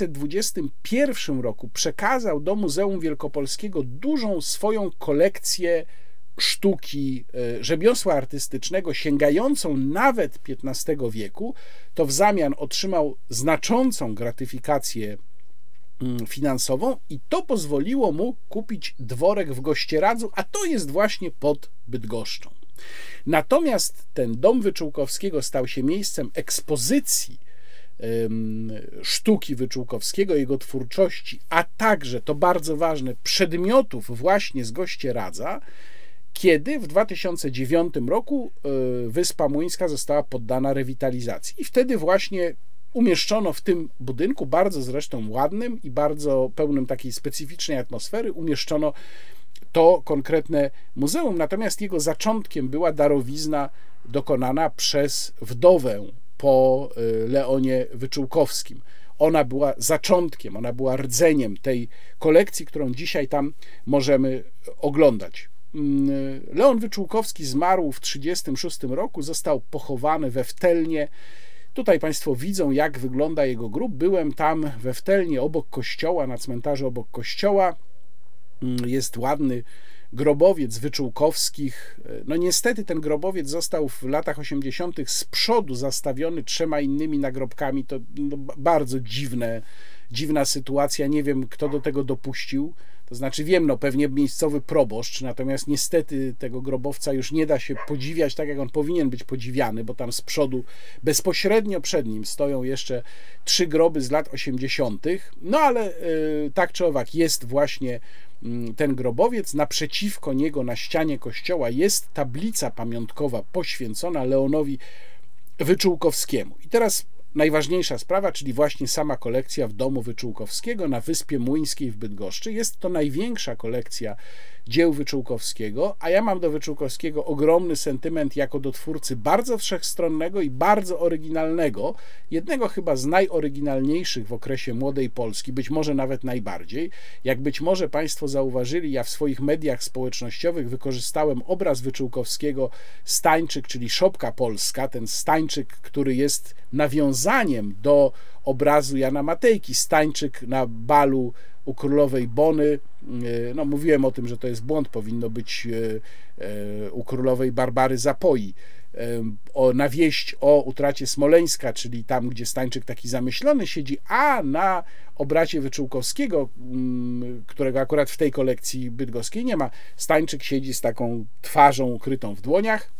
1921 roku przekazał do Muzeum Wielkopolskiego dużą swoją kolekcję sztuki, rzemiosła artystycznego sięgającą nawet XV wieku, to w zamian otrzymał znaczącą gratyfikację finansową i to pozwoliło mu kupić dworek w Gościeradzu, a to jest właśnie pod Bydgoszczą. Natomiast ten dom Wyczółkowskiego stał się miejscem ekspozycji sztuki Wyczółkowskiego, jego twórczości, a także, to bardzo ważne, przedmiotów właśnie z Gościeradza, kiedy w 2009 roku Wyspa Młyńska została poddana rewitalizacji. I wtedy właśnie umieszczono w tym budynku, bardzo zresztą ładnym i bardzo pełnym takiej specyficznej atmosfery, umieszczono to konkretne muzeum. Natomiast jego zaczątkiem była darowizna dokonana przez wdowę po Leonie Wyczółkowskim. Ona była zaczątkiem, ona była rdzeniem tej kolekcji, którą dzisiaj tam możemy oglądać. Leon Wyczółkowski zmarł w 1936 roku, został pochowany we Wtelnie. Tutaj Państwo widzą, jak wygląda jego grób. Byłem tam we Wtelnie, obok kościoła, na cmentarzu obok kościoła. Jest ładny grobowiec Wyczółkowskich. No niestety ten grobowiec został w latach 80. z przodu zastawiony 3 innymi nagrobkami. To bardzo dziwna sytuacja. Nie wiem, kto do tego dopuścił. To znaczy wiem, no pewnie miejscowy proboszcz, natomiast niestety tego grobowca już nie da się podziwiać tak, jak on powinien być podziwiany, bo tam z przodu, bezpośrednio przed nim stoją jeszcze 3 groby z lat 80. No ale tak czy owak jest właśnie ten grobowiec. Naprzeciwko niego na ścianie kościoła jest tablica pamiątkowa poświęcona Leonowi Wyczółkowskiemu. I teraz najważniejsza sprawa, czyli właśnie sama kolekcja w domu Wyczółkowskiego na Wyspie Młyńskiej w Bydgoszczy. Jest to największa kolekcja dzieł Wyczółkowskiego, a ja mam do Wyczółkowskiego ogromny sentyment jako do twórcy bardzo wszechstronnego i bardzo oryginalnego, jednego chyba z najoryginalniejszych w okresie Młodej Polski, być może nawet najbardziej. Jak być może Państwo zauważyli, ja w swoich mediach społecznościowych wykorzystałem obraz Wyczółkowskiego Stańczyk, czyli Szopka Polska, ten Stańczyk, który jest nawiązaniem do obrazu Jana Matejki, Stańczyk na balu u królowej Bony. No, mówiłem o tym, że to jest błąd, powinno być u królowej Barbary Zapoi. Na wieść o utracie Smoleńska, czyli tam, gdzie Stańczyk taki zamyślony siedzi, a na obrazie Wyczółkowskiego, którego akurat w tej kolekcji bydgoskiej nie ma, Stańczyk siedzi z taką twarzą ukrytą w dłoniach.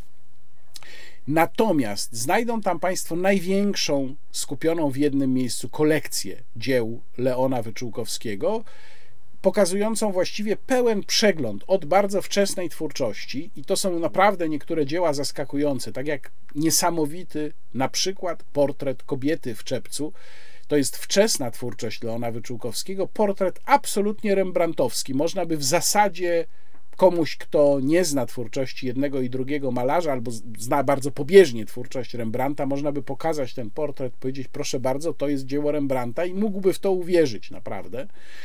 Natomiast znajdą tam Państwo największą, skupioną w jednym miejscu kolekcję dzieł Leona Wyczółkowskiego. pokazującą właściwie pełen przegląd od bardzo wczesnej twórczości i to są naprawdę niektóre dzieła zaskakujące, tak jak niesamowity na przykład portret kobiety w czepcu. To jest wczesna twórczość Leona Wyczółkowskiego, portret absolutnie rembrandtowski. Można by w zasadzie komuś, kto nie zna twórczości jednego i drugiego malarza, albo zna bardzo pobieżnie twórczość Rembrandta, można by pokazać ten portret, powiedzieć, proszę bardzo, to jest dzieło Rembrandta i mógłby w to uwierzyć naprawdę.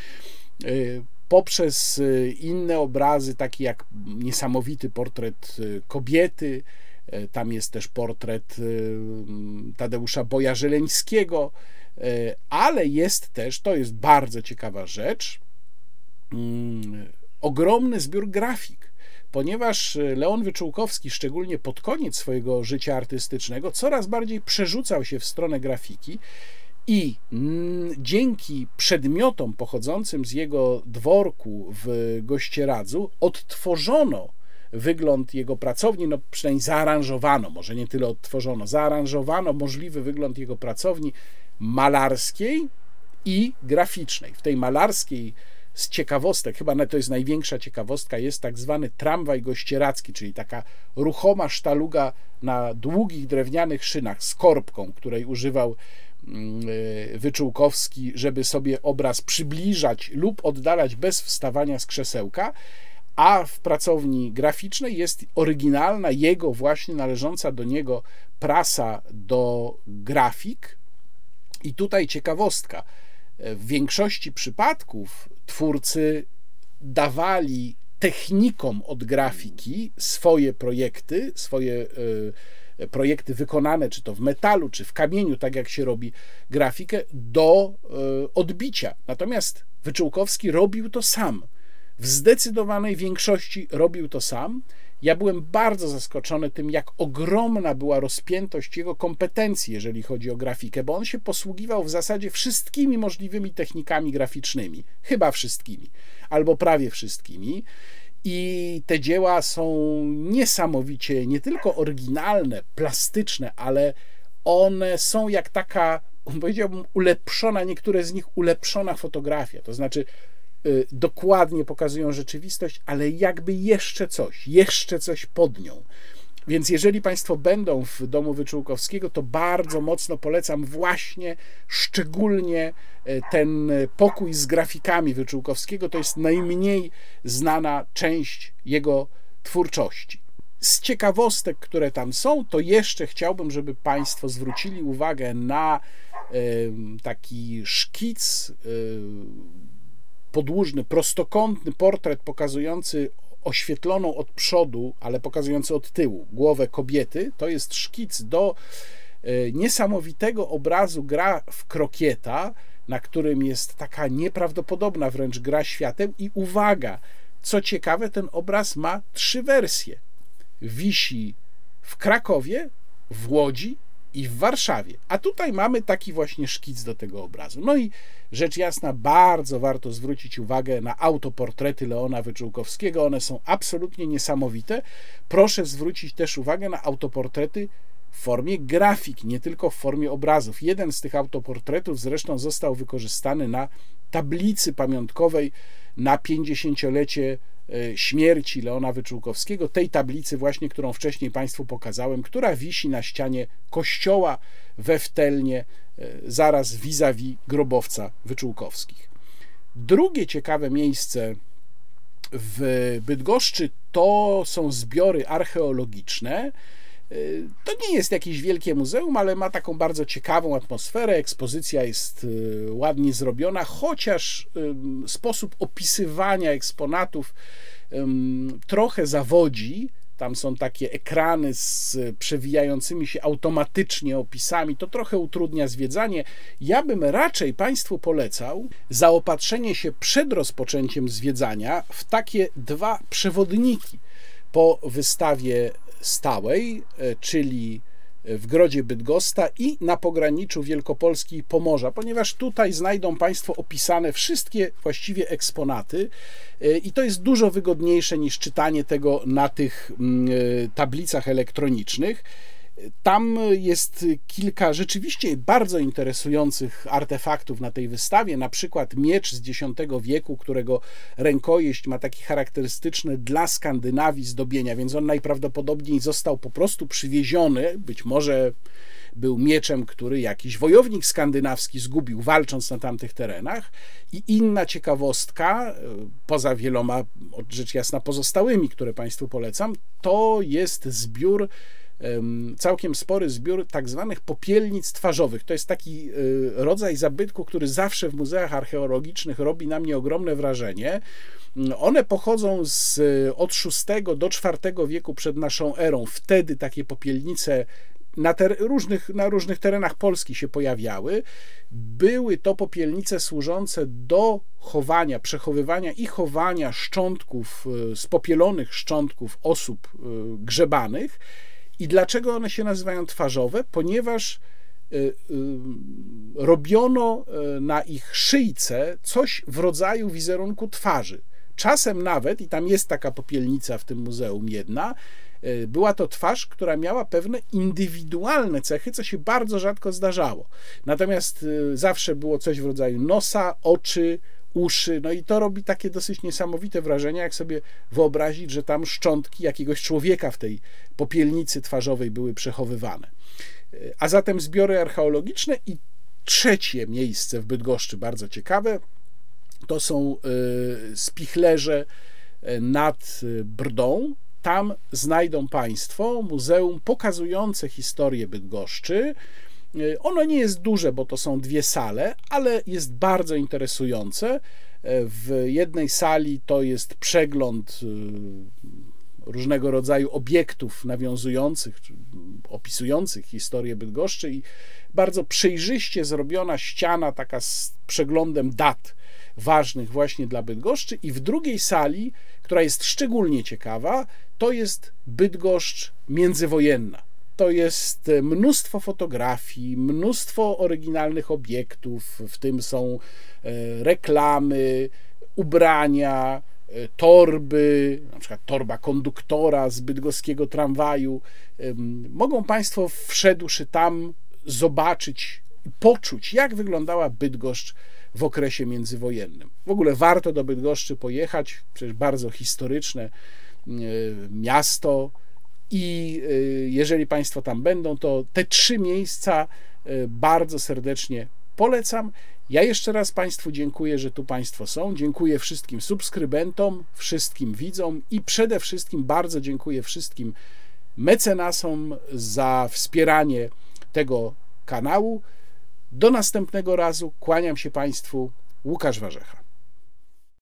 Poprzez inne obrazy, takie jak niesamowity portret kobiety, tam jest też portret Tadeusza Boja-Żeleńskiego, ale jest też, to jest bardzo ciekawa rzecz, ogromny zbiór grafik, ponieważ Leon Wyczółkowski, szczególnie pod koniec swojego życia artystycznego, coraz bardziej przerzucał się w stronę grafiki i dzięki przedmiotom pochodzącym z jego dworku w Gościeradzu odtworzono wygląd jego pracowni, no przynajmniej zaaranżowano, może nie tyle odtworzono, zaaranżowano możliwy wygląd jego pracowni malarskiej i graficznej. W tej malarskiej z ciekawostek, chyba to jest największa ciekawostka, jest tak zwany tramwaj gościeradzki, czyli taka ruchoma sztaluga na długich drewnianych szynach z korbką, której używał Wyczółkowski, żeby sobie obraz przybliżać lub oddalać bez wstawania z krzesełka, a w pracowni graficznej jest oryginalna, jego właśnie należąca do niego prasa do grafik. I tutaj ciekawostka. W większości przypadków twórcy dawali technikom od grafiki swoje projekty wykonane, czy to w metalu, czy w kamieniu, tak jak się robi grafikę, do odbicia. Natomiast Wyczółkowski robił to sam. W zdecydowanej większości robił to sam. Ja byłem bardzo zaskoczony tym, jak ogromna była rozpiętość jego kompetencji, jeżeli chodzi o grafikę, bo on się posługiwał w zasadzie wszystkimi możliwymi technikami graficznymi, chyba wszystkimi, albo prawie wszystkimi. I te dzieła są niesamowicie nie tylko oryginalne, plastyczne, ale one są jak taka, powiedziałbym, ulepszona, niektóre z nich ulepszona fotografia, to znaczy dokładnie pokazują rzeczywistość, ale jakby jeszcze coś pod nią. Więc jeżeli Państwo będą w domu Wyczółkowskiego, to bardzo mocno polecam właśnie szczególnie ten pokój z grafikami Wyczółkowskiego. To jest najmniej znana część jego twórczości. Z ciekawostek, które tam są, to jeszcze chciałbym, żeby Państwo zwrócili uwagę na taki szkic podłużny, prostokątny portret pokazujący oświetloną od przodu, ale pokazujący od tyłu głowę kobiety. To jest szkic do niesamowitego obrazu Gra w krokieta, na którym jest taka nieprawdopodobna wręcz gra świateł i uwaga, co ciekawe, ten obraz ma 3 wersje. Wisi w Krakowie, w Łodzi i w Warszawie. A tutaj mamy taki właśnie szkic do tego obrazu. No i rzecz jasna, bardzo warto zwrócić uwagę na autoportrety Leona Wyczółkowskiego. One są absolutnie niesamowite. Proszę zwrócić też uwagę na autoportrety w formie grafik, nie tylko w formie obrazów. Jeden z tych autoportretów zresztą został wykorzystany na tablicy pamiątkowej na 50-lecie śmierci Leona Wyczółkowskiego, tej tablicy właśnie, którą wcześniej Państwu pokazałem, która wisi na ścianie kościoła we Wtelnie, zaraz vis-a-vis grobowca Wyczółkowskich. Drugie ciekawe miejsce w Bydgoszczy to są zbiory archeologiczne. To nie jest jakieś wielkie muzeum, ale ma taką bardzo ciekawą atmosferę. Ekspozycja jest ładnie zrobiona, chociaż sposób opisywania eksponatów trochę zawodzi. Tam są takie ekrany z przewijającymi się automatycznie opisami. To trochę utrudnia zwiedzanie. Ja bym raczej Państwu polecał zaopatrzenie się przed rozpoczęciem zwiedzania w takie 2 przewodniki po wystawie stałej, czyli w Grodzie Bydgoszcz i na pograniczu Wielkopolski i Pomorza, ponieważ tutaj znajdą Państwo opisane wszystkie właściwie eksponaty i to jest dużo wygodniejsze niż czytanie tego na tych tablicach elektronicznych. Tam jest kilka rzeczywiście bardzo interesujących artefaktów na tej wystawie, na przykład miecz z X wieku, którego rękojeść ma takie charakterystyczne dla Skandynawii zdobienia, więc on najprawdopodobniej został po prostu przywieziony, być może był mieczem, który jakiś wojownik skandynawski zgubił, walcząc na tamtych terenach. I inna ciekawostka, poza wieloma, rzecz jasna, pozostałymi, które Państwu polecam, to jest zbiór, całkiem spory zbiór tak zwanych popielnic twarzowych. To jest taki rodzaj zabytku, który zawsze w muzeach archeologicznych robi na mnie ogromne wrażenie. One pochodzą od VI do IV wieku przed naszą erą. Wtedy takie popielnice na różnych terenach Polski się pojawiały. Były to popielnice służące do chowania, przechowywania i chowania szczątków, spopielonych szczątków osób grzebanych. I dlaczego one się nazywają twarzowe? Ponieważ robiono na ich szyjce coś w rodzaju wizerunku twarzy. Czasem nawet, i tam jest taka popielnica w tym muzeum jedna, była to twarz, która miała pewne indywidualne cechy, co się bardzo rzadko zdarzało. Natomiast zawsze było coś w rodzaju nosa, oczy, uszy, no i to robi takie dosyć niesamowite wrażenie, jak sobie wyobrazić, że tam szczątki jakiegoś człowieka w tej popielnicy twarzowej były przechowywane. A zatem zbiory archeologiczne. I trzecie miejsce w Bydgoszczy, bardzo ciekawe, to są spichlerze nad Brdą. Tam znajdą Państwo muzeum pokazujące historię Bydgoszczy. Ono nie jest duże, bo to są 2 sale, ale jest bardzo interesujące. W jednej sali to jest przegląd różnego rodzaju obiektów nawiązujących, opisujących historię Bydgoszczy i bardzo przejrzyście zrobiona ściana taka z przeglądem dat ważnych właśnie dla Bydgoszczy. I w drugiej sali, która jest szczególnie ciekawa, to jest Bydgoszcz międzywojenna. To jest mnóstwo fotografii, mnóstwo oryginalnych obiektów, w tym są reklamy, ubrania, torby, na przykład torba konduktora z bydgoskiego tramwaju. Mogą Państwo, wszedłszy tam, zobaczyć i poczuć, jak wyglądała Bydgoszcz w okresie międzywojennym. W ogóle warto do Bydgoszczy pojechać, przecież bardzo historyczne miasto. I jeżeli Państwo tam będą, to te 3 miejsca bardzo serdecznie polecam. Ja jeszcze raz Państwu dziękuję, że tu Państwo są. Dziękuję wszystkim subskrybentom, wszystkim widzom i przede wszystkim bardzo dziękuję wszystkim mecenasom za wspieranie tego kanału. Do następnego razu. Kłaniam się Państwu. Łukasz Warzecha.